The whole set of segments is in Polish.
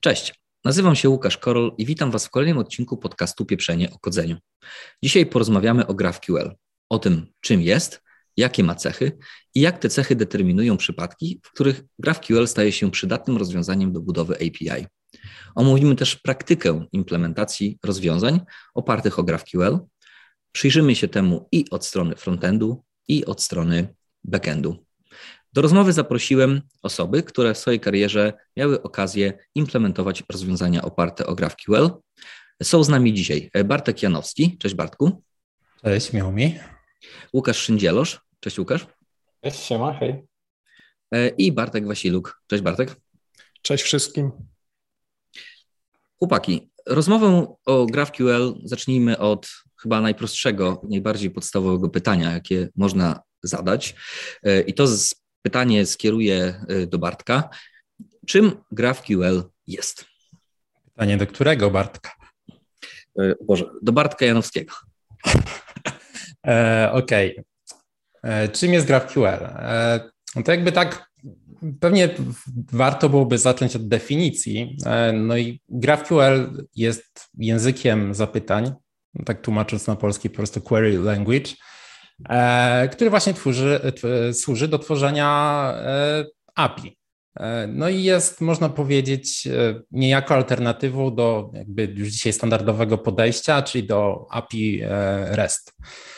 Cześć, nazywam się Łukasz Korol i witam Was w kolejnym odcinku podcastu Pieprzenie o kodzeniu. Dzisiaj porozmawiamy o GraphQL, o tym, czym jest, jakie ma cechy i jak te cechy determinują przypadki, w których GraphQL staje się przydatnym rozwiązaniem do budowy API. Omówimy też praktykę implementacji rozwiązań opartych o GraphQL. Przyjrzymy się temu i od strony frontendu, i od strony backendu. Do rozmowy zaprosiłem osoby, które w swojej karierze miały okazję implementować rozwiązania oparte o GraphQL. Są z nami dzisiaj Bartek Janowski. Cześć Bartku. Cześć, miło mi. Łukasz Szyndzielosz. Cześć Łukasz. Cześć, siema, hej. I Bartek Wasiluk. Cześć Bartek. Cześć wszystkim. Chłopaki, rozmowę o GraphQL zacznijmy od chyba najprostszego, najbardziej podstawowego pytania, jakie można zadać. I to pytanie skieruję do Bartka. Czym GraphQL jest? Pytanie do którego Bartka? Boże, do Bartka Janowskiego. Okej. Czym jest GraphQL? To jakby tak, pewnie warto byłoby zacząć od definicji. No i GraphQL jest językiem zapytań, tak tłumacząc na polski po prostu query language, który właśnie służy do tworzenia API. No i jest, można powiedzieć, niejako alternatywą do jakby już dzisiaj standardowego podejścia, czyli do API REST.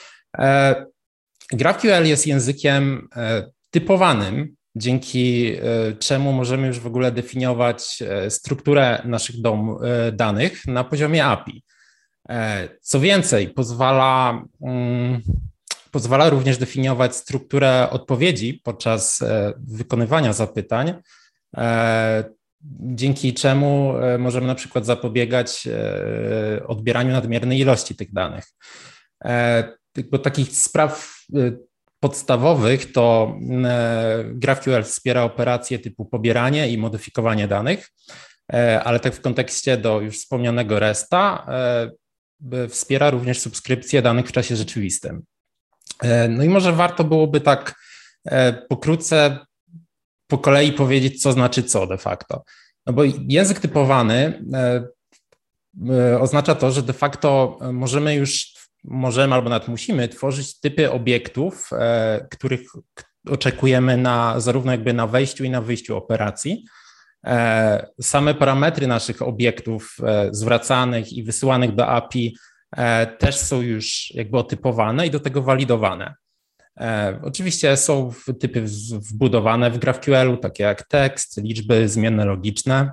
GraphQL jest językiem typowanym, dzięki czemu możemy już w ogóle definiować strukturę naszych danych na poziomie API. Co więcej, pozwala również definiować strukturę odpowiedzi podczas wykonywania zapytań, dzięki czemu możemy na przykład zapobiegać odbieraniu nadmiernej ilości tych danych. Bo takich spraw podstawowych to GraphQL wspiera operacje typu pobieranie i modyfikowanie danych, ale tak w kontekście do już wspomnianego REST-a wspiera również subskrypcję danych w czasie rzeczywistym. No i może warto byłoby tak pokrótce po kolei powiedzieć, co znaczy co de facto. No bo język typowany oznacza to, że de facto możemy albo nawet musimy tworzyć typy obiektów, których oczekujemy zarówno jakby na wejściu i na wyjściu operacji. Same parametry naszych obiektów zwracanych i wysyłanych do API też są już jakby otypowane i do tego walidowane. Oczywiście są typy wbudowane w GraphQL-u, takie jak tekst, liczby, zmienne logiczne.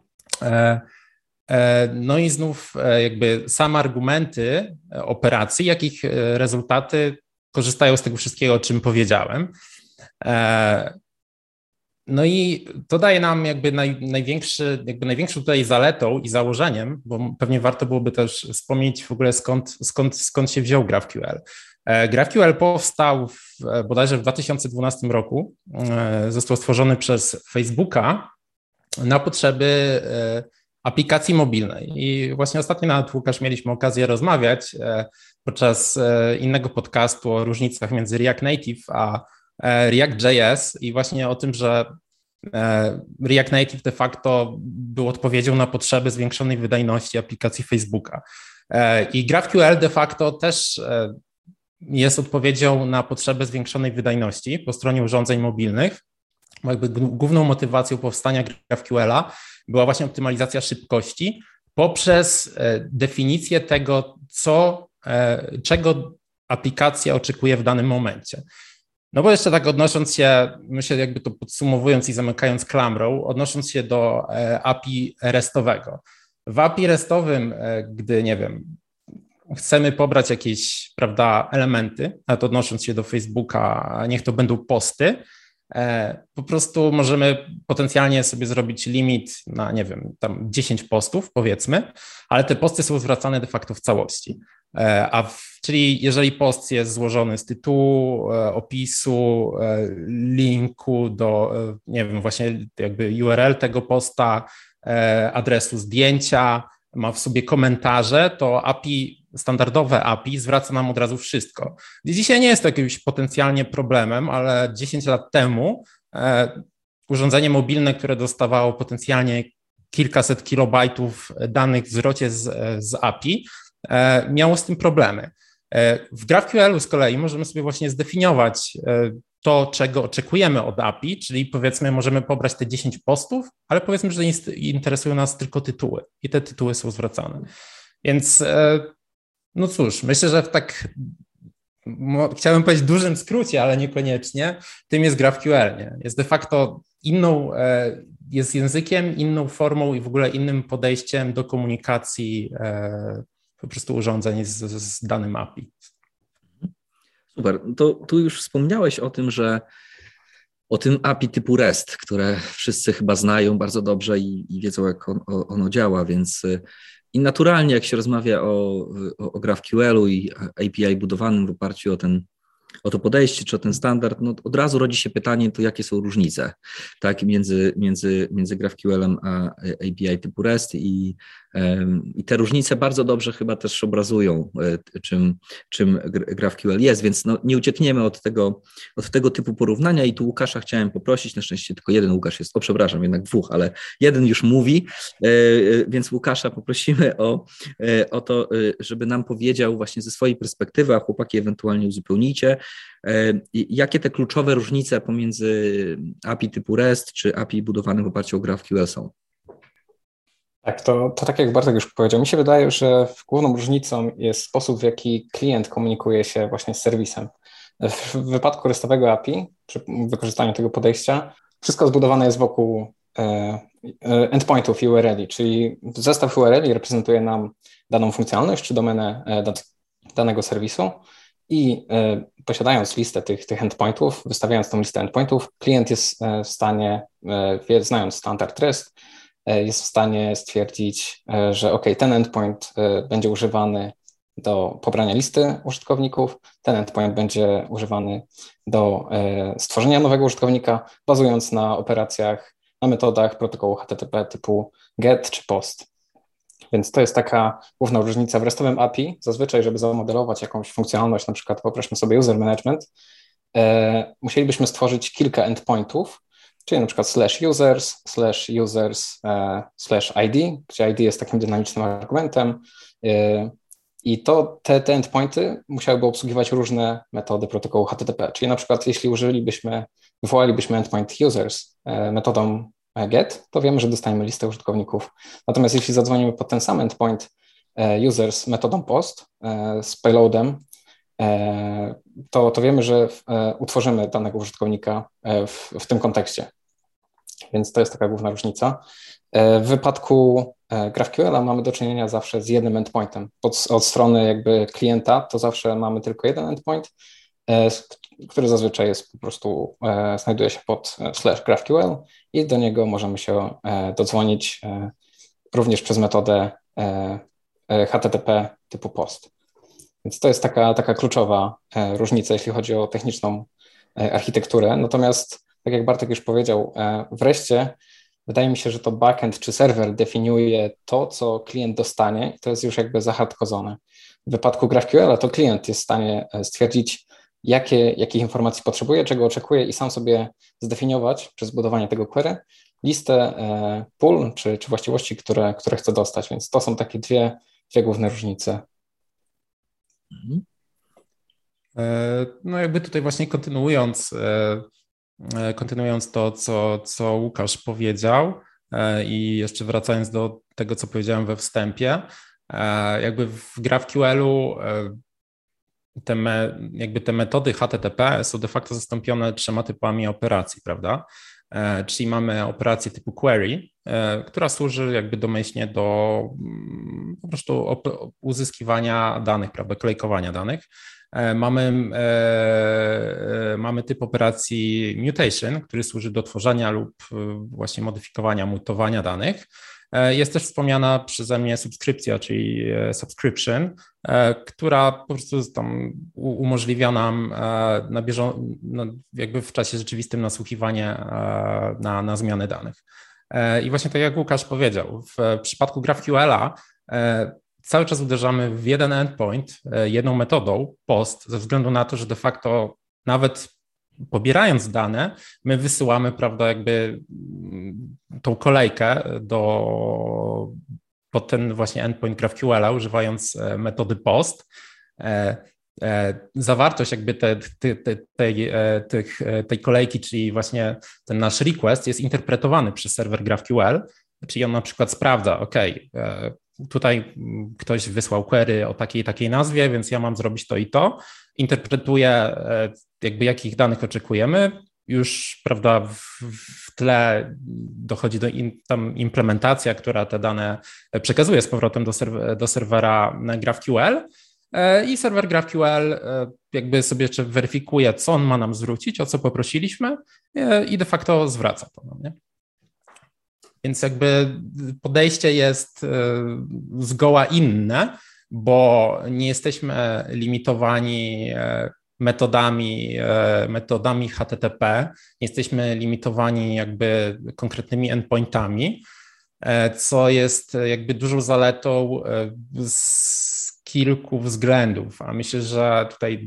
No i znów jakby same argumenty operacji, jak ich rezultaty korzystają z tego wszystkiego, o czym powiedziałem. No i to daje nam jakby największą tutaj zaletą i założeniem, bo pewnie warto byłoby też wspomnieć w ogóle skąd się wziął GraphQL. GraphQL powstał bodajże w 2012 roku, został stworzony przez Facebooka na potrzeby aplikacji mobilnej. I właśnie ostatnio nawet, Łukasz, mieliśmy okazję rozmawiać podczas innego podcastu o różnicach między React Native a React.js i właśnie o tym, że React Native de facto był odpowiedzią na potrzeby zwiększonej wydajności aplikacji Facebooka. I GraphQL de facto też jest odpowiedzią na potrzebę zwiększonej wydajności po stronie urządzeń mobilnych. Jakby główną motywacją powstania GraphQL-a była właśnie optymalizacja szybkości poprzez definicję tego, czego aplikacja oczekuje w danym momencie. No bo jeszcze tak odnosząc się, myślę jakby to podsumowując i zamykając klamrą, odnosząc się do API RESTowego. W API RESTowym, gdy, nie wiem, chcemy pobrać jakieś, prawda, elementy, nawet odnosząc się do Facebooka, niech to będą posty, po prostu możemy potencjalnie sobie zrobić limit na, nie wiem, tam 10 postów, powiedzmy, ale te posty są zwracane de facto w całości. Czyli jeżeli post jest złożony z tytułu, opisu, linku do, nie wiem, właśnie jakby URL tego posta, adresu zdjęcia, ma w sobie komentarze, to standardowe API zwraca nam od razu wszystko. Dzisiaj nie jest to jakimś potencjalnie problemem, ale 10 lat temu urządzenie mobilne, które dostawało potencjalnie kilkaset kilobajtów danych w zwrocie z API, miało z tym problemy. W GraphQL-u z kolei możemy sobie właśnie zdefiniować to, czego oczekujemy od API, czyli powiedzmy możemy pobrać te 10 postów, ale powiedzmy, że interesują nas tylko tytuły i te tytuły są zwracane. Więc no cóż, myślę, że w tak chciałem powiedzieć dużym skrócie, ale niekoniecznie, tym jest GraphQL. Nie? Jest de facto jest językiem, inną formą i w ogóle innym podejściem do komunikacji po prostu urządzeń z danym API. Super. To tu już wspomniałeś o tym API typu REST, które wszyscy chyba znają bardzo dobrze i wiedzą, jak ono działa, więc i naturalnie, jak się rozmawia o GraphQL-u i API budowanym w oparciu o to podejście, czy o ten standard, no od razu rodzi się pytanie, to jakie są różnice, tak, między GraphQL-em a API typu REST i te różnice bardzo dobrze chyba też obrazują, czym GraphQL jest, więc no, nie uciekniemy od tego typu porównania i tu Łukasza chciałem poprosić, na szczęście tylko jeden Łukasz jest, przepraszam, jednak dwóch, ale jeden już mówi, więc Łukasza poprosimy o to, żeby nam powiedział właśnie ze swojej perspektywy, a chłopaki ewentualnie uzupełnijcie, jakie te kluczowe różnice pomiędzy API typu REST czy API budowanym w oparciu o GraphQL są. Tak, to tak jak Bartek już powiedział, mi się wydaje, że główną różnicą jest sposób, w jaki klient komunikuje się właśnie z serwisem. W wypadku RESTowego API, przy wykorzystaniu tego podejścia, wszystko zbudowane jest wokół endpointów i URL-i, czyli zestaw URL-i reprezentuje nam daną funkcjonalność czy domenę danego serwisu i posiadając listę tych endpointów, wystawiając tą listę endpointów, klient jest w stanie, znając standard REST, jest w stanie stwierdzić, że OK, ten endpoint będzie używany do pobrania listy użytkowników, ten endpoint będzie używany do stworzenia nowego użytkownika, bazując na operacjach, na metodach protokołu HTTP typu GET czy POST. Więc to jest taka główna różnica w RESTowym API. Zazwyczaj, żeby zamodelować jakąś funkcjonalność, na przykład poprośmy sobie user management, musielibyśmy stworzyć kilka endpointów, czyli na przykład /users/ID, gdzie ID jest takim dynamicznym argumentem i te endpointy musiałyby obsługiwać różne metody protokołu HTTP, czyli na przykład jeśli wywołalibyśmy endpoint users metodą get, to wiemy, że dostaniemy listę użytkowników. Natomiast jeśli zadzwonimy pod ten sam endpoint users metodą post z payloadem, to wiemy, że utworzymy danego użytkownika w tym kontekście. Więc to jest taka główna różnica. W wypadku GraphQL-a mamy do czynienia zawsze z jednym endpointem. Od strony jakby klienta to zawsze mamy tylko jeden endpoint, który zazwyczaj jest po prostu, znajduje się pod /GraphQL i do niego możemy się dodzwonić również przez metodę HTTP typu POST. Więc to jest taka kluczowa różnica, jeśli chodzi o techniczną architekturę. Natomiast, tak jak Bartek już powiedział, wreszcie wydaje mi się, że to backend czy serwer definiuje to, co klient dostanie i to jest już jakby zahardkozone. W wypadku GraphQL-a to klient jest w stanie stwierdzić, jakich informacji potrzebuje, czego oczekuje i sam sobie zdefiniować przez budowanie tego query listę pól czy właściwości, które chce dostać. Więc to są takie dwie główne różnice. No jakby tutaj właśnie kontynuując to, co Łukasz powiedział i jeszcze wracając do tego, co powiedziałem we wstępie, jakby w GraphQL-u te metody HTTP są de facto zastąpione 3 typami operacji, prawda? Czyli mamy operację typu query, która służy jakby domyślnie do po prostu uzyskiwania danych, prawda, kolejkowania danych. Mamy typ operacji mutation, który służy do tworzenia lub właśnie modyfikowania, mutowania danych. Jest też wspomniana przeze mnie subskrypcja, czyli subscription, która po prostu tam umożliwia nam jakby w czasie rzeczywistym nasłuchiwanie na zmiany danych. I właśnie tak jak Łukasz powiedział, w przypadku GraphQL-a cały czas uderzamy w jeden endpoint, jedną metodą POST, ze względu na to, że de facto nawet pobierając dane, my wysyłamy, prawda, jakby tą kolejkę pod ten właśnie endpoint GraphQL-a, używając metody POST. Zawartość jakby tej kolejki, czyli właśnie ten nasz request jest interpretowany przez serwer GraphQL, czyli on na przykład sprawdza, OK, tutaj ktoś wysłał query o takiej nazwie, więc ja mam zrobić to i to, interpretuje jakby jakich danych oczekujemy, już, prawda, w tle dochodzi tam implementacja, która te dane przekazuje z powrotem do serwera GraphQL i serwer GraphQL jakby sobie jeszcze weryfikuje, co on ma nam zwrócić, o co poprosiliśmy i de facto zwraca to nam, nie? Więc jakby podejście jest zgoła inne, bo nie jesteśmy limitowani metodami HTTP, nie jesteśmy limitowani jakby konkretnymi endpointami, co jest jakby dużą zaletą z kilku względów, a myślę, że tutaj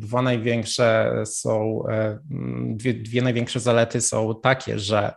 dwie największe zalety są takie, że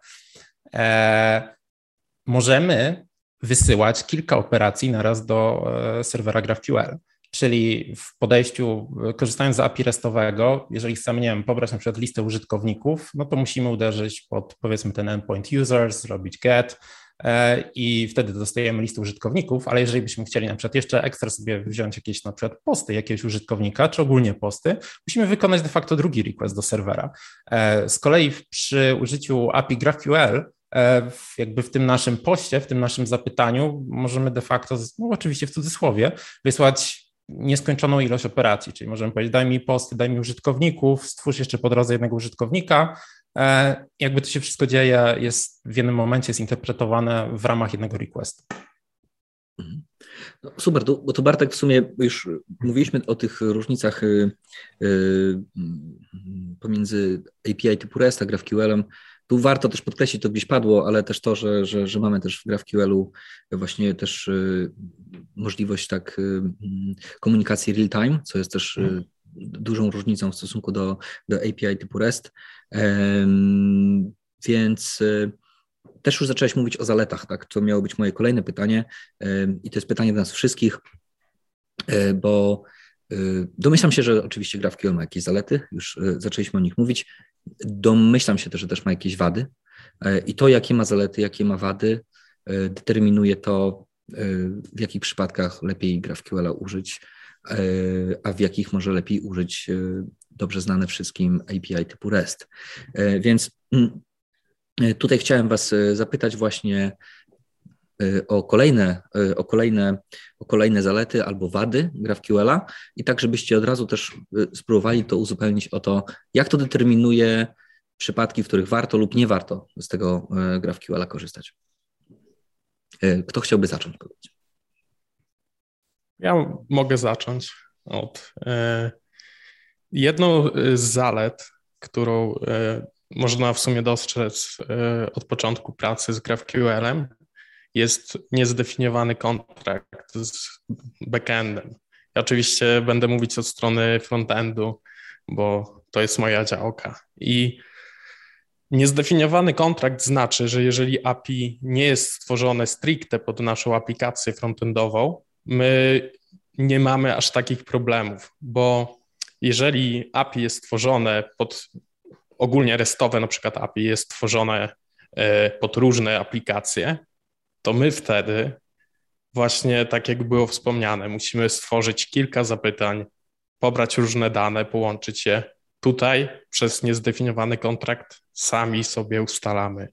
możemy wysyłać kilka operacji naraz do serwera GraphQL, czyli w podejściu, korzystając z API RESTowego, jeżeli chcemy, nie wiem, pobrać na przykład listę użytkowników, no to musimy uderzyć pod, powiedzmy, ten endpoint users, zrobić get i wtedy dostajemy listę użytkowników, ale jeżeli byśmy chcieli na przykład jeszcze ekstra sobie wziąć jakieś na przykład posty jakiegoś użytkownika, czy ogólnie posty, musimy wykonać de facto drugi request do serwera. Z kolei przy użyciu API GraphQL jakby w tym naszym poście, w tym naszym zapytaniu możemy de facto, no oczywiście w cudzysłowie, wysłać nieskończoną ilość operacji, czyli możemy powiedzieć, daj mi posty, daj mi użytkowników, stwórz jeszcze po drodze jednego użytkownika. Jakby to się wszystko dzieje, jest w jednym momencie zinterpretowane w ramach jednego requestu. No, super, bo to Bartek w sumie już mówiliśmy o tych różnicach pomiędzy API typu REST a GraphQL-em. Tu warto też podkreślić, to gdzieś padło, ale też to, że mamy też w GraphQL-u właśnie też możliwość tak komunikacji real-time, co jest też dużą różnicą w stosunku do API typu REST. Więc też już zacząłeś mówić o zaletach, tak? To miało być moje kolejne pytanie i to jest pytanie do nas wszystkich, bo domyślam się, że oczywiście GraphQL ma jakieś zalety, już zaczęliśmy o nich mówić. Domyślam się też, że też ma jakieś wady i to, jakie ma zalety, jakie ma wady, determinuje to, w jakich przypadkach lepiej GraphQL-a użyć, a w jakich może lepiej użyć dobrze znane wszystkim API typu REST. Więc tutaj chciałem Was zapytać właśnie o kolejne zalety albo wady GraphQL-a i tak, żebyście od razu też spróbowali to uzupełnić o to, jak to determinuje przypadki, w których warto lub nie warto z tego GraphQL-a korzystać. Kto chciałby zacząć? Ja mogę zacząć od jedną z zalet, którą można w sumie dostrzec od początku pracy z GraphQL-em, jest niezdefiniowany kontrakt z backendem. Ja oczywiście będę mówić od strony frontendu, bo to jest moja działka. I niezdefiniowany kontrakt znaczy, że jeżeli API nie jest stworzone stricte pod naszą aplikację frontendową, my nie mamy aż takich problemów, bo jeżeli API jest stworzone pod ogólnie restowe, na przykład API jest stworzone pod różne aplikacje, to my wtedy właśnie, tak jak było wspomniane, musimy stworzyć kilka zapytań, pobrać różne dane, połączyć je. Tutaj przez niezdefiniowany kontrakt sami sobie ustalamy,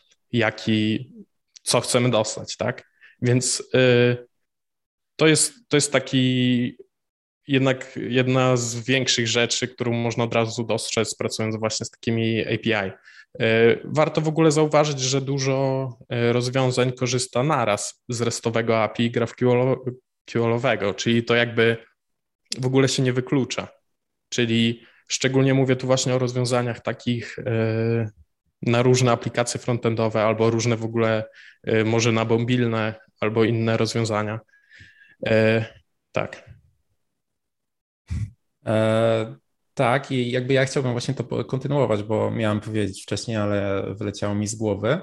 co chcemy dostać, tak? Więc to jest taki jednak jedna z większych rzeczy, którą można od razu dostrzec, pracując właśnie z takimi API. Warto w ogóle zauważyć, że dużo rozwiązań korzysta naraz z restowego API GraphQL-owego, czyli to jakby w ogóle się nie wyklucza. Czyli szczególnie mówię tu właśnie o rozwiązaniach takich na różne aplikacje frontendowe albo różne w ogóle może na mobilne albo inne rozwiązania. Tak. Tak, i jakby ja chciałbym właśnie to kontynuować, bo miałem powiedzieć wcześniej, ale wyleciało mi z głowy.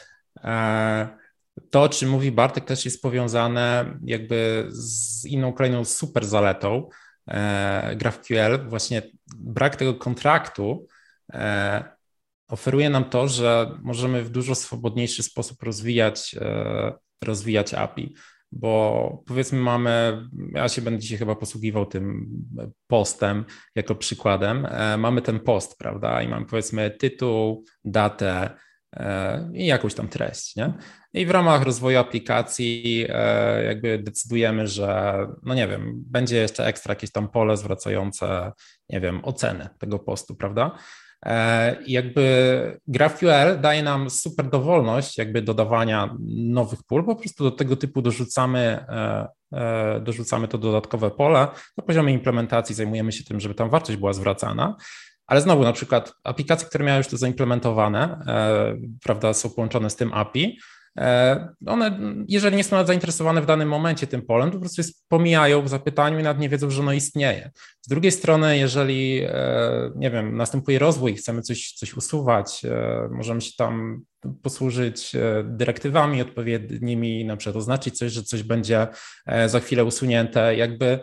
To, o czym mówi Bartek, też jest powiązane jakby z inną kolejną super zaletą GraphQL. Właśnie brak tego kontraktu oferuje nam to, że możemy w dużo swobodniejszy sposób rozwijać API, bo powiedzmy ja się będę dzisiaj chyba posługiwał tym postem jako przykładem, mamy ten post, prawda, i mamy powiedzmy tytuł, datę i jakąś tam treść, nie? I w ramach rozwoju aplikacji jakby decydujemy, że no nie wiem, będzie jeszcze ekstra jakieś tam pole zwracające, nie wiem, ocenę tego postu, prawda? I jakby GraphQL daje nam super dowolność jakby dodawania nowych pól, po prostu do tego typu dorzucamy to dodatkowe pole. Na poziomie implementacji zajmujemy się tym, żeby tam wartość była zwracana, ale znowu na przykład aplikacje, które miały już to zaimplementowane, prawda, są połączone z tym API, one, jeżeli nie są nawet zainteresowane w danym momencie tym polem, to po prostu pomijają w zapytaniu i nawet nie wiedzą, że ono istnieje. Z drugiej strony, jeżeli, nie wiem, następuje rozwój i chcemy coś usuwać, możemy się tam posłużyć dyrektywami odpowiednimi, na przykład oznaczyć coś, że coś będzie za chwilę usunięte, jakby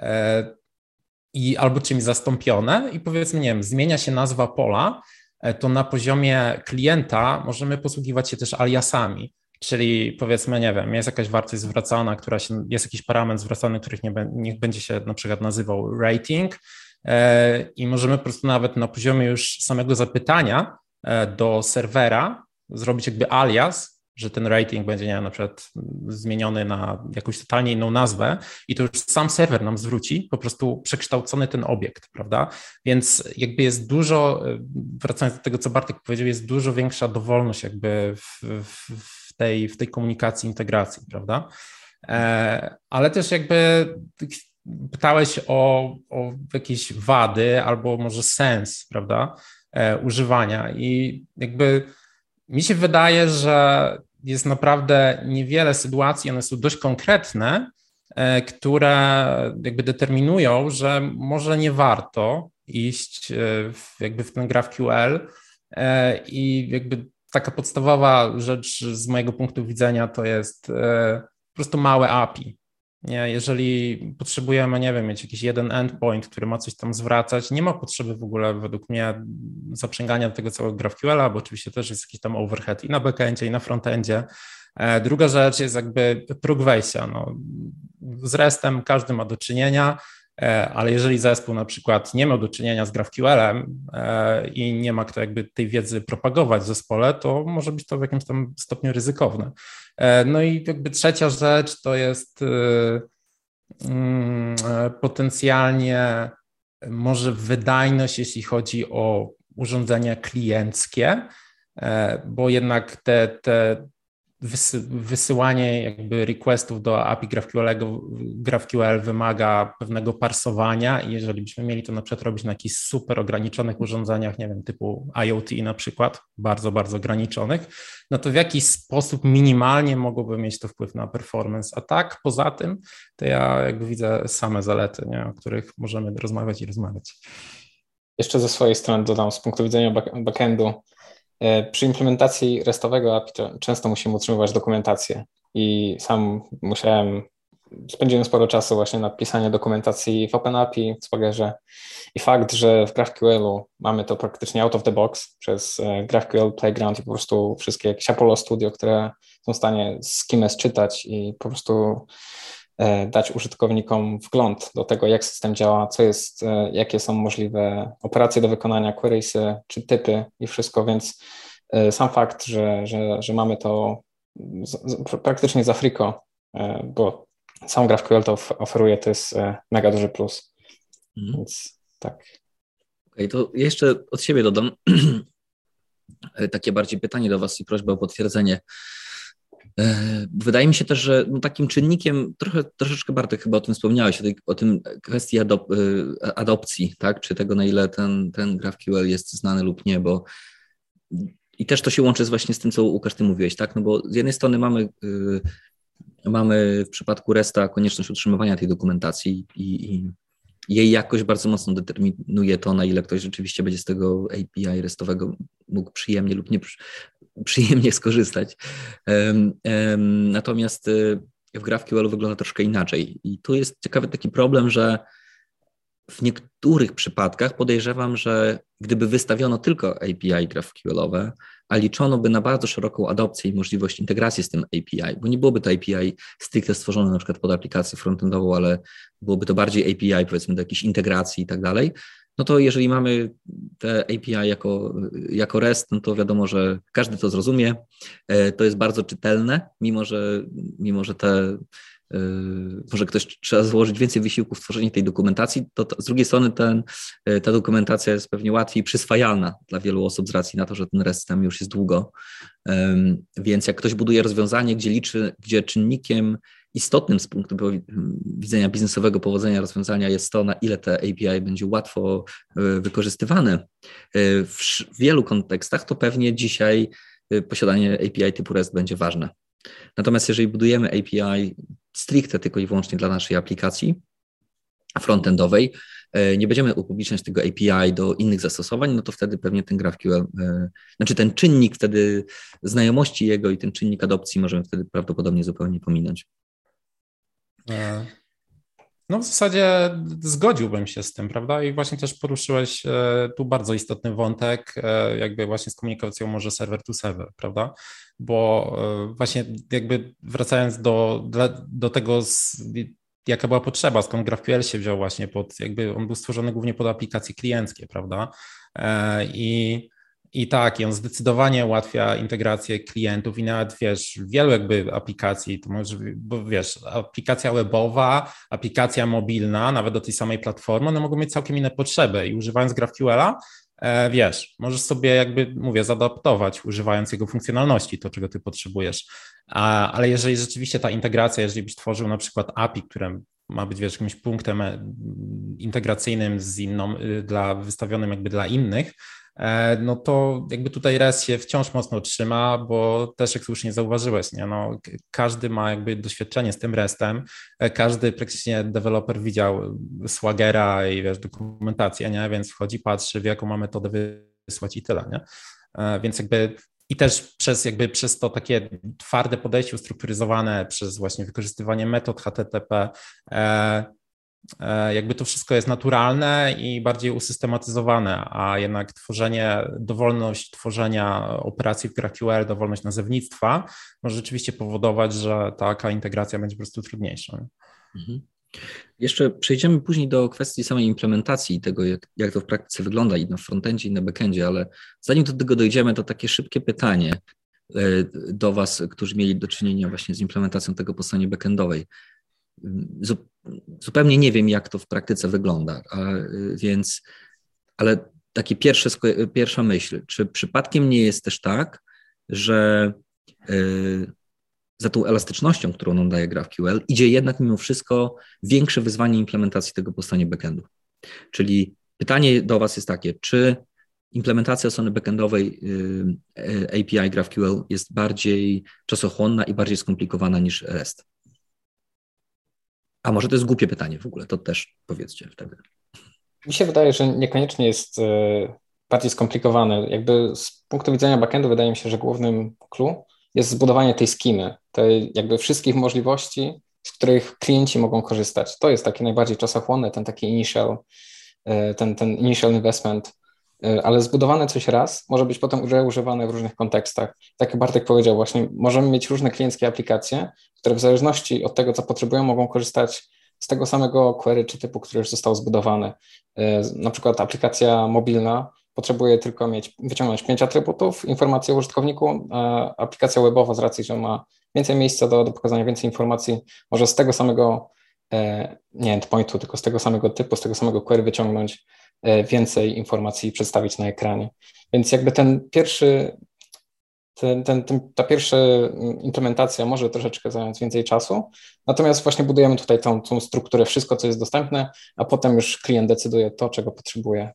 i albo czymś zastąpione i powiedzmy, nie wiem, zmienia się nazwa pola, to na poziomie klienta możemy posługiwać się też aliasami. Czyli powiedzmy, nie wiem, jest jakaś wartość zwracana, jest jakiś parametr zwracany, który niech będzie się na przykład nazywał rating i możemy po prostu nawet na poziomie już samego zapytania do serwera zrobić jakby alias, że ten rating będzie, nie wiem, na przykład zmieniony na jakąś totalnie inną nazwę i to już sam serwer nam zwróci po prostu przekształcony ten obiekt, prawda? Więc jakby jest dużo, wracając do tego, co Bartek powiedział, jest dużo większa dowolność jakby w tej komunikacji, integracji, prawda? Ale też jakby pytałeś o jakieś wady albo może sens, prawda, używania i jakby mi się wydaje, że jest naprawdę niewiele sytuacji, one są dość konkretne, które jakby determinują, że może nie warto iść jakby w ten GraphQL i jakby taka podstawowa rzecz z mojego punktu widzenia to jest po prostu małe API. Nie, jeżeli potrzebujemy, nie wiem, mieć jakiś jeden endpoint, który ma coś tam zwracać, nie ma potrzeby w ogóle według mnie zaprzęgania do tego całego GraphQL-a, bo oczywiście też jest jakiś tam overhead i na backendzie, i na frontendzie. Druga rzecz jest jakby próg wejścia. No, z REST-em każdy ma do czynienia, ale jeżeli zespół na przykład nie miał do czynienia z GraphQL-em i nie ma kto jakby tej wiedzy propagować w zespole, to może być to w jakimś tam stopniu ryzykowne. No i jakby trzecia rzecz to jest potencjalnie może wydajność, jeśli chodzi o urządzenia klienckie, bo jednak te wysyłanie jakby requestów do API GraphQL wymaga pewnego parsowania i jeżeli byśmy mieli to na przykład robić na jakichś super ograniczonych urządzeniach, nie wiem, typu IoT na przykład, bardzo, bardzo ograniczonych, no to w jakiś sposób minimalnie mogłoby mieć to wpływ na performance, a tak poza tym to ja jakby widzę same zalety, nie, o których możemy rozmawiać i rozmawiać. Jeszcze ze swojej strony dodam, z punktu widzenia backendu, przy implementacji restowego API często musimy utrzymywać dokumentację i sam spędziłem sporo czasu właśnie na pisaniu dokumentacji w OpenAPI, w Swaggerze i fakt, że w GraphQL-u mamy to praktycznie out of the box przez GraphQL Playground i po prostu wszystkie jakieś Apollo Studio, które są w stanie schemas czytać i po prostu dać użytkownikom wgląd do tego, jak system działa, co jest, jakie są możliwe operacje do wykonania, queriesy czy typy i wszystko, więc sam fakt, że mamy to praktycznie za friko, bo sam GraphQL to oferuje, to jest mega duży plus, więc tak. Okej, to jeszcze od siebie dodam takie bardziej pytanie do Was i prośbę o potwierdzenie. Wydaje mi się też, że takim czynnikiem, troszeczkę Bartek chyba o tym wspomniałeś, o tym kwestii adopcji, tak? Czy tego, na ile ten GraphQL jest znany lub nie, bo i też to się łączy właśnie z tym, co Łukasz, ty mówiłeś, tak? No bo z jednej strony mamy w przypadku REST-a konieczność utrzymywania tej dokumentacji i jej jakość bardzo mocno determinuje to, na ile ktoś rzeczywiście będzie z tego API RESTowego mógł przyjemnie lub nie przyjemnie skorzystać. Natomiast w GraphQL wygląda troszkę inaczej. I tu jest ciekawy taki problem, że w niektórych przypadkach podejrzewam, że gdyby wystawiono tylko API GraphQL-owe, a liczono by na bardzo szeroką adopcję i możliwość integracji z tym API, bo nie byłoby to API stricte stworzone na przykład pod aplikację frontendową, ale byłoby to bardziej API powiedzmy do jakiejś integracji i tak dalej, no to jeżeli mamy te API jako REST, no to wiadomo, że każdy to zrozumie. To jest bardzo czytelne, mimo że może ktoś trzeba złożyć więcej wysiłku w tworzeniu tej dokumentacji, to z drugiej strony ta dokumentacja jest pewnie łatwiej przyswajalna dla wielu osób z racji na to, że ten REST tam już jest długo. Więc jak ktoś buduje rozwiązanie, gdzie czynnikiem istotnym z punktu widzenia biznesowego powodzenia rozwiązania jest to, na ile te API będzie łatwo wykorzystywane w wielu kontekstach, to pewnie dzisiaj posiadanie API typu REST będzie ważne. Natomiast jeżeli budujemy API stricte tylko i wyłącznie dla naszej aplikacji frontendowej, nie będziemy upubliczniać tego API do innych zastosowań, no to wtedy pewnie ten GraphQL, ten czynnik wtedy znajomości jego i ten czynnik adopcji możemy wtedy prawdopodobnie zupełnie pominąć. No w zasadzie zgodziłbym się z tym, prawda? I właśnie też poruszyłeś tu bardzo istotny wątek, jakby właśnie z komunikacją może server to server, prawda? Bo właśnie jakby wracając do tego, jaka była potrzeba, skąd GraphQL się wziął właśnie jakby on był stworzony głównie pod aplikacje klienckie, prawda? I tak, i on zdecydowanie ułatwia integrację klientów i nawet, wielu jakby aplikacji, to może, bo aplikacja webowa, aplikacja mobilna, nawet do tej samej platformy, one mogą mieć całkiem inne potrzeby i używając GraphQL-a, możesz sobie jakby, zaadaptować, używając jego funkcjonalności, to czego ty potrzebujesz. Ale jeżeli rzeczywiście ta integracja, jeżeli byś tworzył na przykład API, które ma być, jakimś punktem integracyjnym z inną, wystawionym jakby dla innych, no to jakby tutaj REST się wciąż mocno trzyma, bo też jak słusznie zauważyłeś, nie? No, każdy ma jakby doświadczenie z tym REST-em, każdy praktycznie deweloper widział Swaggera i dokumentację, nie? Więc wchodzi, patrzy, w jaką ma metodę wysłać i tyle, nie? Więc jakby i też przez to takie twarde podejście ustrukturyzowane, przez właśnie wykorzystywanie metod HTTP, jakby to wszystko jest naturalne i bardziej usystematyzowane, a jednak dowolność tworzenia operacji w GraphQL, dowolność nazewnictwa może rzeczywiście powodować, że taka integracja będzie po prostu trudniejsza. Mhm. Jeszcze przejdziemy później do kwestii samej implementacji tego, jak to w praktyce wygląda i na frontendzie, i na backendzie, ale zanim do tego dojdziemy, to takie szybkie pytanie do Was, którzy mieli do czynienia właśnie z implementacją tego po stronie backendowej. Zupełnie nie wiem, jak to w praktyce wygląda, ale takie pierwsza myśl, czy przypadkiem nie jest też tak, że za tą elastycznością, którą nam daje GraphQL, idzie jednak mimo wszystko większe wyzwanie implementacji tego po stronie backendu. Czyli pytanie do Was jest takie, czy implementacja strony backendowej API GraphQL jest bardziej czasochłonna i bardziej skomplikowana niż REST? A może to jest głupie pytanie w ogóle, to też powiedzcie wtedy. Mi się wydaje, że niekoniecznie jest bardziej skomplikowane. Jakby z punktu widzenia backendu wydaje mi się, że głównym clue jest zbudowanie tej skimy, tej jakby wszystkich możliwości, z których klienci mogą korzystać. To jest takie najbardziej czasochłonne, ten taki ten initial investment, ale zbudowane coś raz może być potem używane w różnych kontekstach. Tak jak Bartek powiedział właśnie, możemy mieć różne klienckie aplikacje, które w zależności od tego, co potrzebują, mogą korzystać z tego samego query czy typu, który już został zbudowany. Na przykład aplikacja mobilna potrzebuje tylko wyciągnąć 5 atrybutów, informacje o użytkowniku, a aplikacja webowa z racji, że ma więcej miejsca do pokazania więcej informacji, może z tego samego nie endpointu, tylko z tego samego typu, z tego samego query wyciągnąć więcej informacji i przedstawić na ekranie. Więc jakby ta pierwsza implementacja może troszeczkę zająć więcej czasu, natomiast właśnie budujemy tutaj tą strukturę, wszystko, co jest dostępne, a potem już klient decyduje to, czego potrzebuje.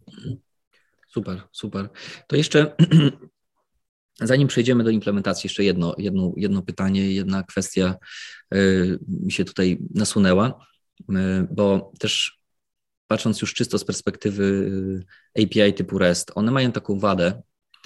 Super. To jeszcze zanim przejdziemy do implementacji, jeszcze jedno pytanie, jedna kwestia mi się tutaj nasunęła, bo też patrząc już czysto z perspektywy API typu REST, one mają taką wadę,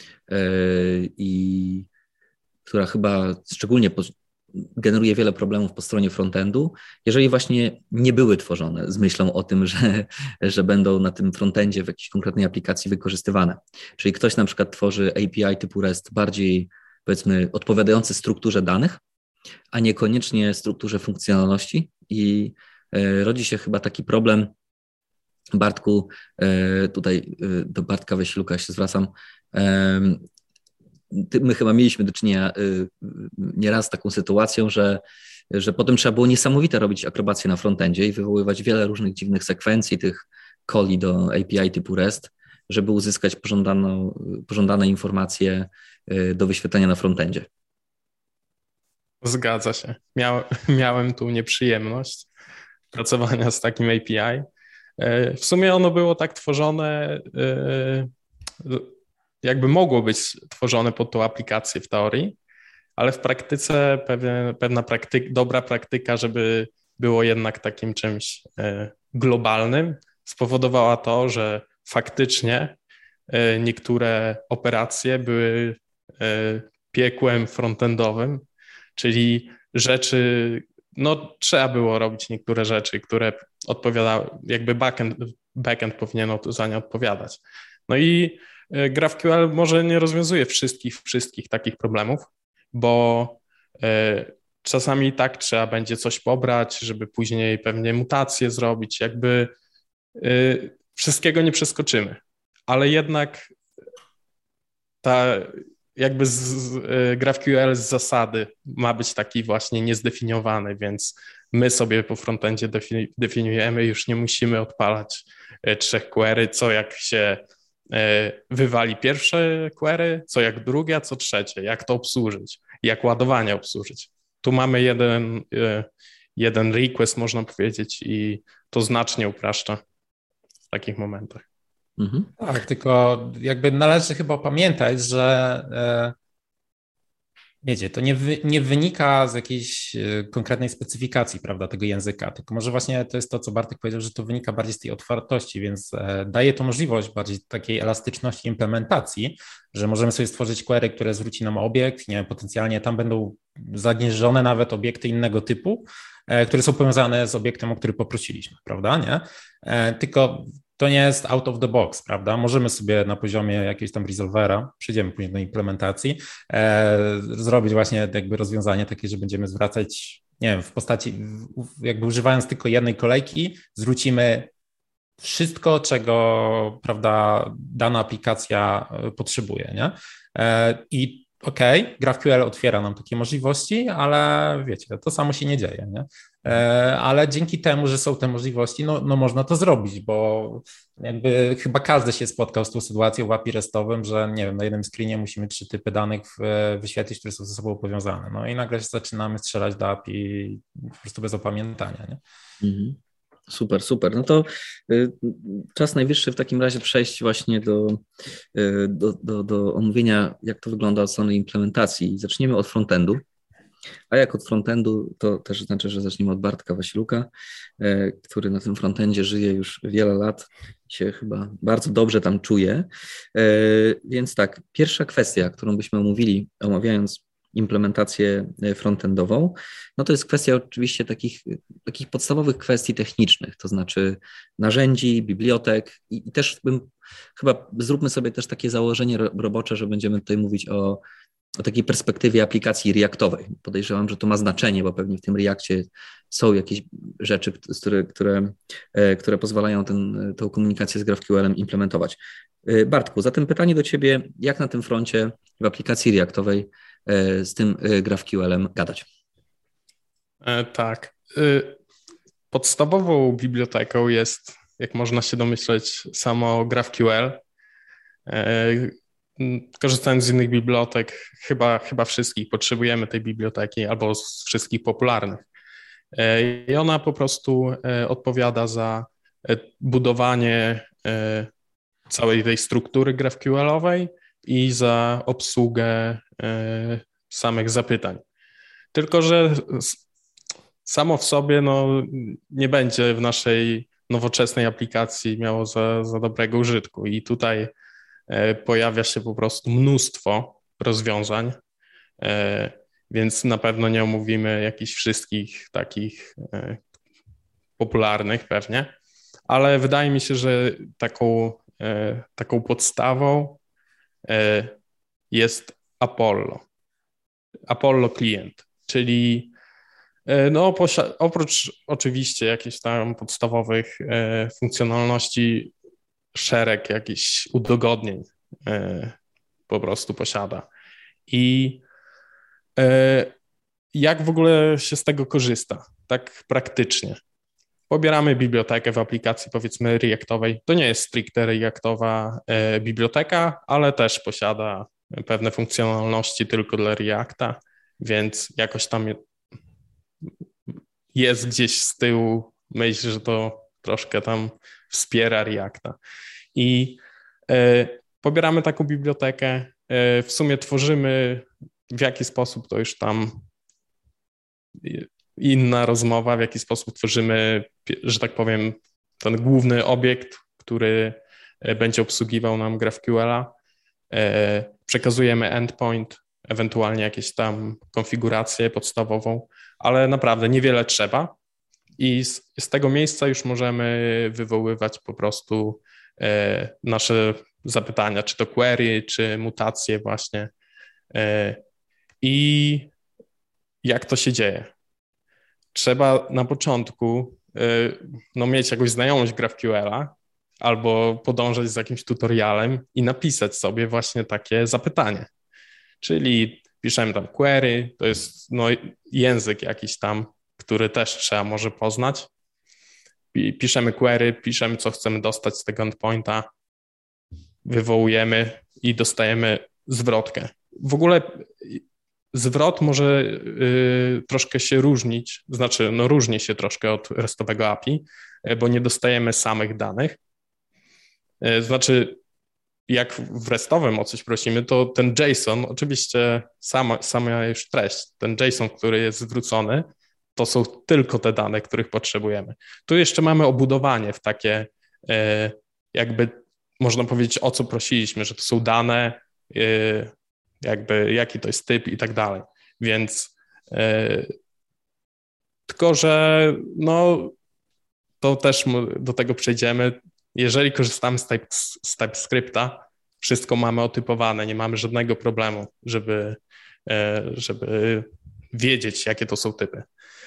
i która chyba szczególnie generuje wiele problemów po stronie frontendu, jeżeli właśnie nie były tworzone z myślą o tym, że będą na tym frontendzie w jakiejś konkretnej aplikacji wykorzystywane. Czyli ktoś na przykład tworzy API typu REST bardziej, powiedzmy, odpowiadający strukturze danych, a niekoniecznie strukturze funkcjonalności i rodzi się chyba taki problem. Bartku, tutaj do Bartka Wasiluka się zwracam. My chyba mieliśmy do czynienia nieraz z taką sytuacją, że potem trzeba było niesamowite robić akrobacje na frontendzie i wywoływać wiele różnych dziwnych sekwencji tych coli do API typu REST, żeby uzyskać pożądane informacje do wyświetlenia na frontendzie. Zgadza się. Miałem tu nieprzyjemność pracowania z takim API. W sumie ono było tak tworzone, jakby mogło być tworzone pod tą aplikację w teorii, ale w praktyce pewna dobra praktyka, żeby było jednak takim czymś globalnym, spowodowała to, że faktycznie niektóre operacje były piekłem frontendowym, czyli rzeczy, no trzeba było robić niektóre rzeczy, które odpowiadały, jakby backend powinien za nie odpowiadać. No i GraphQL może nie rozwiązuje wszystkich takich problemów, bo czasami i tak trzeba będzie coś pobrać, żeby później pewnie mutacje zrobić, jakby wszystkiego nie przeskoczymy, ale jednak jakby GraphQL z zasady ma być taki właśnie niezdefiniowany, więc my sobie po frontendzie definiujemy, już nie musimy odpalać 3 query, co jak się wywali pierwsze query, co jak drugie, a co trzecie, jak to obsłużyć, jak ładowanie obsłużyć. Tu mamy jeden request, można powiedzieć, i to znacznie upraszcza w takich momentach. Mhm. Tak, tylko jakby należy chyba pamiętać, że wiecie, to nie wynika z jakiejś konkretnej specyfikacji, prawda, tego języka, tylko może właśnie to jest to, co Bartek powiedział, że to wynika bardziej z tej otwartości, więc daje to możliwość bardziej takiej elastyczności implementacji, że możemy sobie stworzyć query, które zwróci nam obiekt, nie wiem, potencjalnie tam będą zagnieżdżone nawet obiekty innego typu, które są powiązane z obiektem, o który poprosiliśmy, prawda, nie? Tylko to nie jest out of the box, prawda? Możemy sobie na poziomie jakiegoś tam resolvera, przejdziemy później do implementacji, zrobić właśnie jakby rozwiązanie takie, że będziemy zwracać, nie wiem, w postaci, jakby używając tylko jednej kolejki, zwrócimy wszystko, czego, prawda, dana aplikacja potrzebuje, nie? I okej, GraphQL otwiera nam takie możliwości, ale wiecie, to samo się nie dzieje, nie? Ale dzięki temu, że są te możliwości, no można to zrobić, bo jakby chyba każdy się spotkał z tą sytuacją w API RESTowym, że nie wiem, na jednym screenie musimy 3 typy danych wyświetlić, które są ze sobą powiązane. No i nagle zaczynamy strzelać do API po prostu bez opamiętania, nie? Mhm. Super, super. No to czas najwyższy w takim razie przejść właśnie do omówienia, jak to wygląda od strony implementacji. Zaczniemy od frontendu. A jak od frontendu, to też znaczy, że zaczniemy od Bartka Wasiluka, który na tym frontendzie żyje już wiele lat, się chyba bardzo dobrze tam czuje. Więc tak, pierwsza kwestia, którą byśmy omówili, omawiając implementację frontendową, no to jest kwestia oczywiście takich podstawowych kwestii technicznych, to znaczy narzędzi, bibliotek i też chyba zróbmy sobie też takie założenie robocze, że będziemy tutaj mówić o takiej perspektywie aplikacji reactowej. Podejrzewam, że to ma znaczenie, bo pewnie w tym Reactie są jakieś rzeczy, które pozwalają tę komunikację z GraphQL-em implementować. Bartku, zatem pytanie do Ciebie, jak na tym froncie w aplikacji reactowej z tym GraphQL-em gadać? Tak. Podstawową biblioteką jest, jak można się domyśleć, samo GraphQL. Korzystając z innych bibliotek, chyba wszystkich potrzebujemy tej biblioteki albo z wszystkich popularnych. I ona po prostu odpowiada za budowanie całej tej struktury GraphQL-owej i za obsługę samych zapytań. Tylko że samo w sobie nie będzie w naszej nowoczesnej aplikacji miało za dobrego użytku. I tutaj pojawia się po prostu mnóstwo rozwiązań, więc na pewno nie omówimy jakichś wszystkich takich popularnych pewnie, ale wydaje mi się, że taką podstawą jest Apollo Client, czyli no, oprócz oczywiście jakichś tam podstawowych funkcjonalności, szereg jakichś udogodnień po prostu posiada. I jak w ogóle się z tego korzysta, tak praktycznie? Pobieramy bibliotekę w aplikacji, powiedzmy, Reactowej. To nie jest stricte Reactowa biblioteka, ale też posiada pewne funkcjonalności tylko dla Reacta, więc jakoś tam jest gdzieś z tyłu myśl, że to troszkę tam wspiera Reacta. I pobieramy taką bibliotekę, w sumie tworzymy, w jaki sposób to już tam inna rozmowa, w jaki sposób tworzymy, że tak powiem, ten główny obiekt, który będzie obsługiwał nam GraphQL-a. Przekazujemy endpoint, ewentualnie jakieś tam konfigurację podstawową, ale naprawdę niewiele trzeba i z tego miejsca już możemy wywoływać po prostu nasze zapytania, czy to query, czy mutacje właśnie. I jak to się dzieje? Trzeba na początku mieć jakąś znajomość GraphQL-a albo podążać z jakimś tutorialem i napisać sobie właśnie takie zapytanie. Czyli piszemy tam query, to jest język jakiś tam, który też trzeba może poznać. Piszemy query, piszemy, co chcemy dostać z tego endpointa, wywołujemy i dostajemy zwrotkę. W ogóle zwrot może troszkę się różnić, znaczy różni się troszkę od restowego API, bo nie dostajemy samych danych. Znaczy, jak w restowym o coś prosimy, to ten JSON, oczywiście sama już treść, ten JSON, który jest zwrócony, to są tylko te dane, których potrzebujemy. Tu jeszcze mamy obudowanie w takie, jakby można powiedzieć, o co prosiliśmy, że to są dane, jakby jaki to jest typ i tak dalej. Więc tylko, że to też do tego przejdziemy. Jeżeli korzystamy z TypeScripta, wszystko mamy otypowane, nie mamy żadnego problemu, żeby wiedzieć, jakie to są typy.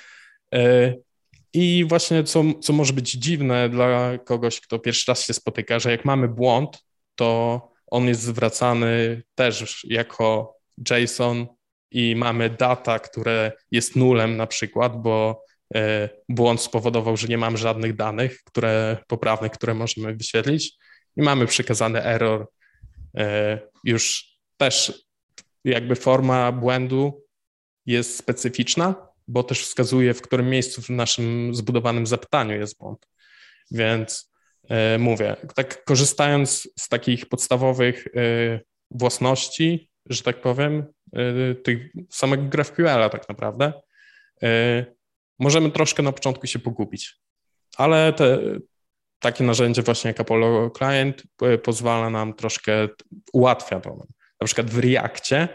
I właśnie co może być dziwne dla kogoś, kto pierwszy raz się spotyka, że jak mamy błąd, to on jest zwracany też jako JSON i mamy data, które jest nulem na przykład, bo błąd spowodował, że nie mamy żadnych danych poprawnych, które możemy wyświetlić i mamy przekazany error. Już też jakby forma błędu jest specyficzna, bo też wskazuje, w którym miejscu w naszym zbudowanym zapytaniu jest błąd. Więc mówię, tak korzystając z takich podstawowych własności, że tak powiem, tych samego GraphQL-a tak naprawdę, możemy troszkę na początku się pogubić, ale takie narzędzie właśnie jak Apollo Client pozwala nam troszkę, ułatwia to. Na przykład w Reactie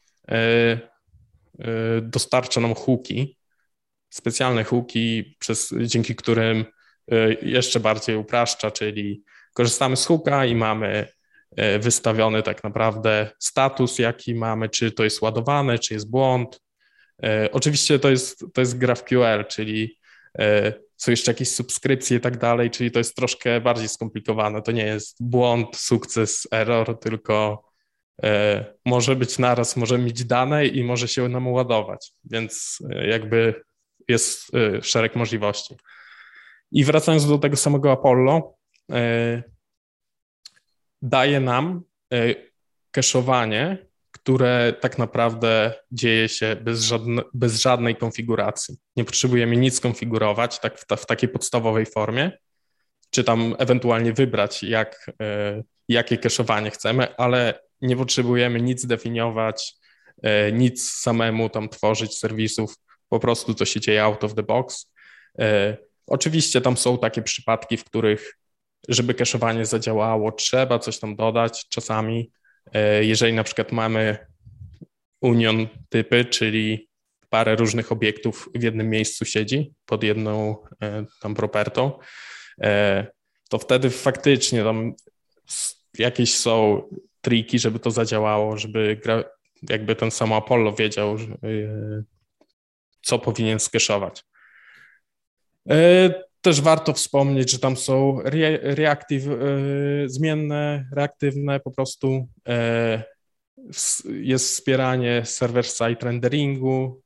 dostarcza nam hooki, specjalne hooki, dzięki którym jeszcze bardziej upraszcza, czyli korzystamy z hooka i mamy wystawiony tak naprawdę status, jaki mamy, czy to jest ładowane, czy jest błąd. Oczywiście to jest GraphQL, czyli są jeszcze jakieś subskrypcje i tak dalej, czyli to jest troszkę bardziej skomplikowane. To nie jest błąd, sukces, error, tylko może być naraz, może mieć dane i może się nam ładować, więc jakby jest szereg możliwości. I wracając do tego samego Apollo, daje nam cache'owanie, które tak naprawdę dzieje się bez żadnej konfiguracji. Nie potrzebujemy nic konfigurować tak w takiej podstawowej formie, czy tam ewentualnie wybrać, jakie cache'owanie chcemy, ale nie potrzebujemy nic definiować, nic samemu tam tworzyć serwisów, po prostu to się dzieje out of the box. Oczywiście tam są takie przypadki, w których, żeby cache'owanie zadziałało, trzeba coś tam dodać czasami. Jeżeli na przykład mamy union typy, czyli parę różnych obiektów w jednym miejscu siedzi pod jedną tam propertą, to wtedy faktycznie tam jakieś są triki, żeby to zadziałało, żeby jakby ten sam Apollo wiedział, co powinien skeszować. Też warto wspomnieć, że tam są zmienne, reaktywne po prostu. Jest wspieranie server-side renderingu,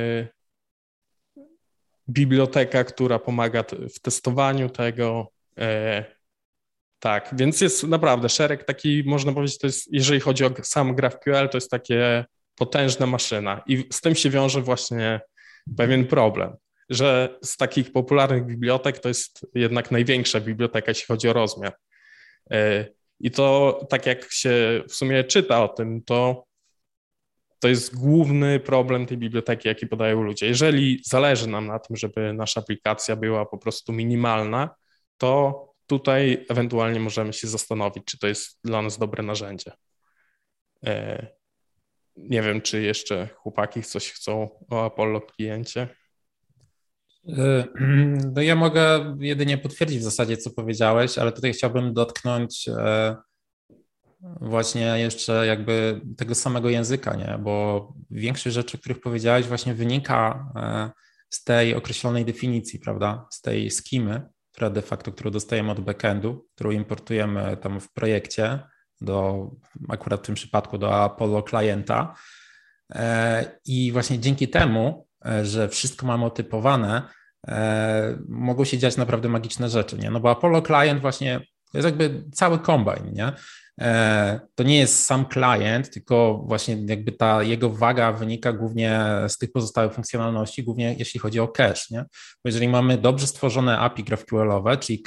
biblioteka, która pomaga w testowaniu tego. Tak, więc jest naprawdę szereg taki, można powiedzieć, to jest, jeżeli chodzi o sam GraphQL, to jest takie potężna maszyna i z tym się wiąże właśnie pewien problem, że z takich popularnych bibliotek to jest jednak największa biblioteka, jeśli chodzi o rozmiar. I to tak jak się w sumie czyta o tym, to jest główny problem tej biblioteki, jaki podają ludzie. Jeżeli zależy nam na tym, żeby nasza aplikacja była po prostu minimalna, to tutaj ewentualnie możemy się zastanowić, czy to jest dla nas dobre narzędzie. Nie wiem, czy jeszcze chłopaki coś chcą o Apollo kliencie. No ja mogę jedynie potwierdzić w zasadzie, co powiedziałeś, ale tutaj chciałbym dotknąć właśnie jeszcze jakby tego samego języka, nie? Bo większość rzeczy, o których powiedziałeś, właśnie wynika z tej określonej definicji, prawda? Z tej skimy, która de facto, którą dostajemy od backendu, którą importujemy tam w projekcie akurat w tym przypadku do Apollo klienta. I właśnie dzięki temu, że wszystko mamy otypowane, mogą się dziać naprawdę magiczne rzeczy, nie? No bo Apollo Client właśnie to jest jakby cały kombajn, nie? To nie jest sam klient, tylko właśnie jakby ta jego waga wynika głównie z tych pozostałych funkcjonalności, głównie jeśli chodzi o cache, nie? Bo jeżeli mamy dobrze stworzone API GraphQL-owe, czyli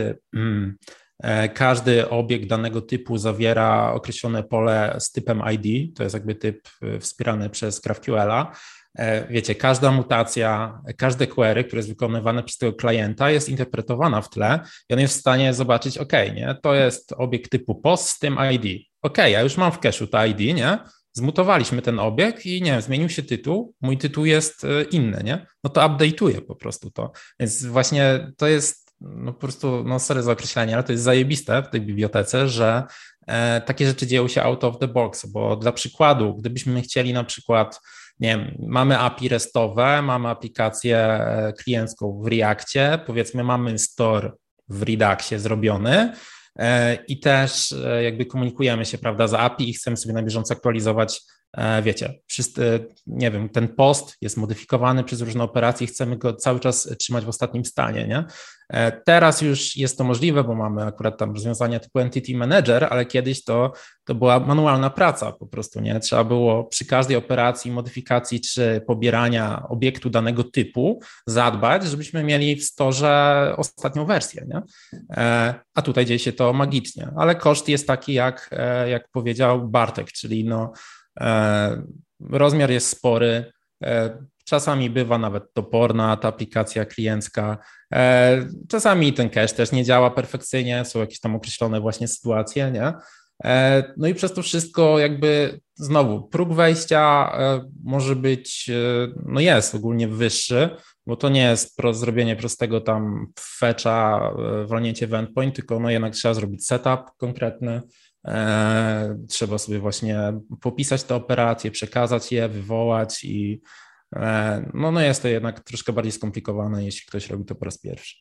każdy obiekt danego typu zawiera określone pole z typem ID, to jest jakby typ wspierany przez GraphQL-a. Wiecie, każda mutacja, każde query, które jest wykonywane przez tego klienta, jest interpretowana w tle i on jest w stanie zobaczyć, nie, to jest obiekt typu post z tym ID. Ja już mam w cache'u to ID, nie? Zmutowaliśmy ten obiekt i nie wiem, zmienił się tytuł, mój tytuł jest inny, nie? No to update'uję po prostu to. Więc właśnie to jest no po prostu, no sorry za określenie, ale to jest zajebiste w tej bibliotece, że takie rzeczy dzieją się out of the box, bo dla przykładu, gdybyśmy chcieli na przykład, nie wiem, mamy API RESTowe, mamy aplikację kliencką w Reactie, powiedzmy mamy store w Reduxie zrobiony i też jakby komunikujemy się, prawda, z API i chcemy sobie na bieżąco aktualizować, wiecie, nie wiem, ten post jest modyfikowany przez różne operacje i chcemy go cały czas trzymać w ostatnim stanie, nie? Teraz już jest to możliwe, bo mamy akurat tam rozwiązania typu Entity Manager, ale kiedyś to była manualna praca po prostu, nie? Trzeba było przy każdej operacji, modyfikacji czy pobierania obiektu danego typu zadbać, żebyśmy mieli w storze ostatnią wersję, nie? A tutaj dzieje się to magicznie, ale koszt jest taki, jak powiedział Bartek, czyli no rozmiar jest spory, czasami bywa nawet toporna ta aplikacja kliencka, czasami ten cache też nie działa perfekcyjnie, są jakieś tam określone właśnie sytuacje, nie? No i przez to wszystko jakby znowu próg wejścia może być, no jest ogólnie wyższy, bo to nie jest zrobienie prostego tam fetcha, walnięcie w endpoint, tylko no jednak trzeba zrobić setup konkretny, trzeba sobie właśnie popisać te operacje, przekazać je, wywołać i no jest to jednak troszkę bardziej skomplikowane, jeśli ktoś robi to po raz pierwszy.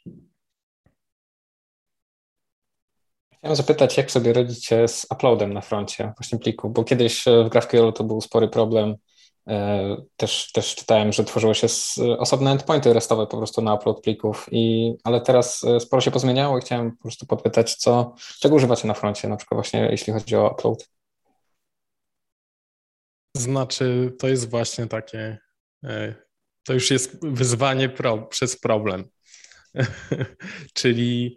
Chciałem zapytać, jak sobie radzicie z uploadem na froncie właśnie pliku, bo kiedyś w GraphQL to był spory problem. Też czytałem, że tworzyło się osobne endpointy restowe po prostu na upload plików, ale teraz sporo się pozmieniało i chciałem po prostu podpytać, czego używacie na froncie, na przykład właśnie jeśli chodzi o upload. Znaczy, to jest właśnie takie, to już jest wyzwanie przez problem. Czyli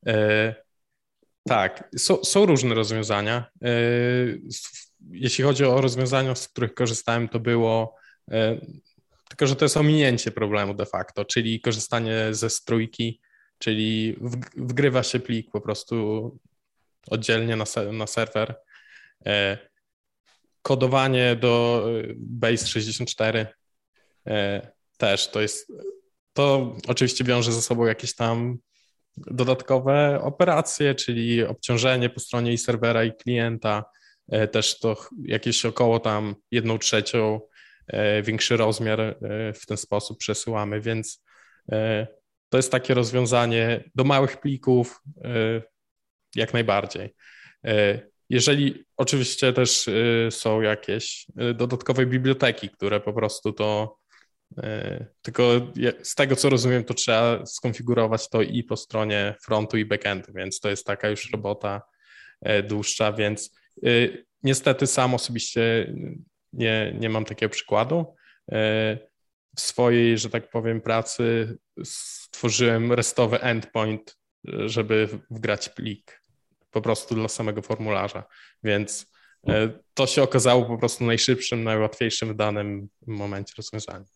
tak, są różne rozwiązania. Jeśli chodzi o rozwiązania, z których korzystałem, to było tylko że to jest ominięcie problemu de facto, czyli korzystanie ze strójki, czyli wgrywa się plik po prostu oddzielnie na serwer. Kodowanie do Base64 też to oczywiście wiąże ze sobą jakieś tam dodatkowe operacje, czyli obciążenie po stronie i serwera, i klienta, też to jakieś około tam 1/3 większy rozmiar w ten sposób przesyłamy, więc to jest takie rozwiązanie do małych plików jak najbardziej. Jeżeli oczywiście też są jakieś dodatkowe biblioteki, które po prostu to, tylko z tego co rozumiem, to trzeba skonfigurować to i po stronie frontu i backendu, więc to jest taka już robota dłuższa, więc niestety sam osobiście nie mam takiego przykładu. W swojej, że tak powiem, pracy stworzyłem restowy endpoint, żeby wgrać plik po prostu dla samego formularza, więc to się okazało po prostu najszybszym, najłatwiejszym w danym momencie rozwiązaniem.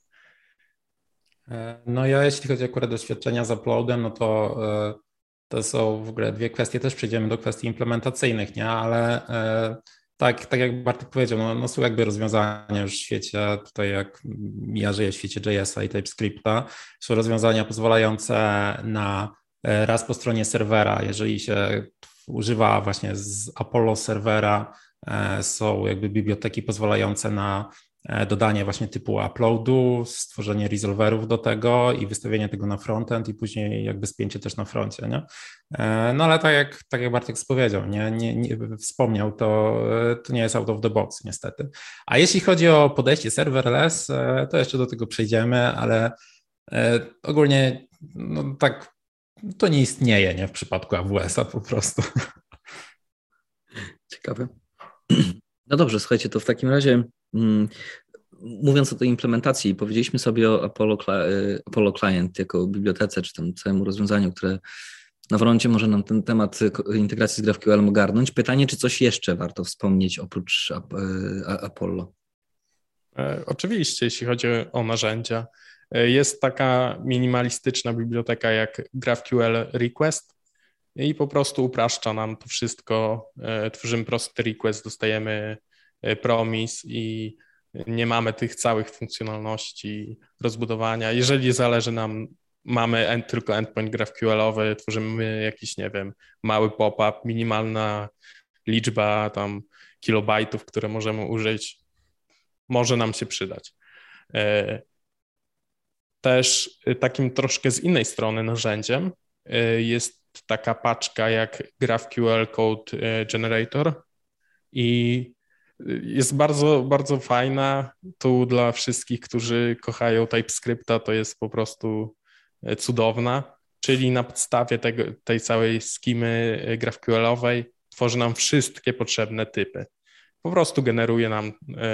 No ja jeśli chodzi akurat o doświadczenia z uploadem, no to są w ogóle dwie kwestie, też przejdziemy do kwestii implementacyjnych, nie? Ale tak jak Bartek powiedział, no są jakby rozwiązania już w świecie, tutaj jak ja żyję w świecie JS-a i TypeScripta, są rozwiązania pozwalające na raz po stronie serwera, jeżeli się używa właśnie z Apollo serwera, są jakby biblioteki pozwalające na dodanie właśnie typu uploadu, stworzenie resolverów do tego i wystawienie tego na frontend i później jakby spięcie też na froncie, nie? No ale tak jak Bartek powiedział, nie wspomniał, to nie jest out of the box niestety. A jeśli chodzi o podejście serverless, to jeszcze do tego przejdziemy, ale ogólnie no tak to nie istnieje, nie, w przypadku AWS-a po prostu. Ciekawe. No dobrze, słuchajcie, to w takim razie mówiąc o tej implementacji, powiedzieliśmy sobie o Apollo Client jako bibliotece, czy tam całemu rozwiązaniu, które na froncie może nam ten temat integracji z GraphQL ogarnąć. Pytanie, czy coś jeszcze warto wspomnieć oprócz Apollo? Oczywiście, jeśli chodzi o narzędzia. Jest taka minimalistyczna biblioteka jak GraphQL Request i po prostu upraszcza nam to wszystko. Tworzymy prosty request, dostajemy promise i nie mamy tych całych funkcjonalności rozbudowania. Jeżeli zależy nam, mamy tylko endpoint GraphQL-owy, tworzymy jakiś, nie wiem, mały pop-up, minimalna liczba tam kilobajtów, które możemy użyć, może nam się przydać. Też takim troszkę z innej strony narzędziem jest taka paczka jak GraphQL Code Generator i jest bardzo, bardzo fajna. Tu dla wszystkich, którzy kochają TypeScripta, to jest po prostu cudowna, czyli na podstawie tej całej skimy GraphQL-owej tworzy nam wszystkie potrzebne typy. Po prostu generuje nam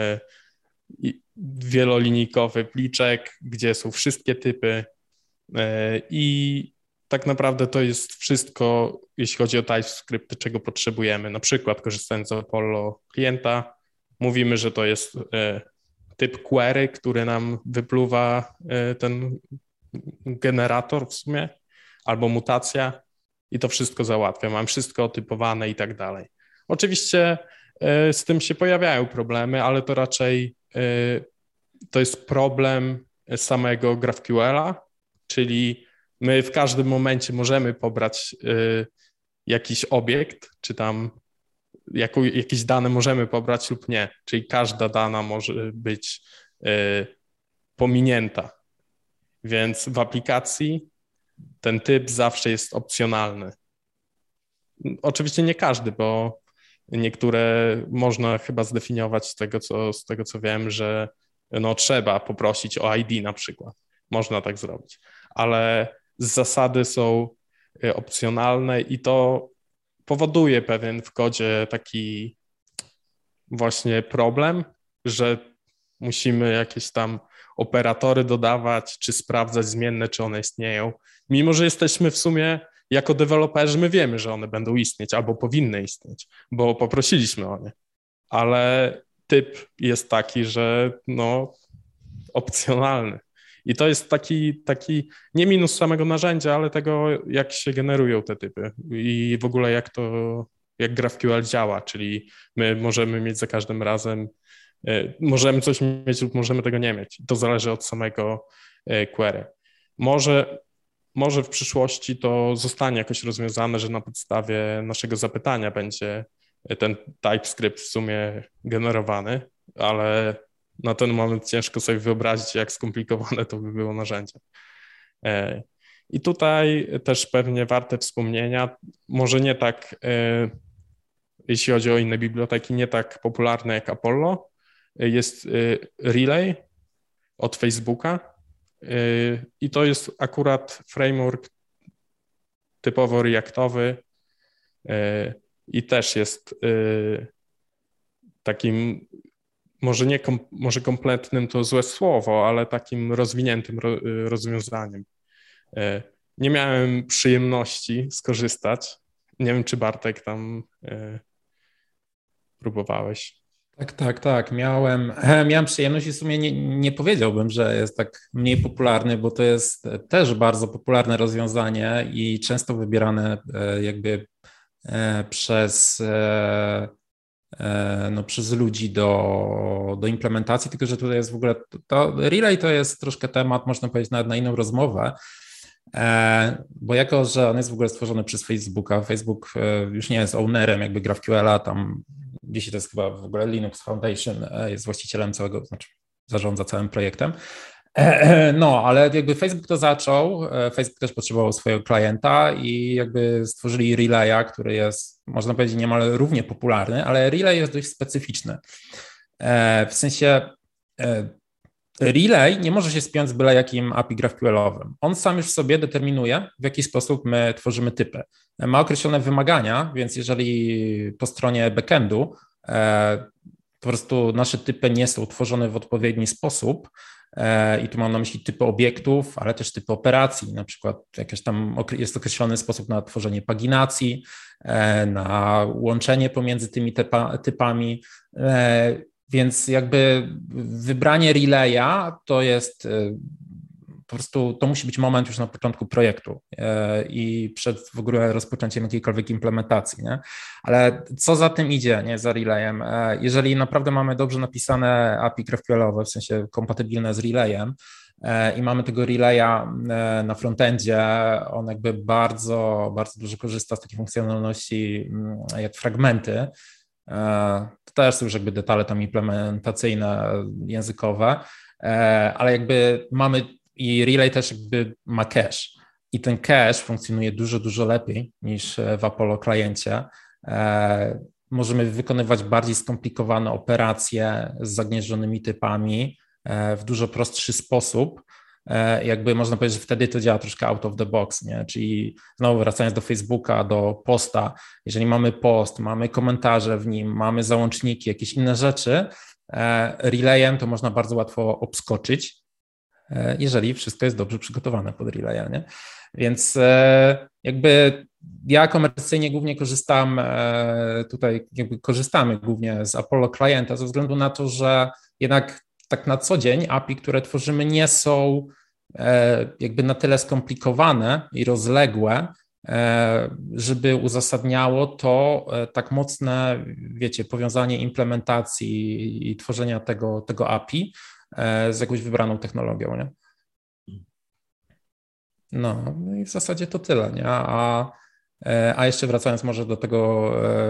wielolinijkowy pliczek, gdzie są wszystkie typy i tak naprawdę to jest wszystko, jeśli chodzi o TypeScript, czego potrzebujemy. Na przykład korzystając z Apollo klienta, mówimy, że to jest typ query, który nam wypluwa ten generator w sumie, albo mutacja i to wszystko załatwia. Mam wszystko otypowane i tak dalej. Oczywiście z tym się pojawiają problemy, ale to raczej to jest problem samego GraphQL-a, czyli my w każdym momencie możemy pobrać jakiś obiekt, czy tam jakieś dane możemy pobrać lub nie, czyli każda dana może być pominięta. Więc w aplikacji ten typ zawsze jest opcjonalny. Oczywiście nie każdy, bo niektóre można chyba zdefiniować z tego co wiem, że no trzeba poprosić o ID na przykład. Można tak zrobić, ale z zasady są opcjonalne i to powoduje pewien w kodzie taki właśnie problem, że musimy jakieś tam operatory dodawać, czy sprawdzać zmienne, czy one istnieją. Mimo że jesteśmy w sumie jako deweloperzy, my wiemy, że one będą istnieć albo powinny istnieć, bo poprosiliśmy o nie. Ale typ jest taki, że no opcjonalny. I to jest taki nie minus samego narzędzia, ale tego, jak się generują te typy i w ogóle jak GraphQL działa, czyli my możemy mieć za każdym razem, możemy coś mieć lub możemy tego nie mieć. To zależy od samego query. Może w przyszłości to zostanie jakoś rozwiązane, że na podstawie naszego zapytania będzie ten TypeScript w sumie generowany, ale na ten moment ciężko sobie wyobrazić, jak skomplikowane to by było narzędzie. I tutaj też pewnie warte wspomnienia, może nie tak, jeśli chodzi o inne biblioteki, nie tak popularne jak Apollo, jest Relay od Facebooka i to jest akurat framework typowo reactowy i też jest takim, może kompletnym to złe słowo, ale takim rozwiniętym rozwiązaniem. Nie miałem przyjemności skorzystać. Nie wiem, czy Bartek tam próbowałeś. Tak. Miałem przyjemność i w sumie nie powiedziałbym, że jest tak mniej popularny, bo to jest też bardzo popularne rozwiązanie i często wybierane jakby przez ludzi do implementacji, tylko że tutaj jest w ogóle, to Relay to jest troszkę temat, można powiedzieć, nawet na inną rozmowę, bo jako, że on jest w ogóle stworzony przez Facebooka, Facebook już nie jest ownerem jakby GraphQL-a, tam dzisiaj to jest chyba w ogóle Linux Foundation, jest właścicielem całego, znaczy zarządza całym projektem. No, ale jakby Facebook to zaczął, Facebook też potrzebował swojego klienta i jakby stworzyli Relaya, który jest, można powiedzieć, niemal równie popularny, ale Relay jest dość specyficzny. W sensie Relay nie może się spiąć z byle jakim API GraphQL-owym. On sam już sobie determinuje, w jaki sposób my tworzymy typy. Ma określone wymagania, więc jeżeli po stronie backendu po prostu nasze typy nie są tworzone w odpowiedni sposób, i tu mam na myśli typy obiektów, ale też typy operacji, na przykład jakiś tam jest określony sposób na tworzenie paginacji, na łączenie pomiędzy tymi typami, więc jakby wybranie relaya to jest po prostu, to musi być moment już na początku projektu i przed w ogóle rozpoczęciem jakiejkolwiek implementacji, nie? Ale co za tym idzie, nie, za relayem? Jeżeli naprawdę mamy dobrze napisane API GraphQL-owe, w sensie kompatybilne z relayem i mamy tego relaya na frontendzie, on jakby bardzo, bardzo dużo korzysta z takiej funkcjonalności jak fragmenty. To też są już jakby detale tam implementacyjne, językowe, ale jakby mamy i Relay też jakby ma cache i ten cache funkcjonuje dużo, dużo lepiej niż w Apollo kliencie. Możemy wykonywać bardziej skomplikowane operacje z zagnieżdżonymi typami w dużo prostszy sposób. Jakby można powiedzieć, że wtedy to działa troszkę out of the box, nie? Czyli znowu wracając do Facebooka, do posta, jeżeli mamy post, mamy komentarze w nim, mamy załączniki, jakieś inne rzeczy, relayem to można bardzo łatwo obskoczyć, jeżeli wszystko jest dobrze przygotowane pod relaya, nie? Więc jakby ja komercyjnie głównie korzystamy głównie z Apollo klienta ze względu na to, że jednak tak na co dzień API, które tworzymy, nie są jakby na tyle skomplikowane i rozległe, żeby uzasadniało to tak mocne, wiecie, powiązanie implementacji i tworzenia tego API z jakąś wybraną technologią, nie? No i w zasadzie to tyle, nie? A jeszcze wracając może do tego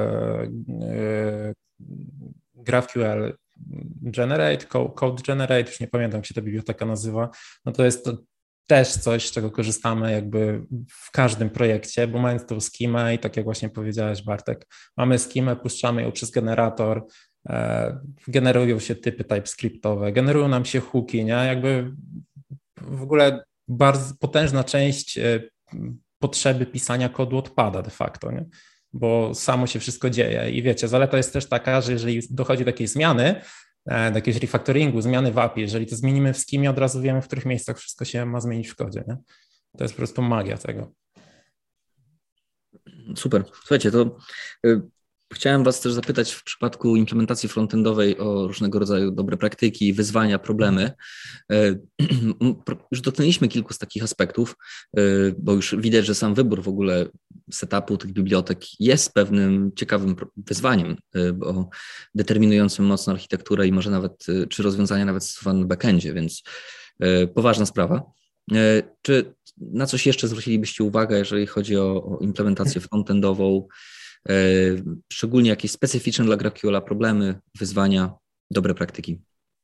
GraphQL Generate, Code Generate, już nie pamiętam, jak się ta biblioteka nazywa, no to jest to też coś, z czego korzystamy jakby w każdym projekcie, bo mając tą schemę i tak jak właśnie powiedziałeś, Bartek, mamy schemę, puszczamy ją przez generator, generują się typy TypeScriptowe, generują nam się hooki, nie? Jakby w ogóle bardzo potężna część potrzeby pisania kodu odpada de facto, nie? Bo samo się wszystko dzieje i wiecie, zaleta jest też taka, że jeżeli dochodzi do takiej zmiany, do jakiegoś refactoringu, zmiany w API, jeżeli to zmienimy w schemie, od razu wiemy, w których miejscach wszystko się ma zmienić w kodzie, nie? To jest po prostu magia tego. Super. Słuchajcie, to Chciałem Was też zapytać w przypadku implementacji frontendowej o różnego rodzaju dobre praktyki, wyzwania, problemy. Już dotknęliśmy kilku z takich aspektów, bo już widać, że sam wybór w ogóle setupu tych bibliotek jest pewnym ciekawym wyzwaniem, bo determinującym mocno architekturę i może nawet, czy rozwiązania nawet stosowane w backendzie, więc poważna sprawa. Czy na coś jeszcze zwrócilibyście uwagę, jeżeli chodzi o implementację frontendową, szczególnie jakieś specyficzne dla GraphQL problemy, wyzwania, dobre praktyki?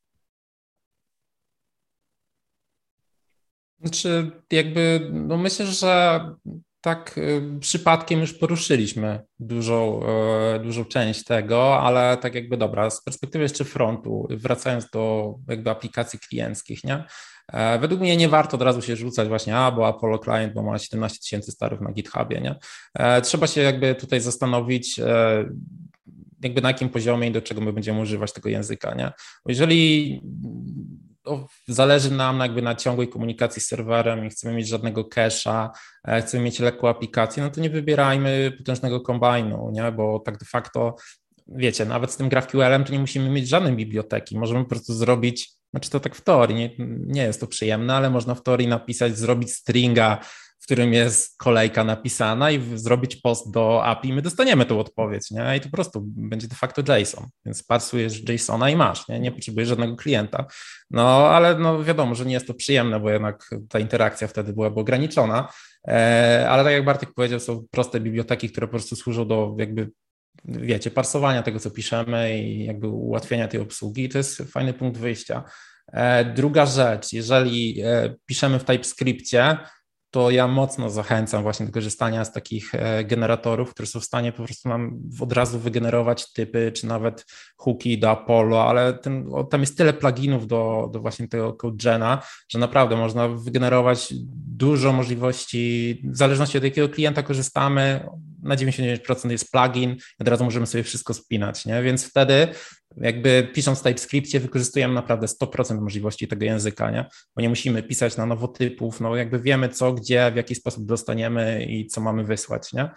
Znaczy, no myślę, że tak przypadkiem już poruszyliśmy dużą część tego, ale tak dobra, z perspektywy jeszcze frontu, wracając do aplikacji klienckich, nie? Według mnie nie warto od razu się rzucać właśnie, bo Apollo Client, bo ma 17 000 starów na GitHubie, nie? Trzeba się tutaj zastanowić, na jakim poziomie i do czego my będziemy używać tego języka, nie? Bo jeżeli zależy nam na ciągłej komunikacji z serwerem i chcemy mieć żadnego cache'a, chcemy mieć lekką aplikację, no to nie wybierajmy potężnego kombajnu, nie? Bo tak de facto, wiecie, nawet z tym GraphQL-em to nie musimy mieć żadnej biblioteki, możemy po prostu zrobić, znaczy to tak w teorii, nie jest to przyjemne, ale można w teorii zrobić stringa, w którym jest kolejka napisana i zrobić post do API i my dostaniemy tą odpowiedź, nie? I to po prostu będzie de facto JSON, więc parsujesz JSON-a i masz, nie potrzebujesz żadnego klienta. No, ale wiadomo, że nie jest to przyjemne, bo jednak ta interakcja wtedy byłaby ograniczona, ale tak jak Bartek powiedział, są proste biblioteki, które po prostu służą do wiecie, parsowania tego, co piszemy i ułatwienia tej obsługi. To jest fajny punkt wyjścia. Druga rzecz, jeżeli piszemy w TypeScriptie, to ja mocno zachęcam właśnie do korzystania z takich generatorów, które są w stanie po prostu nam od razu wygenerować typy, czy nawet hooki do Apollo, ale tam jest tyle pluginów do właśnie tego CodeGena, że naprawdę można wygenerować dużo możliwości, w zależności od jakiego klienta korzystamy, na 99% jest plugin, od razu możemy sobie wszystko spinać, nie? Więc wtedy pisząc w TypeScriptie wykorzystujemy naprawdę 100% możliwości tego języka, nie? Bo nie musimy pisać na nowo typów, wiemy co, gdzie, w jaki sposób dostaniemy i co mamy wysłać, nie?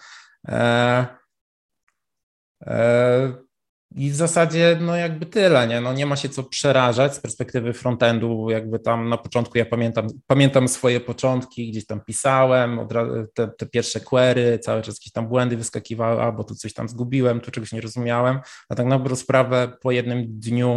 I w zasadzie tyle, nie? Nie ma się co przerażać z perspektywy frontendu, tam na początku ja pamiętam swoje początki, gdzieś tam pisałem, te pierwsze query, cały czas jakieś tam błędy wyskakiwały, albo tu coś tam zgubiłem, tu czegoś nie rozumiałem, a tak na dobrą sprawę po jednym dniu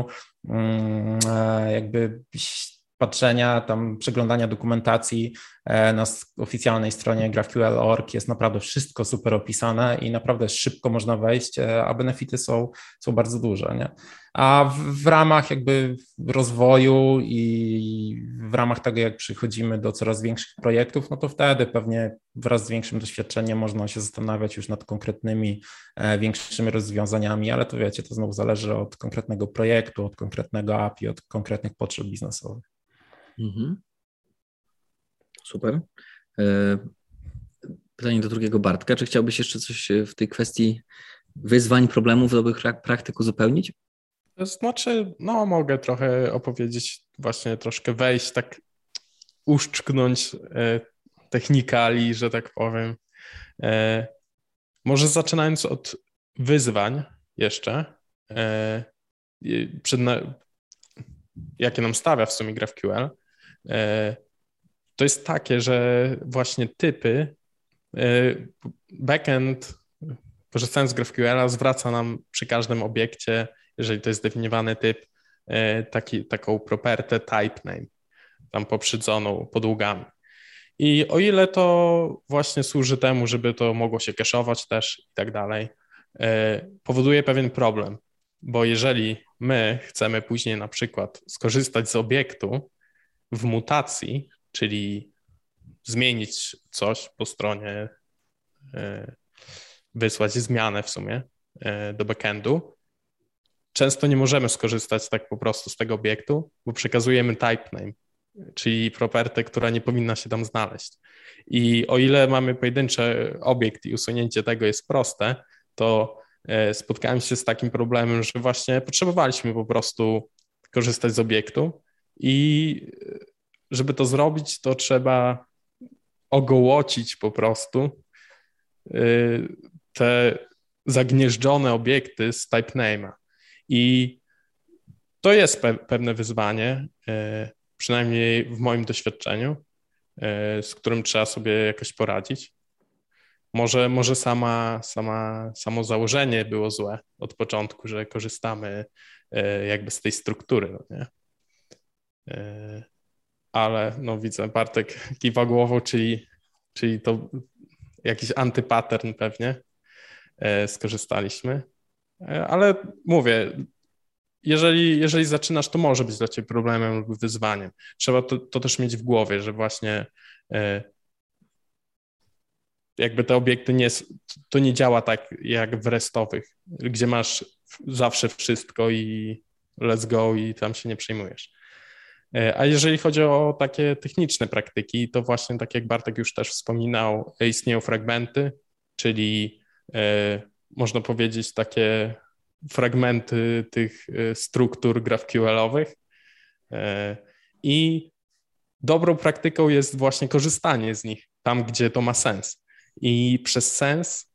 patrzenia, tam przeglądania dokumentacji na oficjalnej stronie GraphQL.org jest naprawdę wszystko super opisane i naprawdę szybko można wejść, a benefity są bardzo duże, nie? A w ramach rozwoju i w ramach tego, jak przychodzimy do coraz większych projektów, no to wtedy pewnie wraz z większym doświadczeniem można się zastanawiać już nad konkretnymi, większymi rozwiązaniami, ale to wiecie, to znowu zależy od konkretnego projektu, od konkretnego API, od konkretnych potrzeb biznesowych. Mhm. Super. Pytanie do drugiego Bartka. Czy chciałbyś jeszcze coś w tej kwestii wyzwań, problemów, dobrych praktyk uzupełnić? To znaczy, mogę trochę opowiedzieć, właśnie troszkę wejść, tak uszczknąć technikali, że tak powiem. Może zaczynając od wyzwań jeszcze, jakie nam stawia w sumie GraphQL, to jest takie, że właśnie typy, backend, korzystając z GraphQL-a, zwraca nam przy każdym obiekcie, jeżeli to jest zdefiniowany typ, taką propertę type name, tam poprzedzoną podługami. I o ile to właśnie służy temu, żeby to mogło się cache'ować też i tak dalej, powoduje pewien problem, bo jeżeli my chcemy później na przykład skorzystać z obiektu w mutacji, czyli zmienić coś po stronie, wysłać zmianę w sumie do backendu, często nie możemy skorzystać tak po prostu z tego obiektu, bo przekazujemy type name, czyli propertę, która nie powinna się tam znaleźć. I o ile mamy pojedynczy obiekt i usunięcie tego jest proste, to spotkałem się z takim problemem, że właśnie potrzebowaliśmy po prostu korzystać z obiektu i żeby to zrobić, to trzeba ogołocić po prostu te zagnieżdżone obiekty z type name'a. I to jest pewne wyzwanie, przynajmniej w moim doświadczeniu, z którym trzeba sobie jakoś poradzić. Może samo założenie było złe od początku, że korzystamy jakby z tej struktury, no nie? Ale no widzę, Bartek kiwa głową, czyli to jakiś antypattern pewnie skorzystaliśmy. Ale mówię, jeżeli zaczynasz, to może być dla ciebie problemem lub wyzwaniem. Trzeba to też mieć w głowie, że właśnie jakby te obiekty to nie działa tak jak w restowych, gdzie masz zawsze wszystko i let's go i tam się nie przejmujesz. A jeżeli chodzi o takie techniczne praktyki, to właśnie tak jak Bartek już też wspominał, istnieją fragmenty, czyli można powiedzieć takie fragmenty tych struktur GraphQL-owych i dobrą praktyką jest właśnie korzystanie z nich tam, gdzie to ma sens. I przez sens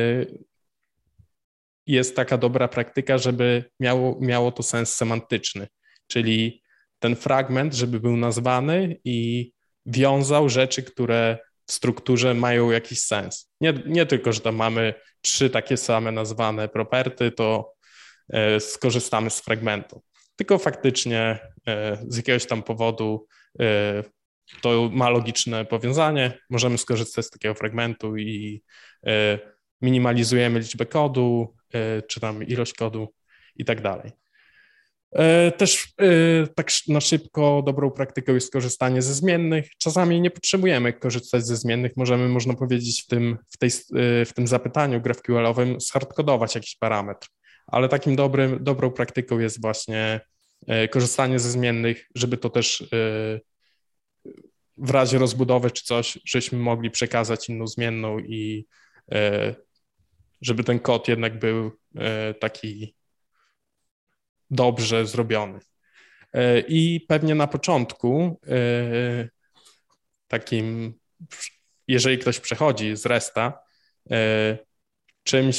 jest taka dobra praktyka, żeby miało to sens semantyczny, czyli ten fragment, żeby był nazwany i wiązał rzeczy, które w strukturze mają jakiś sens. Nie tylko, że tam mamy 3 takie same nazwane property, to skorzystamy z fragmentu, tylko faktycznie z jakiegoś tam powodu to ma logiczne powiązanie, możemy skorzystać z takiego fragmentu i minimalizujemy liczbę kodu, czy tam ilość kodu i tak dalej. Też tak na szybko dobrą praktyką jest korzystanie ze zmiennych. Czasami nie potrzebujemy korzystać ze zmiennych, można powiedzieć w tym zapytaniu GraphQL-owym zhardkodować jakiś parametr, ale takim dobrą praktyką jest właśnie korzystanie ze zmiennych, żeby to też w razie rozbudowy czy coś, żeśmy mogli przekazać inną zmienną i żeby ten kod jednak był taki dobrze zrobiony. I pewnie na początku takim, jeżeli ktoś przechodzi z Resta, czymś,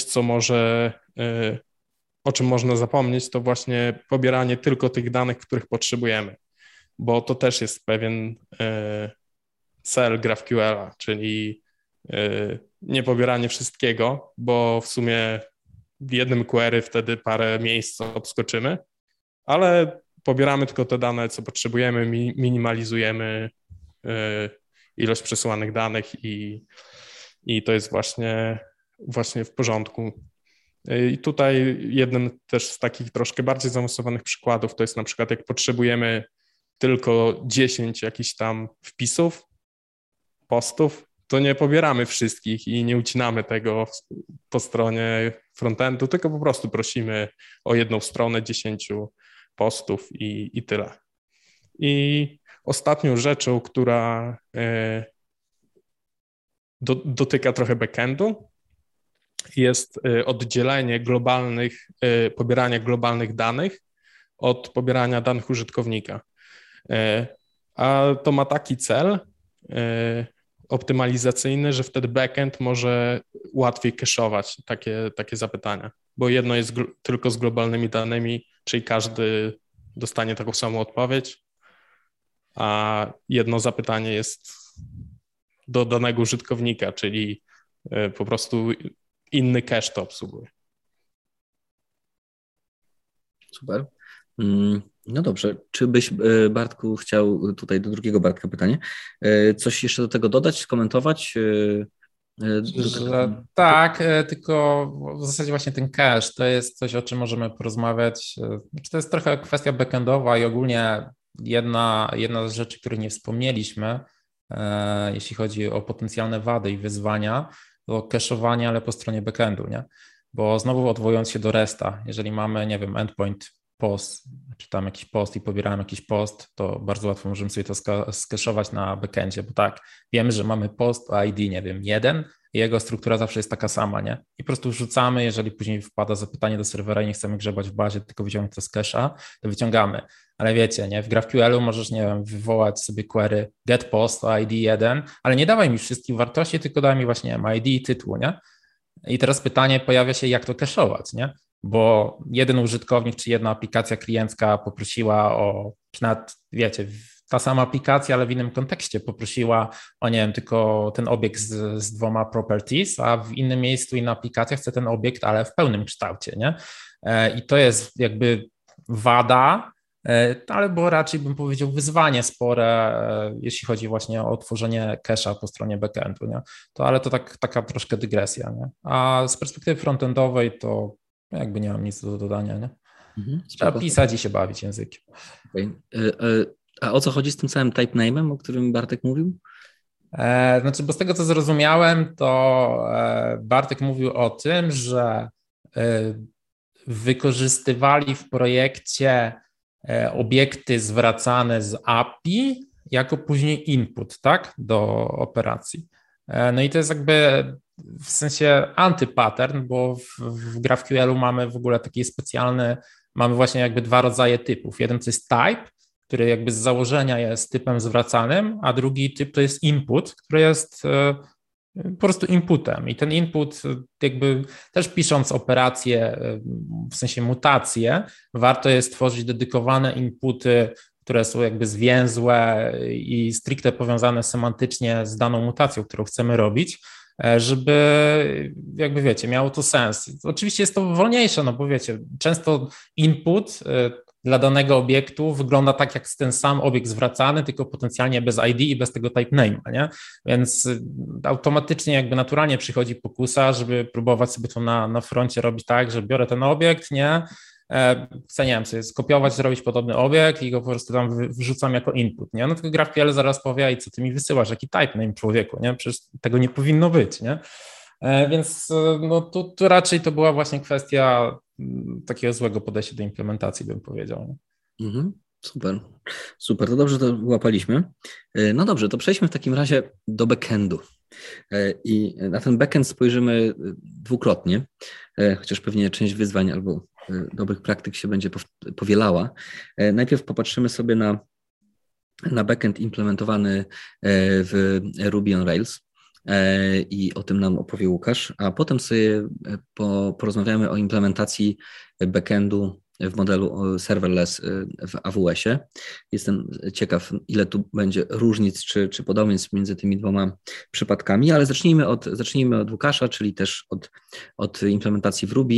o czym można zapomnieć, to właśnie pobieranie tylko tych danych, których potrzebujemy, bo to też jest pewien cel GraphQL-a, czyli nie pobieranie wszystkiego, bo w sumie w jednym query wtedy parę miejsc odskoczymy, ale pobieramy tylko te dane, co potrzebujemy, minimalizujemy ilość przesyłanych danych i to jest właśnie w porządku. I tutaj jednym też z takich troszkę bardziej zaawansowanych przykładów to jest na przykład jak potrzebujemy tylko 10 jakichś tam wpisów, postów, to nie pobieramy wszystkich i nie ucinamy tego po stronie frontendu, tylko po prostu prosimy o jedną stronę 10 postów i tyle. I ostatnią rzeczą, która dotyka trochę backendu, jest oddzielenie pobierania globalnych danych od pobierania danych użytkownika. A to ma taki cel optymalizacyjny, że wtedy backend może łatwiej cache'ować takie zapytania, bo jedno jest tylko z globalnymi danymi, czyli każdy dostanie taką samą odpowiedź, a jedno zapytanie jest do danego użytkownika, czyli po prostu inny cache to obsługuje. Super. No dobrze, czy byś, Bartku, chciał tutaj do drugiego Bartka pytanie, coś jeszcze do tego dodać, skomentować? Tak, tylko w zasadzie właśnie ten cache to jest coś, o czym możemy porozmawiać. To jest trochę kwestia backendowa i ogólnie jedna z rzeczy, których nie wspomnieliśmy, jeśli chodzi o potencjalne wady i wyzwania, to cache'owanie, ale po stronie backendu, nie? Bo znowu odwołując się do Resta, jeżeli mamy, nie wiem, endpoint post, czy tam jakiś post i pobieramy jakiś post, to bardzo łatwo możemy sobie to skeszować na backendzie, bo tak, wiemy, że mamy post o ID, nie wiem, 1 i jego struktura zawsze jest taka sama, nie? I po prostu wrzucamy, jeżeli później wpada zapytanie do serwera i nie chcemy grzebać w bazie, tylko wyciągnąć to z cache'a, to wyciągamy. Ale wiecie, nie? W GraphQL-u możesz, nie wiem, wywołać sobie query get post o ID 1, ale nie dawaj mi wszystkich wartości, tylko daj mi właśnie ID i tytuł, nie? I teraz pytanie pojawia się, jak to cache'ować, nie? Bo jeden użytkownik czy jedna aplikacja kliencka poprosiła o, czy nawet, wiecie, ta sama aplikacja, ale w innym kontekście poprosiła o, nie wiem, tylko ten obiekt z 2 properties, a w innym miejscu inna aplikacja chce ten obiekt, ale w pełnym kształcie, nie? I to jest jakby wada, ale było raczej, bym powiedział, wyzwanie spore, jeśli chodzi właśnie o tworzenie cache'a po stronie backendu, nie? Ale to taka troszkę dygresja, nie? A z perspektywy frontendowej to jakby nie mam nic do dodania, nie? Trzeba pisać i się bawić językiem. Okay. A o co chodzi z tym całym type name'em, o którym Bartek mówił? Znaczy, bo z tego co zrozumiałem, to Bartek mówił o tym, że wykorzystywali w projekcie obiekty zwracane z API jako później input, tak, do operacji. No i to jest jakby w sensie antypattern, bo w GraphQL-u mamy w ogóle taki specjalny, mamy właśnie jakby 2 rodzaje typów. Jeden to jest type, który jakby z założenia jest typem zwracanym, a drugi typ to jest input, który jest po prostu inputem. I ten input jakby też pisząc operacje, w sensie mutacje, warto jest tworzyć dedykowane inputy, które są jakby zwięzłe i stricte powiązane semantycznie z daną mutacją, którą chcemy robić, żeby jakby wiecie, miało to sens. Oczywiście jest to wolniejsze, no bo wiecie, często input dla danego obiektu wygląda tak jak ten sam obiekt zwracany, tylko potencjalnie bez ID i bez tego type name, nie? Więc automatycznie jakby naturalnie przychodzi pokusa, żeby próbować sobie to na froncie robić tak, że biorę ten obiekt, nie? Chcę, nie wiem, sobie skopiować, zrobić podobny obiekt i go po prostu tam wrzucam jako input, nie? No tylko GraphQL zaraz powie, i co ty mi wysyłasz, jaki type name człowieku, nie? Przecież tego nie powinno być, nie? Więc no, tu raczej to była właśnie kwestia takiego złego podejścia do implementacji, bym powiedział. Super, to dobrze to łapaliśmy. No dobrze, to przejdźmy w takim razie do backendu. I na ten backend spojrzymy dwukrotnie, chociaż pewnie część wyzwań albo dobrych praktyk się będzie powielała. Najpierw popatrzymy sobie na backend implementowany w Ruby on Rails i o tym nam opowie Łukasz, a potem sobie porozmawiamy o implementacji backendu w modelu serverless w AWS-ie. Jestem ciekaw, ile tu będzie różnic czy podobieństw między tymi 2 przypadkami, ale zacznijmy od Łukasza, czyli też od implementacji w Ruby.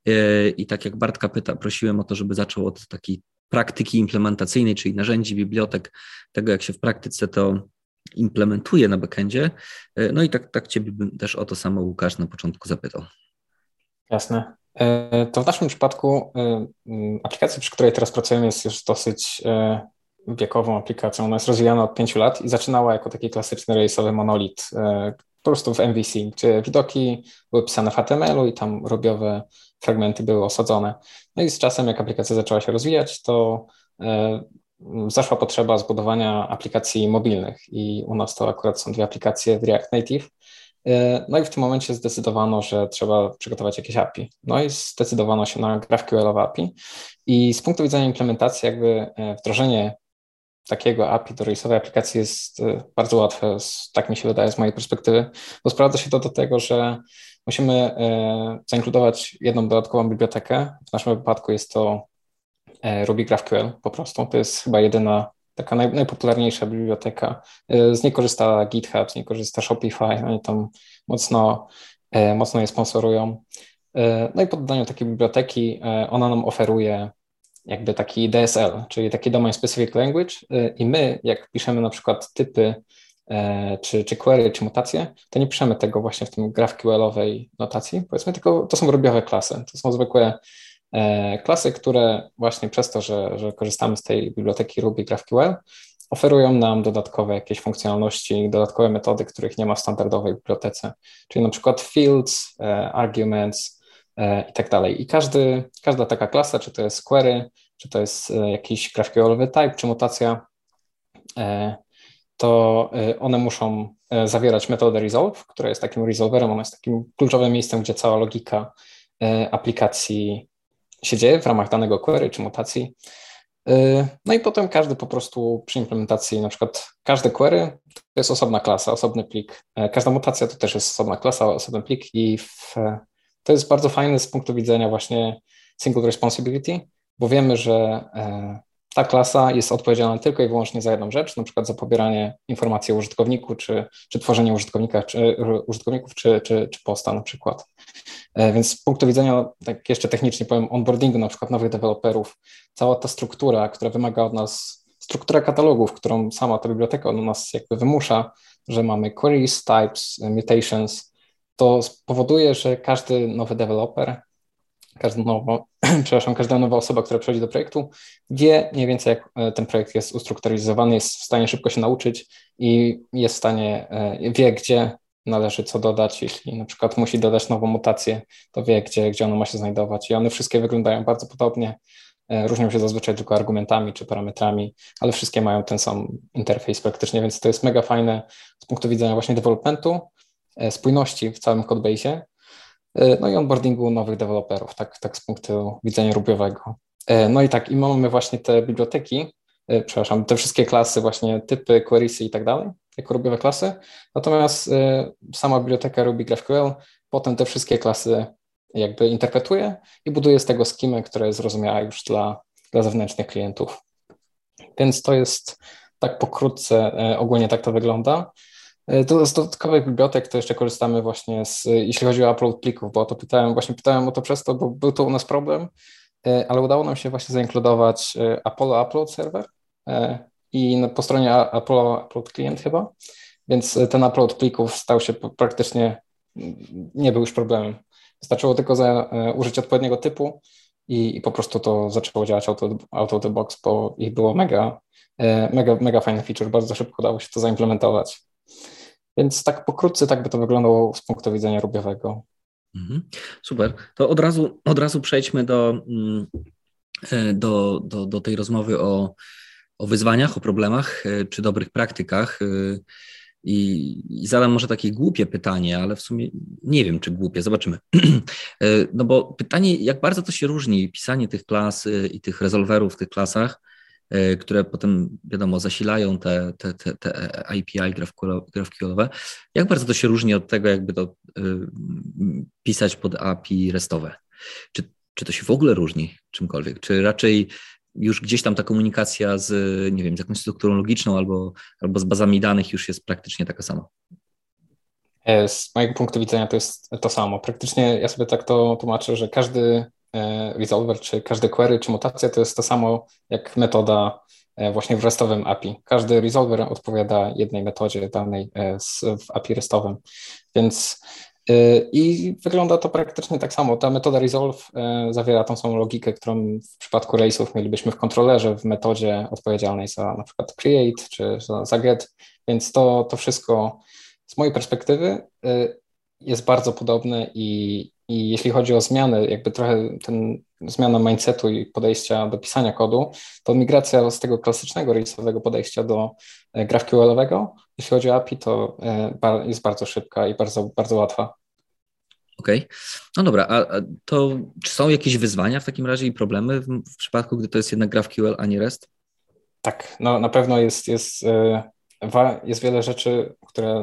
I tak jak Bartka prosiłem o to, żeby zaczął od takiej praktyki implementacyjnej, czyli narzędzi, bibliotek, tego jak się w praktyce to implementuje na backendzie. No i tak Ciebie bym też o to samo, Łukasz, na początku zapytał. Jasne. To w naszym przypadku aplikacja, przy której teraz pracujemy, jest już dosyć wiekową aplikacją. Ona jest rozwijana od 5 lat i zaczynała jako taki klasyczny rejsowy monolit, po prostu w MVC, gdzie widoki były pisane w HTML-u i tam rubiowe fragmenty były osadzone. No i z czasem, jak aplikacja zaczęła się rozwijać, to zaszła potrzeba zbudowania aplikacji mobilnych i u nas to akurat są 2 aplikacje w React Native. No i w tym momencie zdecydowano, że trzeba przygotować jakieś API. No i zdecydowano się na GraphQL-owe API i z punktu widzenia implementacji jakby wdrożenie takiego API do rejsowej aplikacji jest bardzo łatwe, tak mi się wydaje z mojej perspektywy, bo sprowadza się to do tego, że musimy zainkludować jedną dodatkową bibliotekę. W naszym wypadku jest to Ruby GraphQL po prostu. To jest chyba jedyna taka najpopularniejsza biblioteka. Z niej korzysta GitHub, z niej korzysta Shopify, oni tam mocno je sponsorują. No i po dodaniu takiej biblioteki ona nam oferuje jakby taki DSL, czyli taki Domain Specific Language i my, jak piszemy na przykład typy czy query, czy mutacje, to nie piszemy tego właśnie w tym GraphQL-owej notacji, powiedzmy, tylko to są rubiowe klasy, to są zwykłe klasy, które właśnie przez to, że korzystamy z tej biblioteki Ruby GraphQL, oferują nam dodatkowe jakieś funkcjonalności, dodatkowe metody, których nie ma w standardowej bibliotece, czyli na przykład fields, arguments i tak dalej. I każda taka klasa, czy to jest query, czy to jest jakiś GraphQL-owy type, czy mutacja, to one muszą zawierać metodę resolve, która jest takim resolverem, ona jest takim kluczowym miejscem, gdzie cała logika aplikacji się dzieje w ramach danego query czy mutacji. No i potem każdy po prostu przy implementacji, na przykład każde query to jest osobna klasa, osobny plik. Każda mutacja to też jest osobna klasa, osobny plik i to jest bardzo fajne z punktu widzenia właśnie single responsibility, bo wiemy, że ta klasa jest odpowiedzialna tylko i wyłącznie za jedną rzecz, na przykład za pobieranie informacji o użytkowniku, czy tworzenie użytkowników, czy posta na przykład. Więc z punktu widzenia, tak jeszcze technicznie powiem, onboardingu na przykład nowych deweloperów, cała ta struktura, która wymaga od nas, struktura katalogów, którą sama ta biblioteka od nas jakby wymusza, że mamy queries, types, mutations, to spowoduje, że każdy nowy deweloper, każda nowa osoba, która przychodzi do projektu, wie mniej więcej, jak ten projekt jest ustrukturyzowany, jest w stanie szybko się nauczyć i jest w stanie, wie, gdzie należy co dodać. Jeśli na przykład musi dodać nową mutację, to wie, gdzie ona ma się znajdować. I one wszystkie wyglądają bardzo podobnie. Różnią się zazwyczaj tylko argumentami czy parametrami, ale wszystkie mają ten sam interfejs praktycznie, więc to jest mega fajne z punktu widzenia właśnie developmentu, spójności w całym codebase'ie, no i onboardingu nowych deweloperów, tak z punktu widzenia Ruby'owego. No i tak, i mamy właśnie te biblioteki, te wszystkie klasy, właśnie typy, queriesy i tak dalej, jako Ruby'owe klasy, natomiast sama biblioteka Ruby GraphQL potem te wszystkie klasy jakby interpretuje i buduje z tego schemę, która jest zrozumiała już dla zewnętrznych klientów. Więc to jest tak pokrótce, ogólnie tak to wygląda. Z dodatkowych bibliotek to jeszcze korzystamy właśnie jeśli chodzi o upload plików, bo o to pytałem o to przez to, bo był to u nas problem, ale udało nam się właśnie zainkludować Apollo Upload Server i po stronie Apollo Upload Client chyba, więc ten upload plików stał się praktycznie, nie był już problemem. Wystarczyło tylko użyć odpowiedniego typu i po prostu to zaczęło działać out of the box, bo ich było mega fajny feature, bardzo szybko udało się to zaimplementować. Więc tak pokrótce tak by to wyglądało z punktu widzenia Ruby'owego. Super. To od razu przejdźmy do tej rozmowy o wyzwaniach, o problemach czy dobrych praktykach. I zadam może takie głupie pytanie, ale w sumie nie wiem, czy głupie, zobaczymy. No bo pytanie, jak bardzo to się różni, pisanie tych klas i tych rezolwerów w tych klasach, które potem, wiadomo, zasilają te API GraphQL-owe, jak bardzo to się różni od tego, jakby to pisać pod API RESTowe? Czy to się w ogóle różni czymkolwiek? Czy raczej już gdzieś tam ta komunikacja z, nie wiem, z jakąś strukturą logiczną albo z bazami danych już jest praktycznie taka sama? Z mojego punktu widzenia to jest to samo. Praktycznie ja sobie tak to tłumaczę, że każdy resolver, czy każde query, czy mutacja to jest to samo jak metoda właśnie w RESTowym API. Każdy resolver odpowiada jednej metodzie danej w API RESTowym, więc i wygląda to praktycznie tak samo. Ta metoda resolve zawiera tą samą logikę, którą w przypadku race'ów mielibyśmy w kontrolerze w metodzie odpowiedzialnej za na przykład create czy za get, więc to wszystko z mojej perspektywy jest bardzo podobne i jeśli chodzi o zmiany, jakby trochę zmiana mindsetu i podejścia do pisania kodu, to migracja z tego klasycznego race'owego podejścia do GraphQL-owego, jeśli chodzi o API, to jest bardzo szybka i bardzo łatwa. Okej. No dobra, a to czy są jakieś wyzwania w takim razie i problemy w przypadku, gdy to jest jednak GraphQL, a nie REST? Tak, no na pewno jest wiele rzeczy,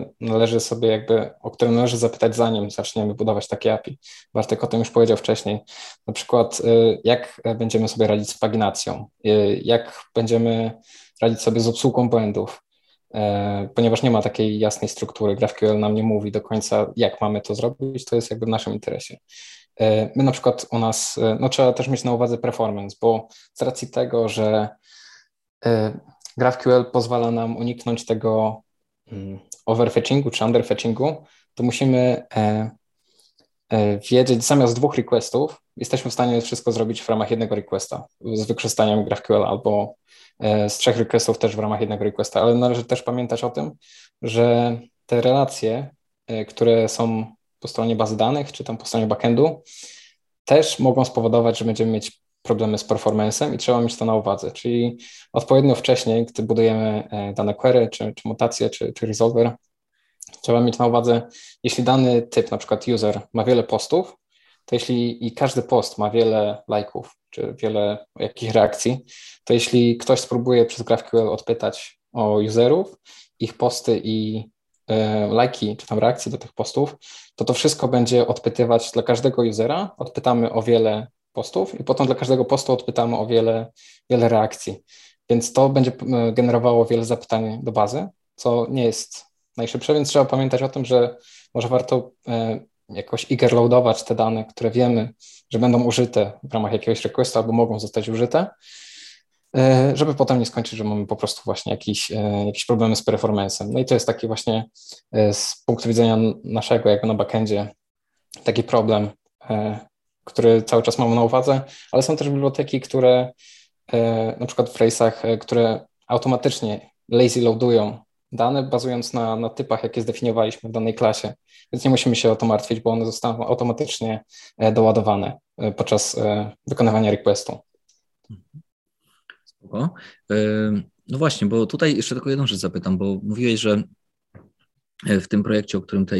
o które należy zapytać, zanim zaczniemy budować takie API. Bartek o tym już powiedział wcześniej. Na przykład jak będziemy sobie radzić z paginacją, jak będziemy radzić sobie z obsługą błędów, ponieważ nie ma takiej jasnej struktury. GraphQL nam nie mówi do końca, jak mamy to zrobić, to jest jakby w naszym interesie. My na przykład u nas, trzeba też mieć na uwadze performance, bo z racji tego, że GraphQL pozwala nam uniknąć tego overfetchingu czy underfetchingu, to musimy wiedzieć, zamiast 2 requestów jesteśmy w stanie wszystko zrobić w ramach jednego requesta z wykorzystaniem GraphQL albo z 3 requestów też w ramach jednego requesta, ale należy też pamiętać o tym, że te relacje, które są po stronie bazy danych czy tam po stronie backendu, też mogą spowodować, że będziemy mieć problemy z performance'em i trzeba mieć to na uwadze, czyli odpowiednio wcześniej, gdy budujemy dane query, czy mutacje, czy resolver, trzeba mieć na uwadze, jeśli dany typ, na przykład user, ma wiele postów, to jeśli i każdy post ma wiele lajków, czy wiele jakichś reakcji, to jeśli ktoś spróbuje przez GraphQL odpytać o userów, ich posty i lajki, czy tam reakcje do tych postów, to wszystko będzie odpytywać dla każdego usera, odpytamy o wiele postów i potem dla każdego postu odpytamy o wiele reakcji. Więc to będzie generowało wiele zapytań do bazy, co nie jest najszybsze, więc trzeba pamiętać o tym, że może warto jakoś eagerloadować te dane, które wiemy, że będą użyte w ramach jakiegoś requestu albo mogą zostać użyte, żeby potem nie skończyć, że mamy po prostu właśnie jakieś problemy z performance'em. No i to jest taki właśnie z punktu widzenia naszego jakby na backendzie taki problem, który cały czas mamy na uwadze, ale są też biblioteki, które na przykład w Race'ach, które automatycznie lazy loadują dane, bazując na typach, jakie zdefiniowaliśmy w danej klasie. Więc nie musimy się o to martwić, bo one zostaną automatycznie doładowane podczas wykonywania requestu. Spoko. No właśnie, bo tutaj jeszcze tylko jedną rzecz zapytam, bo mówiłeś, że w tym projekcie,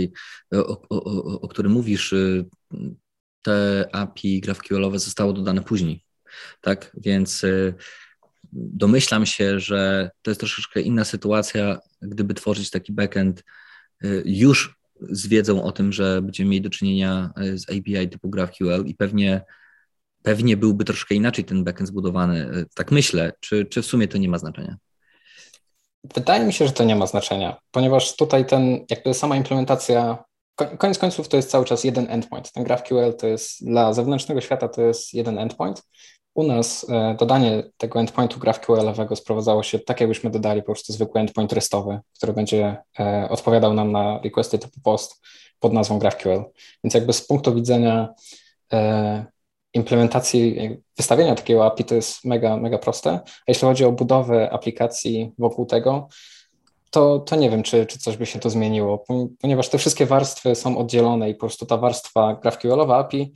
o którym mówisz, te API GraphQL-owe zostało dodane później, tak? Więc domyślam się, że to jest troszeczkę inna sytuacja, gdyby tworzyć taki backend już z wiedzą o tym, że będziemy mieli do czynienia z API typu GraphQL i pewnie byłby troszkę inaczej ten backend zbudowany. Tak myślę, czy w sumie to nie ma znaczenia? Wydaje mi się, że to nie ma znaczenia, ponieważ tutaj jakby sama implementacja, koniec końców to jest cały czas jeden endpoint. Ten GraphQL to jest dla zewnętrznego świata to jest jeden endpoint. U nas dodanie tego endpointu GraphQL-owego sprowadzało się tak, jakbyśmy dodali po prostu zwykły endpoint restowy, który będzie odpowiadał nam na requesty typu post pod nazwą GraphQL. Więc jakby z punktu widzenia implementacji, wystawienia takiego API to jest mega, mega proste. A jeśli chodzi o budowę aplikacji wokół tego, to nie wiem, czy coś by się to zmieniło, ponieważ te wszystkie warstwy są oddzielone i po prostu ta warstwa GraphQL-owa API,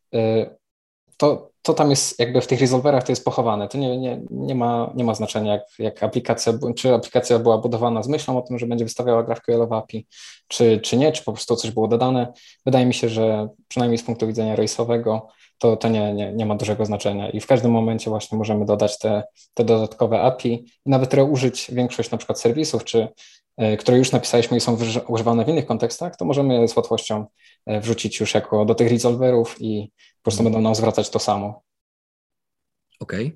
to tam jest jakby w tych resolverach to jest pochowane. To nie ma znaczenia, jak aplikacja, czy aplikacja była budowana z myślą o tym, że będzie wystawiała GraphQL-owe API, czy nie, czy po prostu coś było dodane. Wydaje mi się, że przynajmniej z punktu widzenia race'owego to nie ma dużego znaczenia i w każdym momencie właśnie możemy dodać te dodatkowe API i nawet użyć większość na przykład serwisów, które już napisaliśmy i są używane w innych kontekstach, to możemy je z łatwością wrzucić już jako do tych resolverów i po prostu będą nam zwracać to samo. Okej.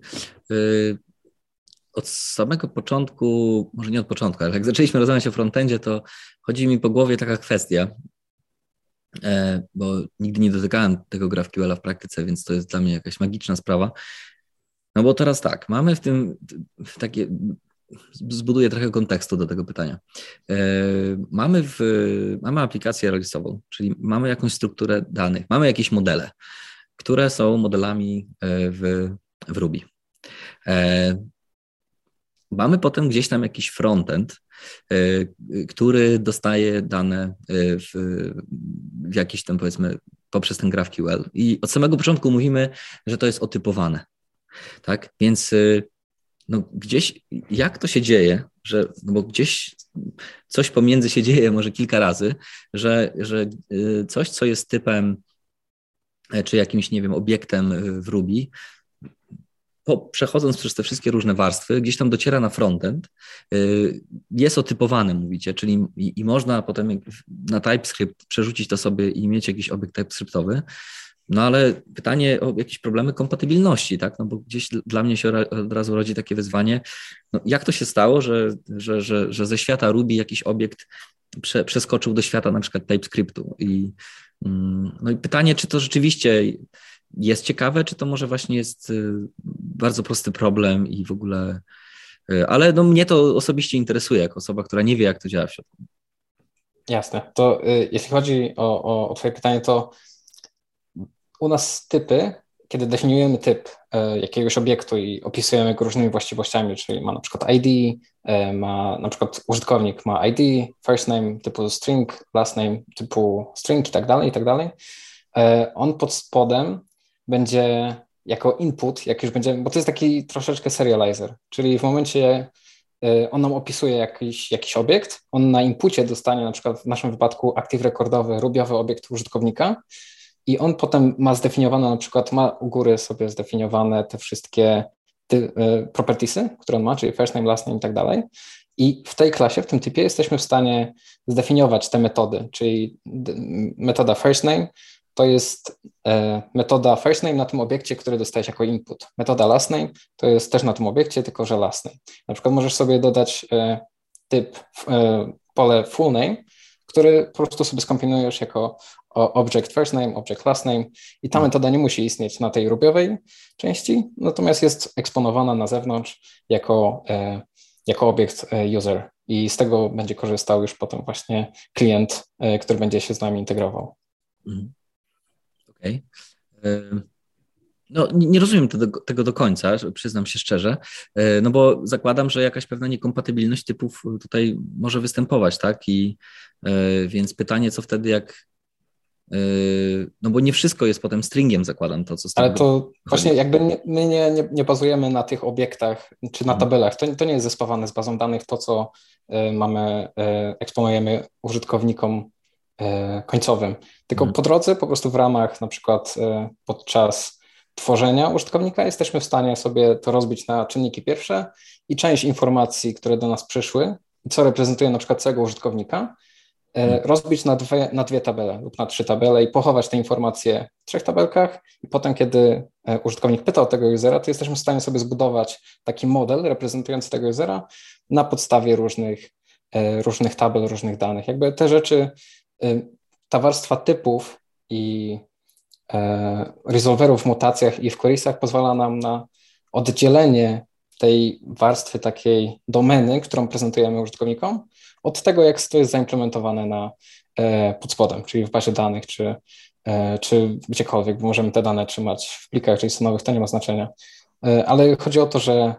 Od samego początku, może nie od początku, ale jak zaczęliśmy rozmawiać o frontendzie, to chodzi mi po głowie taka kwestia, bo nigdy nie dotykałem tego GraphQL-a w praktyce, więc to jest dla mnie jakaś magiczna sprawa. No bo teraz tak, mamy zbuduję trochę kontekstu do tego pytania. Mamy aplikację release'ową, czyli mamy jakąś strukturę danych, mamy jakieś modele, które są modelami w Ruby. Mamy potem gdzieś tam jakiś frontend, który dostaje dane w jakiś tam, powiedzmy, poprzez ten GraphQL. I od samego początku mówimy, że to jest otypowane. Tak? Więc no gdzieś, jak to się dzieje, bo gdzieś coś pomiędzy się dzieje może kilka razy, że coś, co jest typem, czy jakimś, nie wiem, obiektem w Ruby, przechodząc przez te wszystkie różne warstwy, gdzieś tam dociera na frontend, jest otypowane, mówicie, czyli i można potem na TypeScript przerzucić to sobie i mieć jakiś obiekt TypeScriptowy, no ale pytanie o jakieś problemy kompatybilności, tak, no bo gdzieś dla mnie się od razu rodzi takie wyzwanie, no jak to się stało, że ze świata Ruby jakiś obiekt przeskoczył do świata na przykład TypeScriptu no i pytanie, czy to rzeczywiście jest ciekawe, czy to może właśnie jest bardzo prosty problem i w ogóle, ale no mnie to osobiście interesuje, jako osoba, która nie wie, jak to działa w środku. Jasne, to jeśli chodzi o Twoje pytanie, to u nas typy, kiedy definiujemy typ jakiegoś obiektu i opisujemy go różnymi właściwościami, czyli ma na przykład ID, ma na przykład użytkownik ma ID, first name typu string, last name typu string i tak dalej, on pod spodem będzie jako input, jak już będzie, bo to jest taki troszeczkę serializer, czyli w momencie on nam opisuje jakiś obiekt, on na inpucie dostanie na przykład w naszym wypadku active recordowy, rubiowy obiekt użytkownika i on potem ma zdefiniowane, na przykład ma u góry sobie zdefiniowane te wszystkie propertiesy, które on ma, czyli first name, last name i tak dalej. I w tej klasie, w tym typie jesteśmy w stanie zdefiniować te metody, czyli metoda first name to jest metoda first name na tym obiekcie, który dostajesz jako input. Metoda last name to jest też na tym obiekcie, tylko że last name. Na przykład możesz sobie dodać typ pole full name, który po prostu sobie skombinujesz jako object first name, object last name i ta metoda nie musi istnieć na tej rubiowej części, natomiast jest eksponowana na zewnątrz jako obiekt user i z tego będzie korzystał już potem właśnie klient, który będzie się z nami integrował. Okej. No, nie rozumiem tego do końca, przyznam się szczerze, no bo zakładam, że jakaś pewna niekompatybilność typów tutaj może występować, tak? Więc pytanie, co wtedy no bo nie wszystko jest potem stringiem, zakładam to, co z tego. Ale to właśnie jakby my nie bazujemy na tych obiektach czy na tabelach. To nie jest zespawane z bazą danych, to co mamy, eksponujemy użytkownikom końcowym, tylko po drodze po prostu w ramach na przykład podczas tworzenia użytkownika jesteśmy w stanie sobie to rozbić na czynniki pierwsze i część informacji, które do nas przyszły i co reprezentuje na przykład całego użytkownika, rozbić na dwie tabele lub na 3 tabele i pochować te informacje w 3 tabelkach i potem, kiedy użytkownik pyta o tego usera, to jesteśmy w stanie sobie zbudować taki model reprezentujący tego usera na podstawie różnych tabel, różnych danych. Jakby te rzeczy, ta warstwa typów i resolverów w mutacjach i w queriesach pozwala nam na oddzielenie tej warstwy takiej domeny, którą prezentujemy użytkownikom, od tego, jak to jest zaimplementowane pod spodem, czyli w bazie danych, czy gdziekolwiek, bo możemy te dane trzymać w plikach JSON-owych, to nie ma znaczenia. Ale chodzi o to, że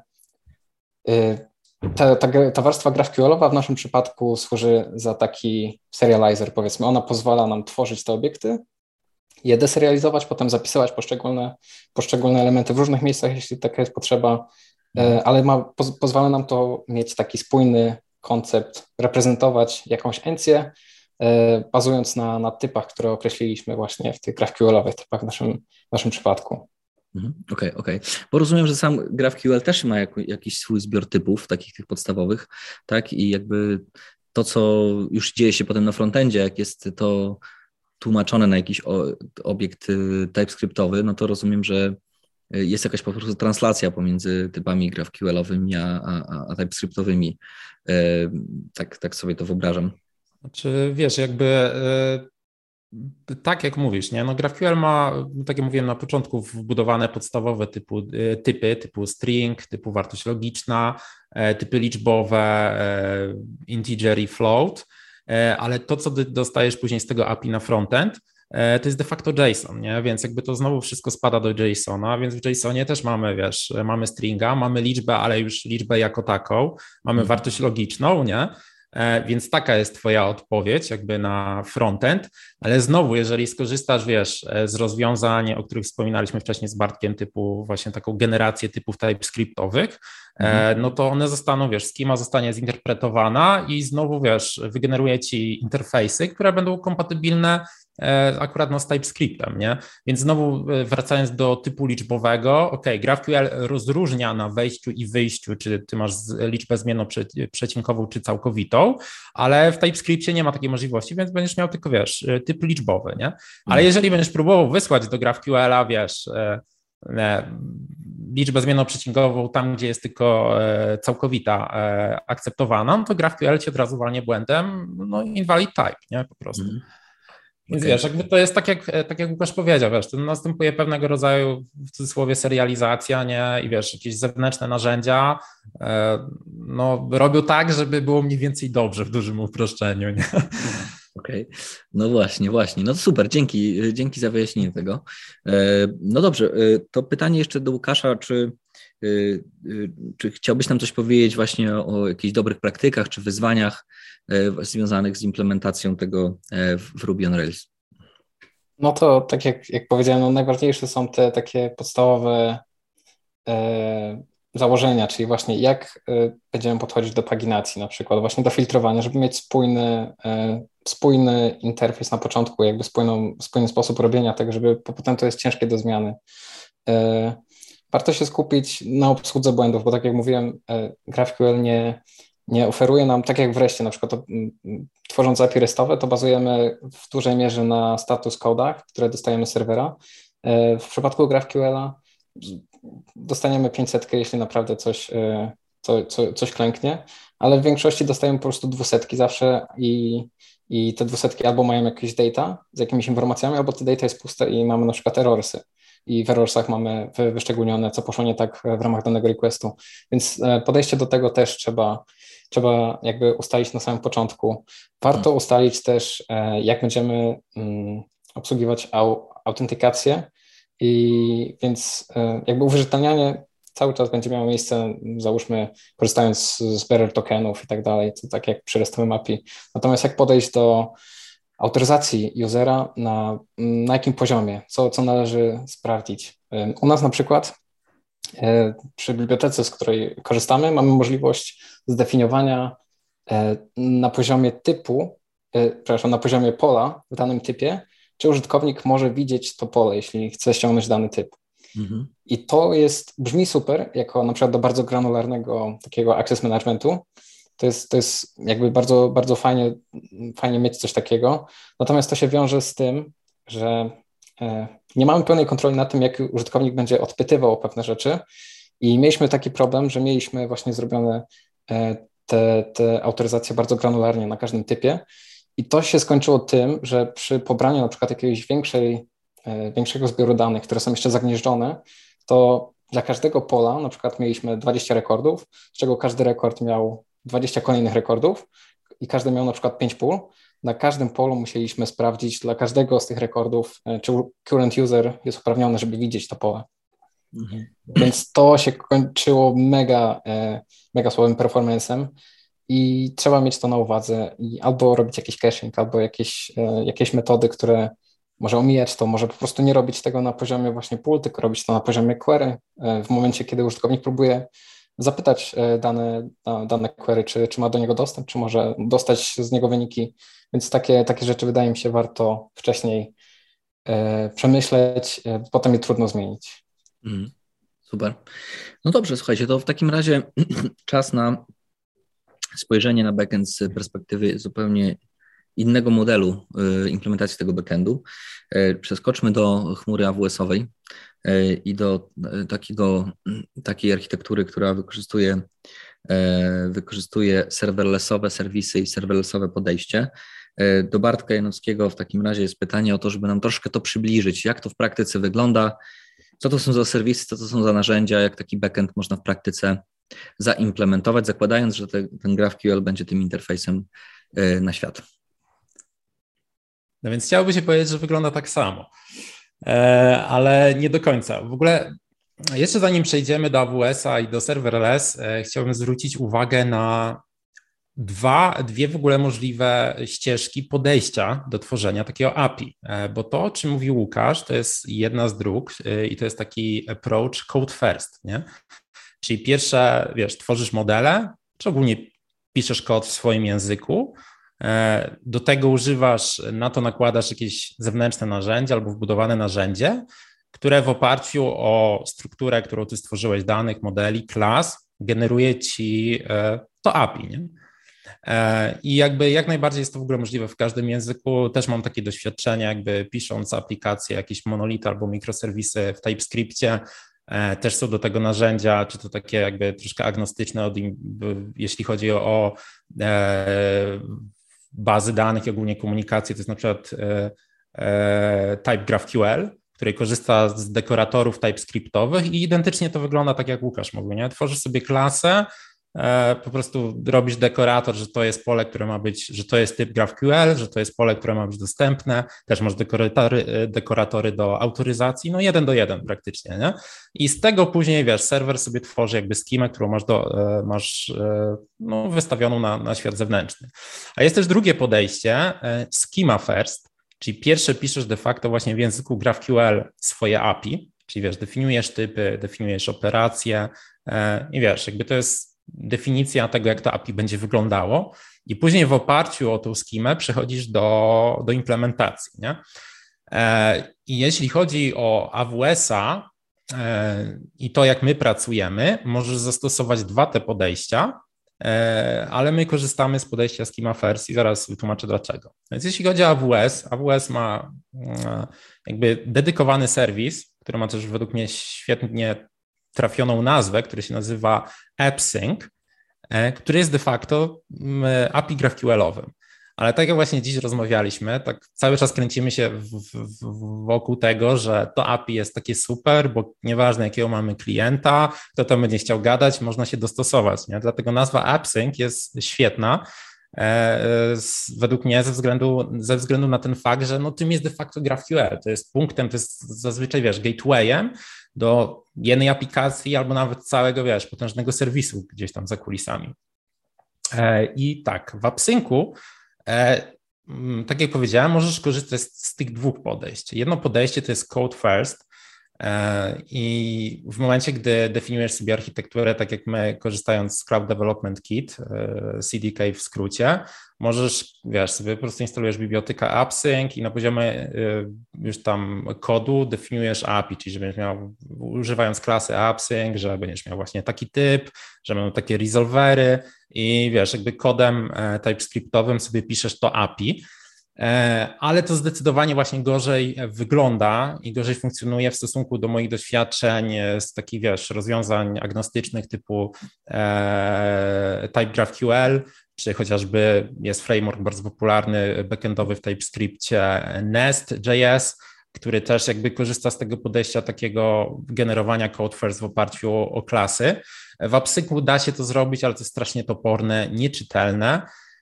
ta warstwa GraphQL-owa w naszym przypadku służy za taki serializer, powiedzmy. Ona pozwala nam tworzyć te obiekty, je deserializować, potem zapisywać poszczególne elementy w różnych miejscach, jeśli taka jest potrzeba, ale pozwala nam to mieć taki spójny koncept, reprezentować jakąś encję, bazując na typach, które określiliśmy właśnie w tych GraphQL-owych typach w naszym przypadku. Okej. Bo rozumiem, że sam GraphQL też ma jakiś swój zbiór typów, takich tych podstawowych, tak? I jakby to, co już dzieje się potem na frontendzie, jak jest to tłumaczone na jakiś obiekt TypeScriptowy, no to rozumiem, że jest jakaś po prostu translacja pomiędzy typami GraphQL-owymi a TypeScriptowymi. Tak sobie to wyobrażam. Znaczy, wiesz, jakby tak jak mówisz, nie? No GraphQL ma, tak jak mówiłem na początku, wbudowane podstawowe typy typu string, typu wartość logiczna, typy liczbowe, integer i float, ale to, co dostajesz później z tego API na frontend, to jest de facto JSON, nie? Więc jakby to znowu wszystko spada do JSON-a, więc w JSON-ie też mamy, wiesz, mamy stringa, mamy liczbę, ale już liczbę jako taką, mamy wartość logiczną, nie? Więc taka jest twoja odpowiedź jakby na frontend, ale znowu, jeżeli skorzystasz, wiesz, z rozwiązań, o których wspominaliśmy wcześniej z Bartkiem, typu właśnie taką generację typów TypeScriptowych, no to one zostaną, wiesz, schema zostanie zinterpretowana i znowu, wiesz, wygeneruje ci interfejsy, które będą kompatybilne akurat no z TypeScriptem, nie? Więc znowu wracając do typu liczbowego, GraphQL rozróżnia na wejściu i wyjściu, czy ty masz liczbę zmienną przecinkową, czy całkowitą, ale w TypeScriptie nie ma takiej możliwości, więc będziesz miał tylko, wiesz, typ liczbowy, nie? Ale jeżeli będziesz próbował wysłać do GraphQL-a, wiesz, liczbę zmienną przecinkową tam, gdzie jest tylko całkowita akceptowana, no to GraphQL ci od razu walnie błędem, no invalid type, nie? Po prostu. Więc wiesz, jakby to jest tak jak Łukasz powiedział, wiesz, to następuje pewnego rodzaju w cudzysłowie serializacja, nie? I wiesz, jakieś zewnętrzne narzędzia no robią tak, żeby było mniej więcej dobrze w dużym uproszczeniu, nie? Okej. No właśnie. No super, dzięki za wyjaśnienie tego. No dobrze, to pytanie jeszcze do Łukasza, czy chciałbyś nam coś powiedzieć właśnie o jakichś dobrych praktykach czy wyzwaniach związanych z implementacją tego w Ruby on Rails? No to tak jak powiedziałem, no najważniejsze są te takie podstawowe założenia, czyli właśnie jak będziemy podchodzić do paginacji na przykład, właśnie do filtrowania, żeby mieć spójny interfejs na początku, jakby spójny sposób robienia tego, żeby potem to jest ciężkie do zmiany. Warto się skupić na obsłudze błędów, bo tak jak mówiłem, GraphQL nie oferuje nam, tak jak wreszcie na przykład tworząc API RESTowe, to bazujemy w dużej mierze na status codach, które dostajemy z serwera. W przypadku GraphQL-a dostaniemy 500, jeśli naprawdę coś klęknie, ale w większości dostajemy po prostu 200 zawsze i te 200 albo mają jakieś data z jakimiś informacjami, albo te data jest puste i mamy na przykład errorsy. I w errorsach mamy wyszczególnione, co poszło nie tak w ramach danego requestu. Więc podejście do tego też trzeba jakby ustalić na samym początku. Warto ustalić też, jak będziemy obsługiwać autentykację, i więc jakby uwierzytelnianie cały czas będzie miało miejsce, załóżmy korzystając z bearer tokenów i tak dalej, to tak jak przy RESTowym API. Natomiast jak podejść do autoryzacji usera, na jakim poziomie, co należy sprawdzić. U nas na przykład przy bibliotece, z której korzystamy, mamy możliwość zdefiniowania na poziomie na poziomie pola w danym typie, czy użytkownik może widzieć to pole, jeśli chce ściągnąć dany typ. Mhm. I to brzmi super, jako na przykład do bardzo granularnego takiego access managementu. To jest jakby bardzo, bardzo fajnie mieć coś takiego. Natomiast to się wiąże z tym, że nie mamy pełnej kontroli nad tym, jak użytkownik będzie odpytywał o pewne rzeczy. I mieliśmy taki problem, że mieliśmy właśnie zrobione te autoryzacje bardzo granularnie na każdym typie. I to się skończyło tym, że przy pobraniu na przykład jakiegoś większego zbioru danych, które są jeszcze zagnieżdżone, to dla każdego pola na przykład mieliśmy 20 rekordów, z czego każdy rekord miał 20 kolejnych rekordów i każdy miał na przykład 5 pól. Na każdym polu musieliśmy sprawdzić dla każdego z tych rekordów, czy current user jest uprawniony, żeby widzieć to pole. Mhm. Więc to się kończyło mega słabym performance'em i trzeba mieć to na uwadze i albo robić jakiś caching, albo jakieś metody, które może omijać to, może po prostu nie robić tego na poziomie właśnie pól, tylko robić to na poziomie query. W momencie, kiedy użytkownik próbuje zapytać dane query, czy ma do niego dostęp, czy może dostać z niego wyniki. Więc takie rzeczy wydaje mi się warto wcześniej przemyśleć, potem je trudno zmienić. Super. No dobrze, słuchajcie, to w takim razie czas na spojrzenie na backend z perspektywy zupełnie innego modelu implementacji tego backendu. Przeskoczmy do chmury AWS-owej i do takiej architektury, która wykorzystuje serverlessowe serwisy i serverlessowe podejście. Do Bartka Janowskiego w takim razie jest pytanie o to, żeby nam troszkę to przybliżyć, jak to w praktyce wygląda, co to są za serwisy, co to są za narzędzia, jak taki backend można w praktyce zaimplementować, zakładając, że ten GraphQL będzie tym interfejsem na świat. No więc chciałoby się powiedzieć, że wygląda tak samo, ale nie do końca. W ogóle jeszcze zanim przejdziemy do AWS-a i do serverless, chciałbym zwrócić uwagę na dwie w ogóle możliwe ścieżki podejścia do tworzenia takiego API, bo to, o czym mówił Łukasz, to jest jedna z dróg i to jest taki approach code first, nie? Czyli pierwsze, tworzysz modele, czy ogólnie piszesz kod w swoim języku, do tego na to nakładasz jakieś zewnętrzne narzędzie albo wbudowane narzędzie, które w oparciu o strukturę, którą ty stworzyłeś, danych, modeli, klas, generuje ci to API, nie? I jak najbardziej jest to w ogóle możliwe w każdym języku. Też mam takie doświadczenie, pisząc aplikacje, jakieś monolity albo mikroserwisy w TypeScriptie, też są do tego narzędzia, czy to takie troszkę agnostyczne, jeśli chodzi o bazy danych i ogólnie komunikację, to jest na przykład Type GraphQL, który korzysta z dekoratorów TypeScriptowych i identycznie to wygląda tak, jak Łukasz mówił, nie? Tworzysz sobie klasę, po prostu robisz dekorator, że to jest pole, które ma być, że to jest typ GraphQL, że to jest pole, które ma być dostępne, też masz dekoratory do autoryzacji, 1 do 1 praktycznie, nie? I z tego później, serwer sobie tworzy schemę, którą masz wystawioną na świat zewnętrzny. A jest też drugie podejście, schema first, czyli pierwsze piszesz de facto właśnie w języku GraphQL swoje API, czyli wiesz, definiujesz typy, definiujesz operacje i wiesz, jakby to jest definicja tego, jak to API będzie wyglądało i później w oparciu o tą schemę przechodzisz do implementacji, nie? I jeśli chodzi o AWS-a i to, jak my pracujemy, możesz zastosować dwa te podejścia, ale my korzystamy z podejścia Schema First i zaraz wytłumaczę dlaczego. Więc jeśli chodzi o AWS ma jakby dedykowany serwis, który ma też według mnie świetnie trafioną nazwę, który się nazywa AppSync, który jest de facto API GraphQL-owym. Ale tak jak właśnie dziś rozmawialiśmy, tak cały czas kręcimy się wokół tego, że to API jest takie super, bo nieważne jakiego mamy klienta, kto tam będzie chciał gadać, można się dostosować. Nie? Dlatego nazwa AppSync jest świetna, według mnie ze względu na ten fakt, że no tym jest de facto GraphQL. To jest punktem, to jest zazwyczaj, wiesz, gatewayem do jednej aplikacji albo nawet całego, wiesz, potężnego serwisu gdzieś tam za kulisami. I tak, w AppSyncu tak jak powiedziałem, możesz korzystać z tych dwóch podejść. Jedno podejście to jest Code First i w momencie, gdy definiujesz sobie architekturę, tak jak my, korzystając z Cloud Development Kit, CDK w skrócie, możesz, wiesz, sobie po prostu instalujesz bibliotekę AppSync i na poziomie już tam kodu definiujesz API, czyli że będziesz miał, używając klasy AppSync, że będziesz miał właśnie taki typ, że będą takie resolvery i wiesz, jakby kodem TypeScriptowym sobie piszesz to API, ale to zdecydowanie właśnie gorzej wygląda i gorzej funkcjonuje w stosunku do moich doświadczeń z takich, wiesz, rozwiązań agnostycznych typu TypeGraphQL, czy chociażby jest framework bardzo popularny backendowy w TypeScriptie Nest.js, który też jakby korzysta z tego podejścia takiego generowania code first w oparciu o klasy. W AppSyncu da się to zrobić, ale to jest strasznie toporne, nieczytelne.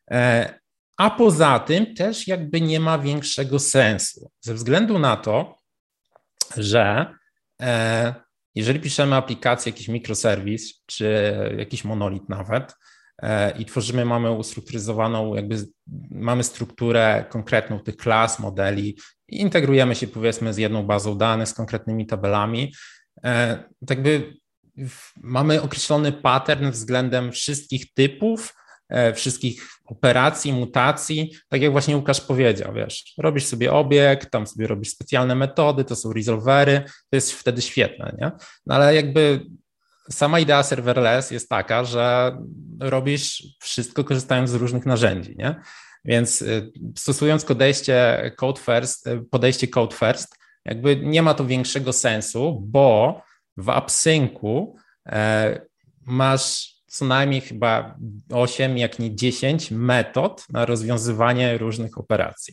A poza tym też jakby nie ma większego sensu, ze względu na to, że jeżeli piszemy aplikację, jakiś mikroserwis, czy jakiś monolit nawet i tworzymy, mamy ustrukturyzowaną, jakby mamy strukturę konkretną tych klas, modeli i integrujemy się powiedzmy z jedną bazą danych, z konkretnymi tabelami, tak jakby mamy określony pattern względem wszystkich typów, wszystkich operacji, mutacji, tak jak właśnie Łukasz powiedział, wiesz, robisz sobie obiekt, tam sobie robisz specjalne metody, to są resolvery, to jest wtedy świetne, nie? No ale jakby sama idea serverless jest taka, że robisz wszystko korzystając z różnych narzędzi, nie? Więc stosując podejście code first, jakby nie ma to większego sensu, bo w AppSyncu masz co najmniej chyba 8, jak nie 10 metod na rozwiązywanie różnych operacji.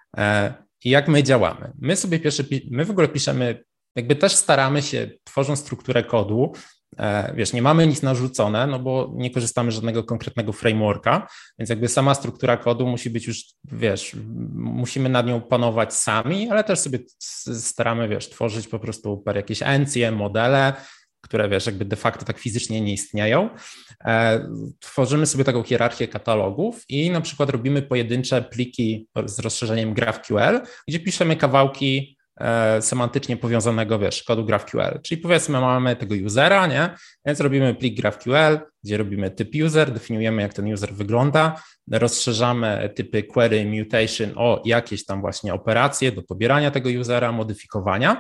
I jak my działamy? My w ogóle piszemy, jakby też staramy się, tworząc strukturę kodu, wiesz, nie mamy nic narzucone, no bo nie korzystamy z żadnego konkretnego frameworka, więc jakby sama struktura kodu musi być już, wiesz, musimy nad nią panować sami, ale też sobie staramy, wiesz, tworzyć po prostu per jakieś encje, modele, które, wiesz, jakby de facto tak fizycznie nie istnieją. Tworzymy sobie taką hierarchię katalogów i na przykład robimy pojedyncze pliki z rozszerzeniem GraphQL, gdzie piszemy kawałki semantycznie powiązanego, wiesz, kodu GraphQL. Czyli powiedzmy mamy tego usera, nie? Więc robimy plik GraphQL, gdzie robimy typ user, definiujemy jak ten user wygląda, rozszerzamy typy query, mutation o jakieś tam właśnie operacje do pobierania tego usera, modyfikowania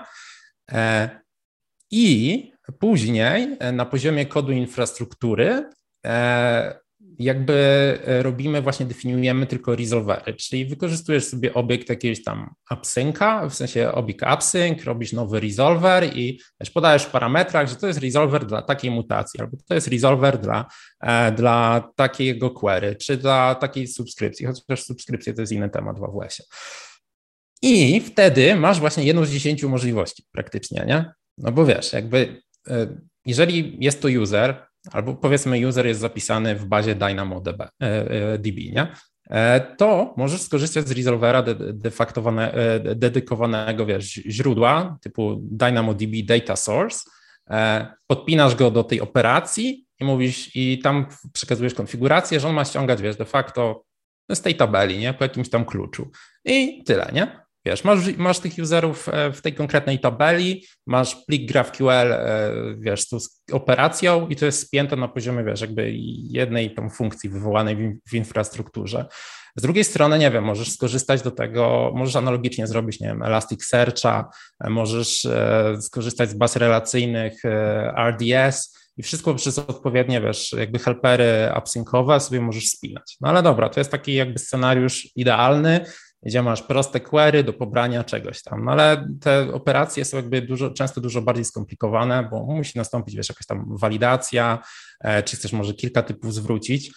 i później na poziomie kodu infrastruktury jakby robimy, właśnie definiujemy tylko resolvery, czyli wykorzystujesz sobie obiekt jakiegoś tam AppSynca, w sensie obiekt AppSync, robisz nowy resolver i też podajesz w parametrach, że to jest resolver dla takiej mutacji, albo to jest resolver dla takiego query, czy dla takiej subskrypcji, chociaż subskrypcja to jest inny temat w AWS-ie. I wtedy masz właśnie jedną z 10 możliwości praktycznie, nie? No bo wiesz, jakby jeżeli jest to user, albo powiedzmy user jest zapisany w bazie DynamoDB, nie? To możesz skorzystać z resolvera dedykowanego, wiesz, źródła typu DynamoDB Data Source, podpinasz go do tej operacji i mówisz, i tam przekazujesz konfigurację, że on ma ściągać, wiesz, de facto z tej tabeli, nie? Po jakimś tam kluczu i tyle, nie? Wiesz, masz tych userów w tej konkretnej tabeli, masz plik GraphQL, wiesz, z tą operacją i to jest spięte na poziomie, wiesz, jakby jednej tam funkcji wywołanej w infrastrukturze. Z drugiej strony, nie wiem, możesz skorzystać do tego, możesz analogicznie zrobić, nie wiem, Elasticsearcha, możesz skorzystać z baz relacyjnych, RDS i wszystko przez odpowiednie, wiesz, jakby helpery upsyncowe sobie możesz spinać. No ale dobra, to jest taki jakby scenariusz idealny, gdzie masz proste query do pobrania czegoś tam, no ale te operacje są jakby często dużo bardziej skomplikowane, bo musi nastąpić, wiesz, jakaś tam walidacja, czy chcesz może kilka typów zwrócić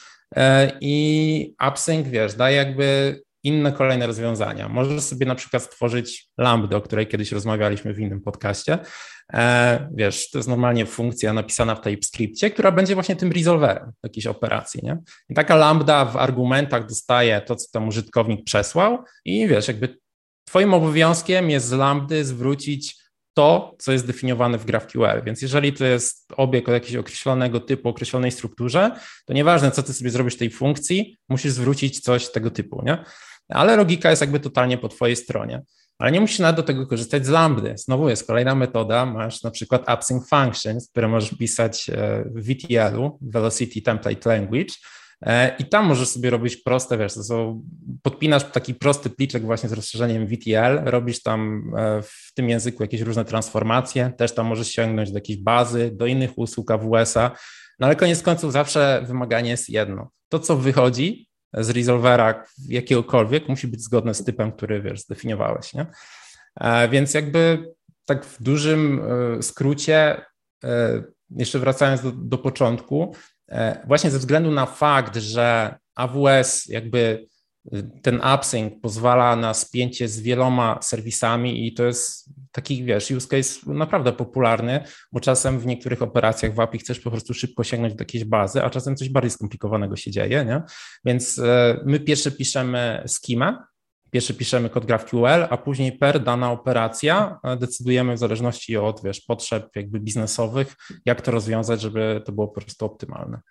i AppSync, wiesz, daje jakby inne kolejne rozwiązania. Możesz sobie na przykład stworzyć lambdę, o której kiedyś rozmawialiśmy w innym podcaście. Wiesz, to jest normalnie funkcja napisana w TypeScriptie, która będzie właśnie tym resolverem jakiejś operacji, nie? I taka lambda w argumentach dostaje to, co tam użytkownik przesłał i wiesz, jakby twoim obowiązkiem jest z lambdy zwrócić to, co jest definiowane w GraphQL. Więc jeżeli to jest obiekt o jakiegoś określonego typu, określonej strukturze, to nieważne, co ty sobie zrobisz w tej funkcji, musisz zwrócić coś tego typu, nie? Ale logika jest jakby totalnie po twojej stronie. Ale nie musisz nawet do tego korzystać z lambdy. Znowu jest kolejna metoda, masz na przykład AppSync Functions, które możesz pisać w VTL-u, Velocity Template Language, i tam możesz sobie robić proste, wiesz, podpinasz taki prosty pliczek właśnie z rozszerzeniem VTL, robisz tam w tym języku jakieś różne transformacje, też tam możesz sięgnąć do jakiejś bazy, do innych usług AWS-a, no ale koniec końców zawsze wymaganie jest jedno. To, co wychodzi z resolvera jakiegokolwiek, musi być zgodne z typem, który, wiesz, zdefiniowałeś, nie? Więc jakby tak w dużym skrócie, jeszcze wracając do początku, właśnie ze względu na fakt, że AWS jakby ten AppSync pozwala na spięcie z wieloma serwisami i to jest taki, wiesz, use case naprawdę popularny, bo czasem w niektórych operacjach w API chcesz po prostu szybko sięgnąć do jakiejś bazy, a czasem coś bardziej skomplikowanego się dzieje, nie? Więc my pierwsze piszemy schemę, pierwsze piszemy kod GraphQL, a później per dana operacja decydujemy w zależności od, wiesz, potrzeb jakby biznesowych, jak to rozwiązać, żeby to było po prostu optymalne.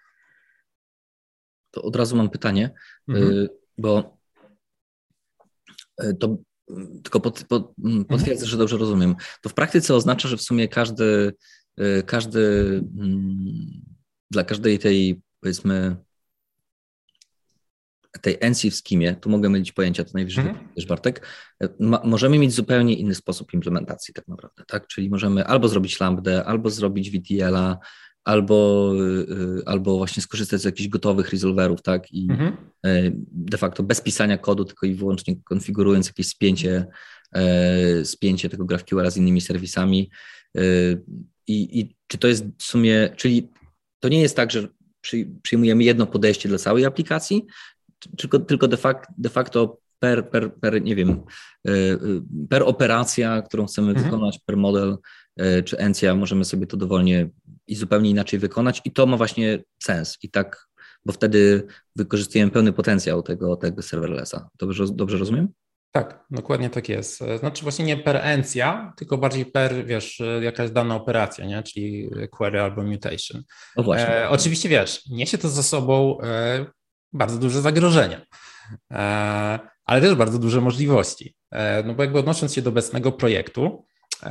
To od razu mam pytanie, bo to tylko potwierdzę, że dobrze rozumiem. To w praktyce oznacza, że w sumie dla każdej tej, powiedzmy, tej NC w schemie, tu mogę mylić pojęcia, to najwyżej wiesz, Bartek, możemy mieć zupełnie inny sposób implementacji tak naprawdę, tak? Czyli możemy albo zrobić lambdę, albo zrobić VTL-a, albo właśnie skorzystać z jakichś gotowych resolverów, tak? I de facto bez pisania kodu, tylko i wyłącznie konfigurując jakieś spięcie tego GraphQL-a z innymi serwisami. I czy to jest w sumie, czyli to nie jest tak, że przyjmujemy jedno podejście dla całej aplikacji, tylko de facto per nie wiem, per operacja, którą chcemy wykonać, per model czy encja, możemy sobie to dowolnie i zupełnie inaczej wykonać i to ma właśnie sens i tak, bo wtedy wykorzystujemy pełny potencjał tego serverlessa. Dobrze rozumiem? Tak, dokładnie tak jest. Znaczy właśnie nie per encja, tylko bardziej per, wiesz, jakaś dana operacja, nie? Czyli query albo mutation. No właśnie. Oczywiście, wiesz, niesie to ze sobą bardzo duże zagrożenia, ale też bardzo duże możliwości. No bo jakby odnosząc się do obecnego projektu,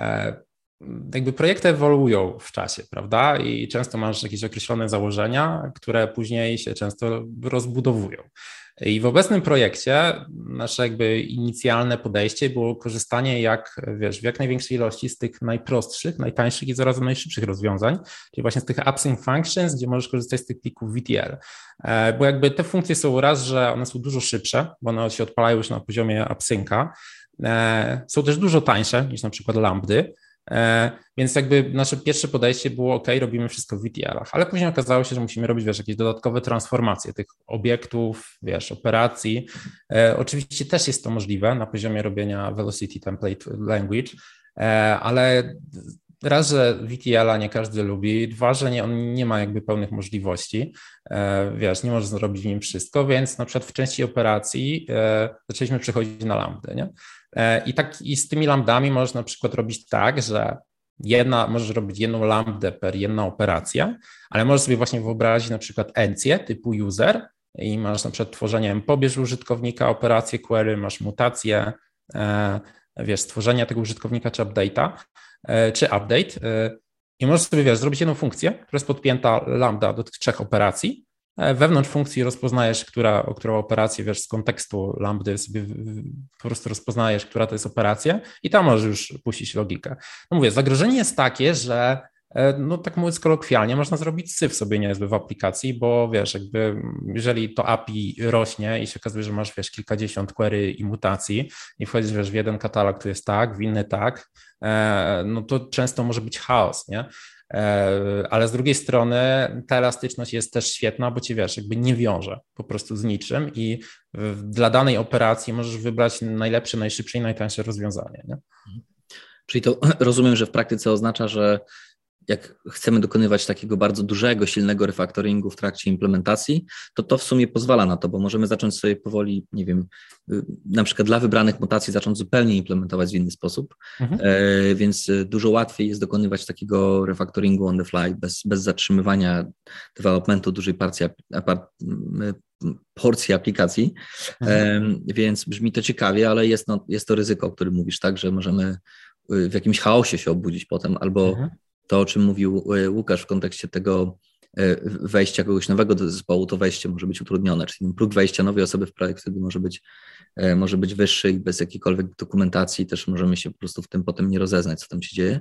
jakby projekty ewoluują w czasie, prawda? I często masz jakieś określone założenia, które później się często rozbudowują. I w obecnym projekcie nasze jakby inicjalne podejście było korzystanie w jak największej ilości z tych najprostszych, najtańszych i zarazem najszybszych rozwiązań, czyli właśnie z tych AppSync Functions, gdzie możesz korzystać z tych plików VTL. Bo jakby te funkcje są raz, że one są dużo szybsze, bo one się odpalają już na poziomie AppSynca, są też dużo tańsze niż na przykład lambdy, więc jakby nasze pierwsze podejście było OK, robimy wszystko w VTL-ach, ale później okazało się, że musimy robić, wiesz, jakieś dodatkowe transformacje tych obiektów, wiesz, operacji. Oczywiście też jest to możliwe na poziomie robienia Velocity Template Language, ale raz, że VTL-a nie każdy lubi, dwa, że on nie ma jakby pełnych możliwości, wiesz, nie możesz zrobić w nim wszystko, więc na przykład w części operacji zaczęliśmy przechodzić na lambdę, nie? I z tymi lambdami możesz na przykład robić tak, że możesz robić jedną lambdę per jedna operacja, ale możesz sobie właśnie wyobrazić na przykład encję typu user i masz na przykład tworzeniem pobierz użytkownika operację query, masz mutację, stworzenia tego użytkownika czy update'a, czy update i możesz sobie, zrobić jedną funkcję, która jest podpięta lambda do tych 3 operacji. Wewnątrz funkcji rozpoznajesz, o którą operację, z kontekstu lambdy sobie po prostu rozpoznajesz, która to jest operacja i tam możesz już puścić logikę. No mówię, zagrożenie jest takie, że tak mówiąc kolokwialnie, można zrobić syf sobie niezły w aplikacji, bo jeżeli to API rośnie i się okazuje, że masz kilkadziesiąt query i mutacji i wchodzisz w jeden katalog, tu jest tak, w inny tak, no to często może być chaos, nie? Ale z drugiej strony ta elastyczność jest też świetna, bo cię nie wiąże po prostu z niczym i dla danej operacji możesz wybrać najlepsze, najszybsze i najtańsze rozwiązanie, nie? Czyli to rozumiem, że w praktyce oznacza, że jak chcemy dokonywać takiego bardzo dużego, silnego refaktoringu w trakcie implementacji, to w sumie pozwala na to, bo możemy zacząć sobie powoli, nie wiem, na przykład dla wybranych mutacji zacząć zupełnie implementować w inny sposób, więc dużo łatwiej jest dokonywać takiego refaktoringu on the fly, bez zatrzymywania developmentu dużej porcji aplikacji, więc brzmi to ciekawie, ale jest to ryzyko, o którym mówisz, tak, że możemy w jakimś chaosie się obudzić potem, albo to, o czym mówił Łukasz w kontekście tego wejścia kogoś nowego do zespołu, to wejście może być utrudnione, czyli próg wejścia nowej osoby w projekt wtedy może być wyższy i bez jakiejkolwiek dokumentacji też możemy się po prostu w tym potem nie rozeznać, co tam się dzieje.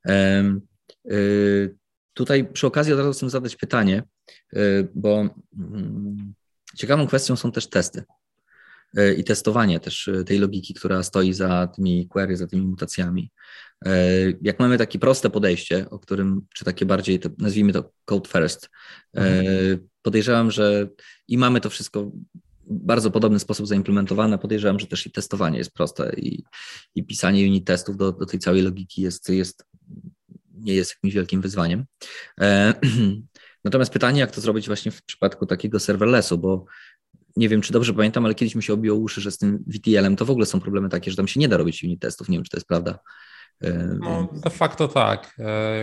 Tutaj przy okazji od razu chcę zadać pytanie, bo ciekawą kwestią są też testy i testowanie też tej logiki, która stoi za tymi query, za tymi mutacjami. Jak mamy takie proste podejście, o którym, czy takie bardziej, nazwijmy to code first, podejrzewam, że i mamy to wszystko w bardzo podobny sposób zaimplementowane, podejrzewam, że też i testowanie jest proste i pisanie unit testów do tej całej logiki nie jest jakimś wielkim wyzwaniem. Natomiast pytanie, jak to zrobić właśnie w przypadku takiego serverlessu, bo nie wiem, czy dobrze pamiętam, ale kiedyś mi się obiło uszy, że z tym VTL-em to w ogóle są problemy takie, że tam się nie da robić unit testów. Nie wiem, czy to jest prawda. No de facto tak.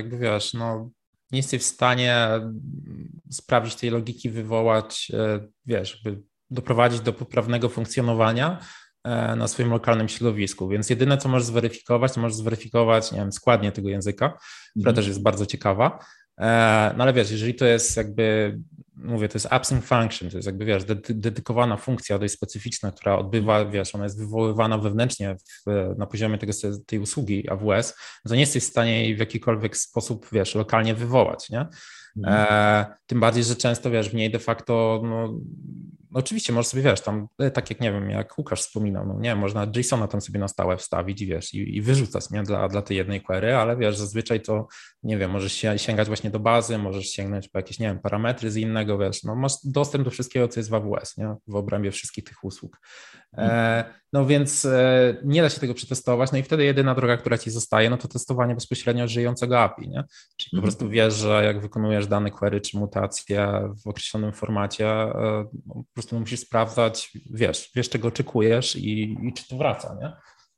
Nie jesteś w stanie sprawdzić tej logiki, wywołać, doprowadzić do poprawnego funkcjonowania na swoim lokalnym środowisku. Więc jedyne, co możesz zweryfikować, nie wiem, składnię tego języka, która też jest bardzo ciekawa. No ale jeżeli to jest to jest absent function, to jest dedykowana funkcja dość specyficzna, która odbywa, ona jest wywoływana wewnętrznie na poziomie tej usługi AWS, to nie jesteś w stanie jej w jakikolwiek sposób, lokalnie wywołać, nie? Tym bardziej, że często, w niej de facto, oczywiście możesz sobie, tam, tak jak, nie wiem, jak Łukasz wspominał, można JSON-a tam sobie na stałe wstawić i wyrzucać, nie, dla tej jednej query, ale zazwyczaj to, nie wiem, możesz sięgać właśnie do bazy, możesz sięgnąć po jakieś, nie wiem, parametry z innego, masz dostęp do wszystkiego, co jest w AWS, nie, w obrębie wszystkich tych usług. Więc nie da się tego przetestować, i wtedy jedyna droga, która ci zostaje, to testowanie bezpośrednio żyjącego API, nie? Czyli po prostu wiesz, że jak wykonujesz dane query czy mutacje w określonym formacie, po prostu musisz sprawdzać, wiesz czego oczekujesz i czy to wraca, nie?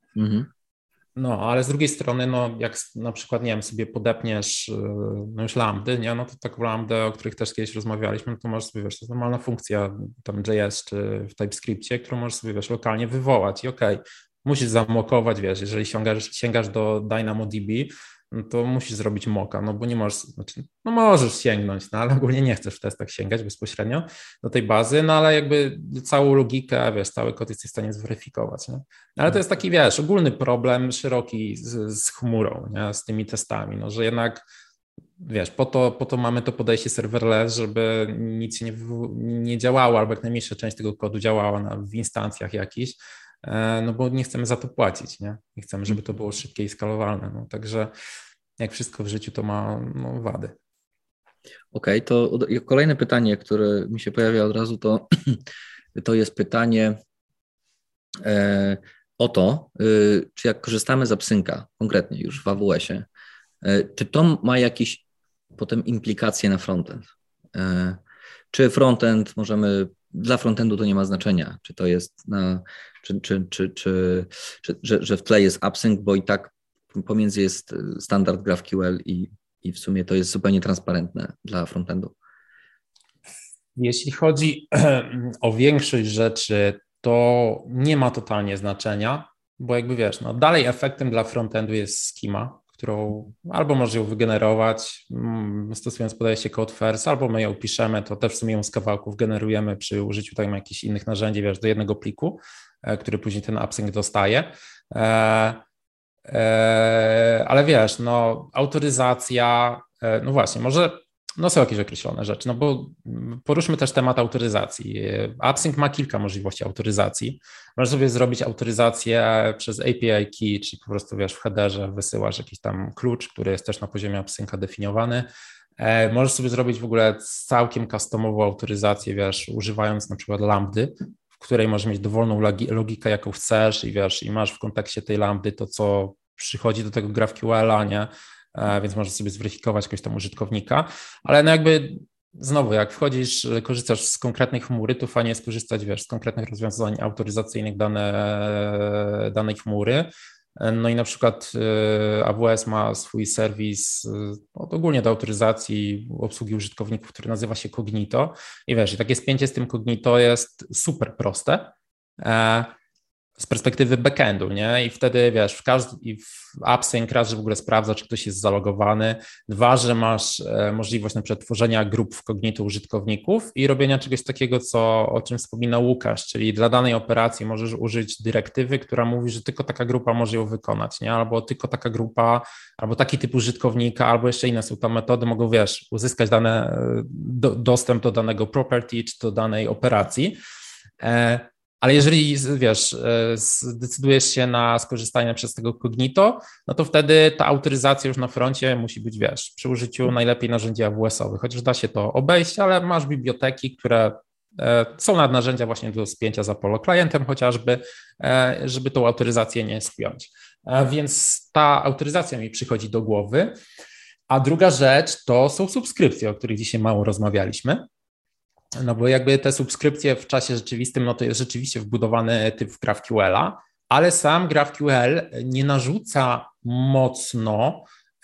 Ale z drugiej strony, jak na przykład, nie wiem, sobie podepniesz już lambdy, nie? To taką lambdę, o których też kiedyś rozmawialiśmy, to możesz sobie, to jest normalna funkcja tam JS czy w TypeScriptie, którą możesz sobie, lokalnie wywołać i musisz zamokować, jeżeli sięgasz do DynamoDB, to musisz zrobić mocka, bo nie możesz, możesz sięgnąć, ale ogólnie nie chcesz w testach sięgać bezpośrednio do tej bazy, ale całą logikę, cały kod jesteś w stanie zweryfikować, nie? Ale to jest taki, ogólny problem szeroki z chmurą, nie? Z tymi testami, że jednak, po to mamy to podejście serverless, żeby nic się nie działało, albo jak najmniejsza część tego kodu działała w instancjach jakichś, bo nie chcemy za to płacić, nie? I chcemy, żeby to było szybkie i skalowalne. Także jak wszystko w życiu, to ma wady. Okej, to kolejne pytanie, które mi się pojawia od razu, to jest pytanie o to, czy jak korzystamy z AppSynca, konkretnie już w AWS-ie, czy to ma jakieś potem implikacje na frontend? Czy frontend dla frontendu to nie ma znaczenia, czy to jest że w tle jest AppSync, bo i tak pomiędzy jest standard GraphQL i w sumie to jest zupełnie transparentne dla frontendu. Jeśli chodzi o większość rzeczy, to nie ma totalnie znaczenia. bo jakby wiesz, no dalej efektem dla frontendu jest schema, którą albo możesz ją wygenerować, stosując podejście code first, albo my ją piszemy, to też w sumie ją z kawałków generujemy przy użyciu tam jakichś innych narzędzi, wiesz, do jednego pliku, który później ten AppSync dostaje. Ale wiesz, no autoryzacja, no właśnie, może no są jakieś określone rzeczy, no bo poruszmy też temat autoryzacji. AppSync ma kilka możliwości autoryzacji. Możesz sobie zrobić autoryzację przez API key, czyli po prostu wiesz, w headerze wysyłasz jakiś tam klucz, który jest też na poziomie AppSynca definiowany. Możesz sobie zrobić w ogóle całkiem customową autoryzację, wiesz, używając na przykład lambdy, w której możesz mieć dowolną logikę, jaką chcesz i wiesz, i masz w kontekście tej lambdy to, co przychodzi do tego GraphQL-a, nie? Więc możesz sobie zweryfikować jakoś tam użytkownika, ale no jakby znowu, jak wchodzisz, korzystasz z konkretnej chmury, to fajnie jest korzystać, wiesz, z konkretnych rozwiązań autoryzacyjnych danej chmury. No i na przykład AWS ma swój serwis ogólnie do autoryzacji obsługi użytkowników, który nazywa się Cognito i wiesz, i takie spięcie z tym Cognito jest super proste z perspektywy backendu, nie? I wtedy wiesz, w AppSync raz, że w ogóle sprawdza, czy ktoś jest zalogowany, dwa, że masz możliwość na przykład tworzenia grup w Cognito użytkowników i robienia czegoś takiego, o czym wspominał Łukasz, czyli dla danej operacji możesz użyć dyrektywy, która mówi, że tylko taka grupa może ją wykonać, nie? Albo tylko taka grupa, albo taki typ użytkownika, albo jeszcze inne są tam metody, mogą, wiesz, uzyskać dostęp do danego property, czy do danej operacji. Ale jeżeli, wiesz, zdecydujesz się na skorzystanie przez tego Cognito, no to wtedy ta autoryzacja już na froncie musi być, wiesz, przy użyciu najlepiej narzędzi AWS-owych, chociaż da się to obejść, ale masz biblioteki, które są narzędzia właśnie do spięcia z Apollo klientem chociażby, żeby tą autoryzację nie spiąć. Więc ta autoryzacja mi przychodzi do głowy. A druga rzecz to są subskrypcje, o których dzisiaj mało rozmawialiśmy. No bo jakby te subskrypcje w czasie rzeczywistym, no to jest rzeczywiście wbudowany typ w GraphQL-a, ale sam GraphQL nie narzuca mocno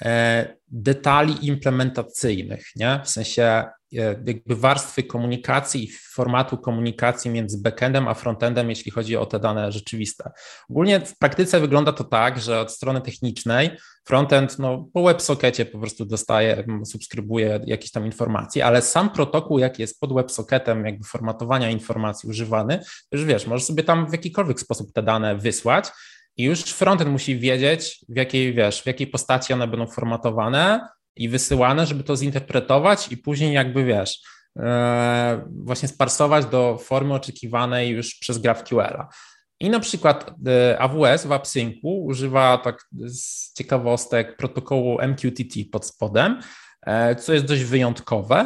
detali implementacyjnych, nie? W sensie jakby warstwy komunikacji i formatu komunikacji między backendem a frontendem, jeśli chodzi o te dane rzeczywiste. Ogólnie w praktyce wygląda to tak, że od strony technicznej frontend no, po WebSockecie po prostu dostaje, subskrybuje jakieś tam informacje, ale sam protokół, jaki jest pod WebSocketem, jakby formatowania informacji używany, już wiesz, możesz sobie tam w jakikolwiek sposób te dane wysłać i już frontend musi wiedzieć, w jakiej postaci one będą formatowane i wysyłane, żeby to zinterpretować i później jakby, wiesz, właśnie sparsować do formy oczekiwanej już przez GraphQL-a. I na przykład AWS w AppSyncu używa tak z ciekawostek protokołu MQTT pod spodem, co jest dość wyjątkowe.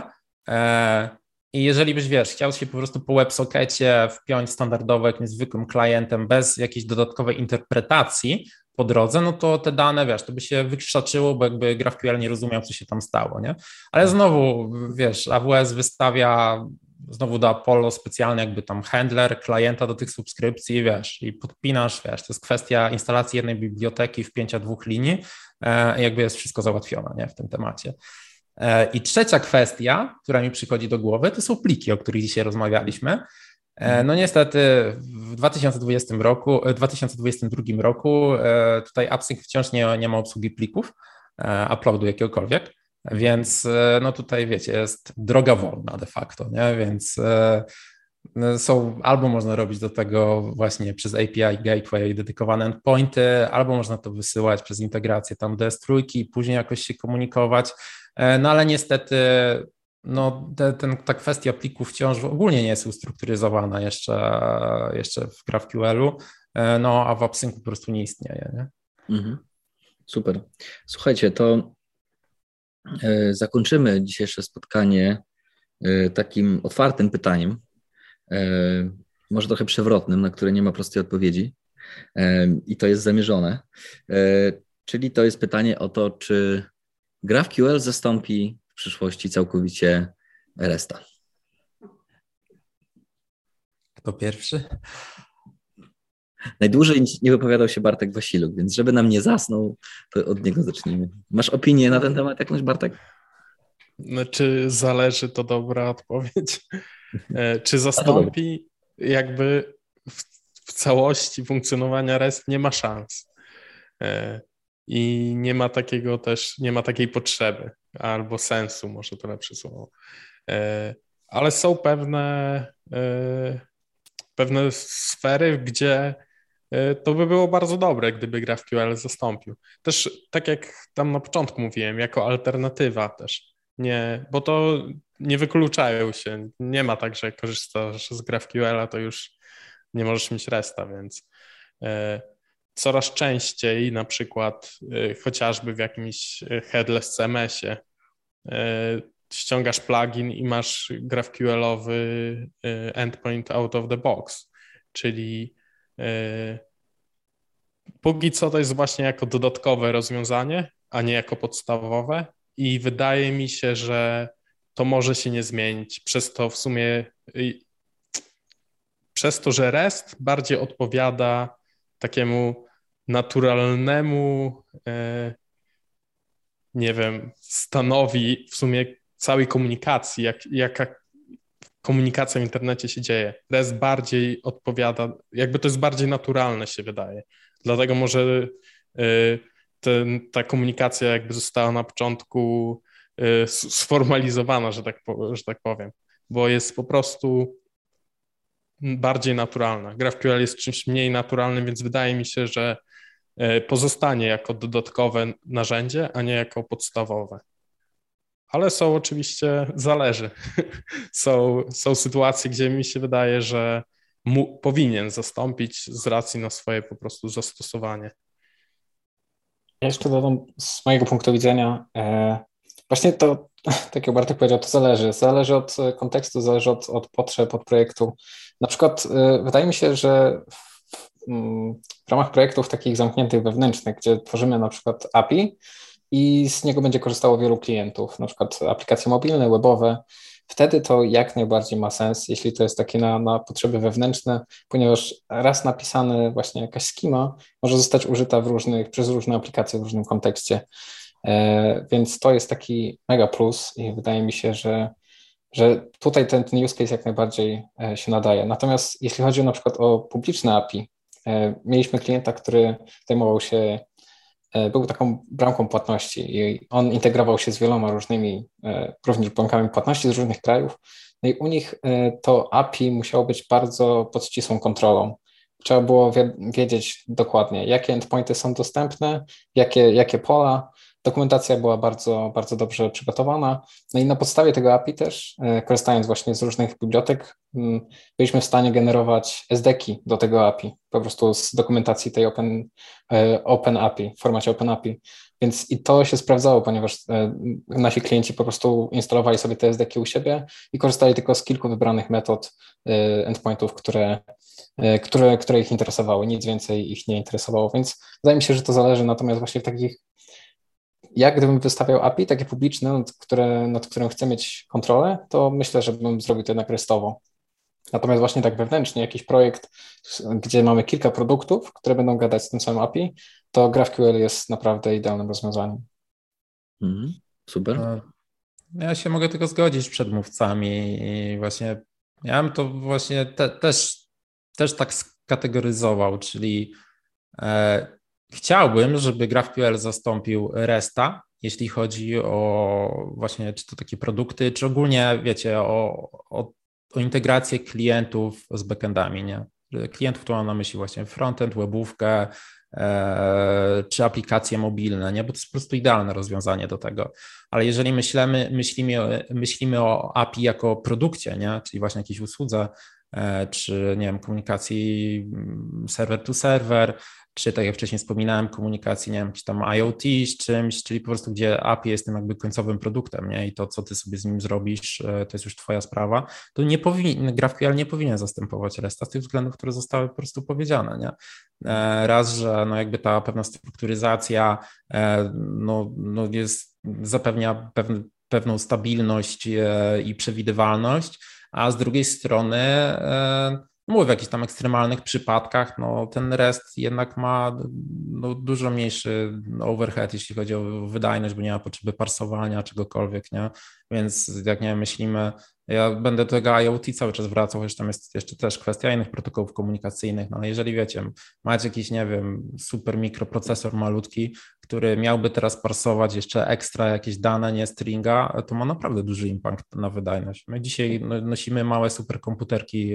I jeżeli byś, wiesz, chciał się po prostu po WebSockecie wpiąć standardowo jakimś zwykłym klientem bez jakiejś dodatkowej interpretacji po drodze, no to te dane, wiesz, to by się wykrzaczyło, bo jakby GraphQL nie rozumiał, co się tam stało, nie? Ale znowu, wiesz, AWS wystawia znowu do Apollo specjalny jakby tam handler klienta do tych subskrypcji, wiesz, i podpinasz, wiesz, to jest kwestia instalacji jednej biblioteki, wpięcia 2 linii, jakby jest wszystko załatwione, nie, w tym temacie. I trzecia kwestia, która mi przychodzi do głowy, to są pliki, o których dzisiaj rozmawialiśmy. No niestety w 2022 roku tutaj AppSync wciąż nie ma obsługi plików, uploadu jakiegokolwiek, więc no tutaj wiecie, jest droga wolna de facto, nie? Więc albo można robić do tego właśnie przez API Gateway dedykowane endpointy, albo można to wysyłać przez integrację tam DS3 i później jakoś się komunikować, no ale niestety no, ta kwestia plików wciąż ogólnie nie jest ustrukturyzowana jeszcze w GraphQL-u, no a w AppSyncu po prostu nie istnieje. Nie? Mhm. Super. Słuchajcie, to zakończymy dzisiejsze spotkanie takim otwartym pytaniem, może trochę przewrotnym, na które nie ma prostej odpowiedzi i to jest zamierzone, czyli to jest pytanie o to, czy GraphQL zastąpi w przyszłości całkowicie REST-a. Kto pierwszy? Najdłużej nie wypowiadał się Bartek Wasiluk, więc żeby nam nie zasnął, to od niego zacznijmy. Masz opinię na ten temat jakąś, Bartek? Czy zależy, to dobra odpowiedź. Czy zastąpi jakby w w całości funkcjonowania REST nie ma szans. I nie ma takiej potrzeby albo sensu, może to lepsze słowo. Ale są pewne sfery, gdzie to by było bardzo dobre, gdyby GraphQL zastąpił. Też tak jak tam na początku mówiłem, jako alternatywa też. Nie, bo to nie wykluczają się. Nie ma tak, że jak korzystasz z GraphQL-a, to już nie możesz mieć REST-a, więc coraz częściej na przykład chociażby w jakimś headless CMS-ie ściągasz plugin i masz GraphQL-owy endpoint out of the box, czyli póki co to jest właśnie jako dodatkowe rozwiązanie, a nie jako podstawowe i wydaje mi się, że to może się nie zmienić. Przez to, że REST bardziej odpowiada takiemu naturalnemu, nie wiem, stanowi w sumie całej komunikacji, jaka komunikacja w internecie się dzieje. REST bardziej odpowiada, jakby to jest bardziej naturalne się wydaje. Dlatego może ta komunikacja jakby została na początku sformalizowana, że tak powiem, bo jest po prostu bardziej naturalna. GraphQL jest czymś mniej naturalnym, więc wydaje mi się, że pozostanie jako dodatkowe narzędzie, a nie jako podstawowe. Ale zależy. Są sytuacje, gdzie mi się wydaje, że powinien zastąpić z racji na swoje po prostu zastosowanie. Ja jeszcze dodam z mojego punktu widzenia, właśnie to, tak jak Bartek powiedział, to zależy. Zależy od kontekstu, zależy od potrzeb, od projektu. Na przykład wydaje mi się, że w ramach projektów takich zamkniętych wewnętrznych, gdzie tworzymy na przykład API i z niego będzie korzystało wielu klientów, na przykład aplikacje mobilne, webowe, wtedy to jak najbardziej ma sens, jeśli to jest takie na potrzeby wewnętrzne, ponieważ raz napisany właśnie jakaś schema może zostać użyta przez różne aplikacje w różnym kontekście. Więc to jest taki mega plus i wydaje mi się, że tutaj ten use case jak najbardziej się nadaje. Natomiast jeśli chodzi na przykład o publiczne API, mieliśmy klienta, który zajmował się, był taką bramką płatności i on integrował się z wieloma różnymi również bankami płatności z różnych krajów. No i u nich to API musiało być bardzo pod ścisłą kontrolą. Trzeba było wiedzieć dokładnie, jakie endpointy są dostępne, jakie pola. Dokumentacja była bardzo, bardzo dobrze przygotowana. No i na podstawie tego API też, korzystając właśnie z różnych bibliotek, byliśmy w stanie generować SDK do tego API, po prostu z dokumentacji tej Open API, w formacie Open API. Więc i to się sprawdzało, ponieważ nasi klienci po prostu instalowali sobie te SDK u siebie i korzystali tylko z kilku wybranych metod endpointów, które ich interesowały. Nic więcej ich nie interesowało, więc wydaje mi się, że to zależy. Natomiast właśnie w takich, jak gdybym wystawiał API takie publiczne, nad którym chcę mieć kontrolę, to myślę, że bym zrobił to jednak restowo. Natomiast właśnie tak wewnętrznie jakiś projekt, gdzie mamy kilka produktów, które będą gadać z tym samym API, to GraphQL jest naprawdę idealnym rozwiązaniem. Super. Ja się mogę tylko zgodzić z przedmówcami i właśnie ja bym to właśnie też tak skategoryzował, czyli chciałbym, żeby GraphQL zastąpił REST-a, jeśli chodzi o właśnie czy to takie produkty, czy ogólnie wiecie o integrację klientów z backendami, nie? Klientów, to mam na myśli właśnie frontend, webówkę, czy aplikacje mobilne, nie? Bo to jest po prostu idealne rozwiązanie do tego. Ale jeżeli myślimy o API jako produkcie, nie? Czyli właśnie jakiejś usłudze, czy nie wiem, komunikacji server to server, czy tak jak wcześniej wspominałem, komunikacji, nie wiem, czy tam IoT z czymś, czyli po prostu gdzie API jest tym jakby końcowym produktem, nie? I to, co ty sobie z nim zrobisz, to jest już twoja sprawa, to GraphQL nie powinien zastępować REST-a z tych względów, które zostały po prostu powiedziane, nie? Raz, że no jakby ta pewna strukturyzacja zapewnia pewną stabilność i przewidywalność, a z drugiej strony mówię, w jakichś tam ekstremalnych przypadkach, no ten REST jednak ma dużo mniejszy overhead, jeśli chodzi o wydajność, bo nie ma potrzeby parsowania czegokolwiek, nie? Więc jak nie wiem, myślimy, ja będę do tego IoT cały czas wracał, chociaż tam jest jeszcze też kwestia innych protokołów komunikacyjnych, no ale jeżeli wiecie, macie jakiś, nie wiem, super mikroprocesor malutki, który miałby teraz parsować jeszcze ekstra jakieś dane, nie stringa, to ma naprawdę duży impact na wydajność. My dzisiaj nosimy małe superkomputerki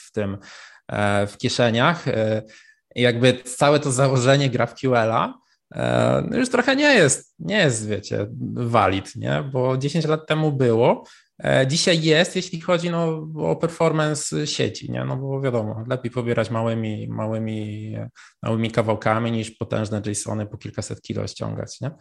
w kieszeniach i jakby całe to założenie GraphQL-a już trochę nie jest, wiecie, valid, nie? Bo 10 lat temu było, dzisiaj jest, jeśli chodzi o performance sieci, nie? No bo wiadomo, lepiej pobierać małymi kawałkami niż potężne JSON-y po kilkaset kilo ściągać, nie?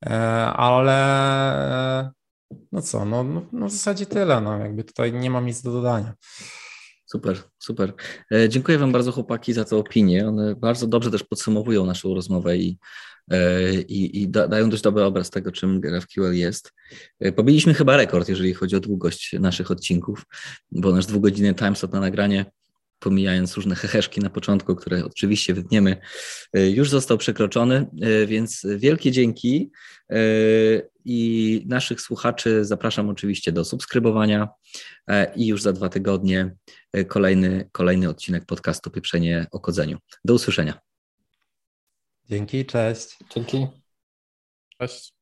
Ale no co, w zasadzie tyle, no jakby tutaj nie mam nic do dodania. Super, super. Dziękuję Wam bardzo, chłopaki, za te opinie. One bardzo dobrze też podsumowują naszą rozmowę i dają dość dobry obraz tego, czym GraphQL jest. Pobiliśmy chyba rekord, jeżeli chodzi o długość naszych odcinków, bo nasz 2-godzinny timeslot na nagranie, pomijając różne heheszki na początku, które oczywiście wytniemy, już został przekroczony, więc wielkie dzięki i naszych słuchaczy zapraszam oczywiście do subskrybowania i już za 2 tygodnie kolejny odcinek podcastu Pieprzenie o kodzeniu. Do usłyszenia. Dzięki, cześć. Dzięki. Cześć.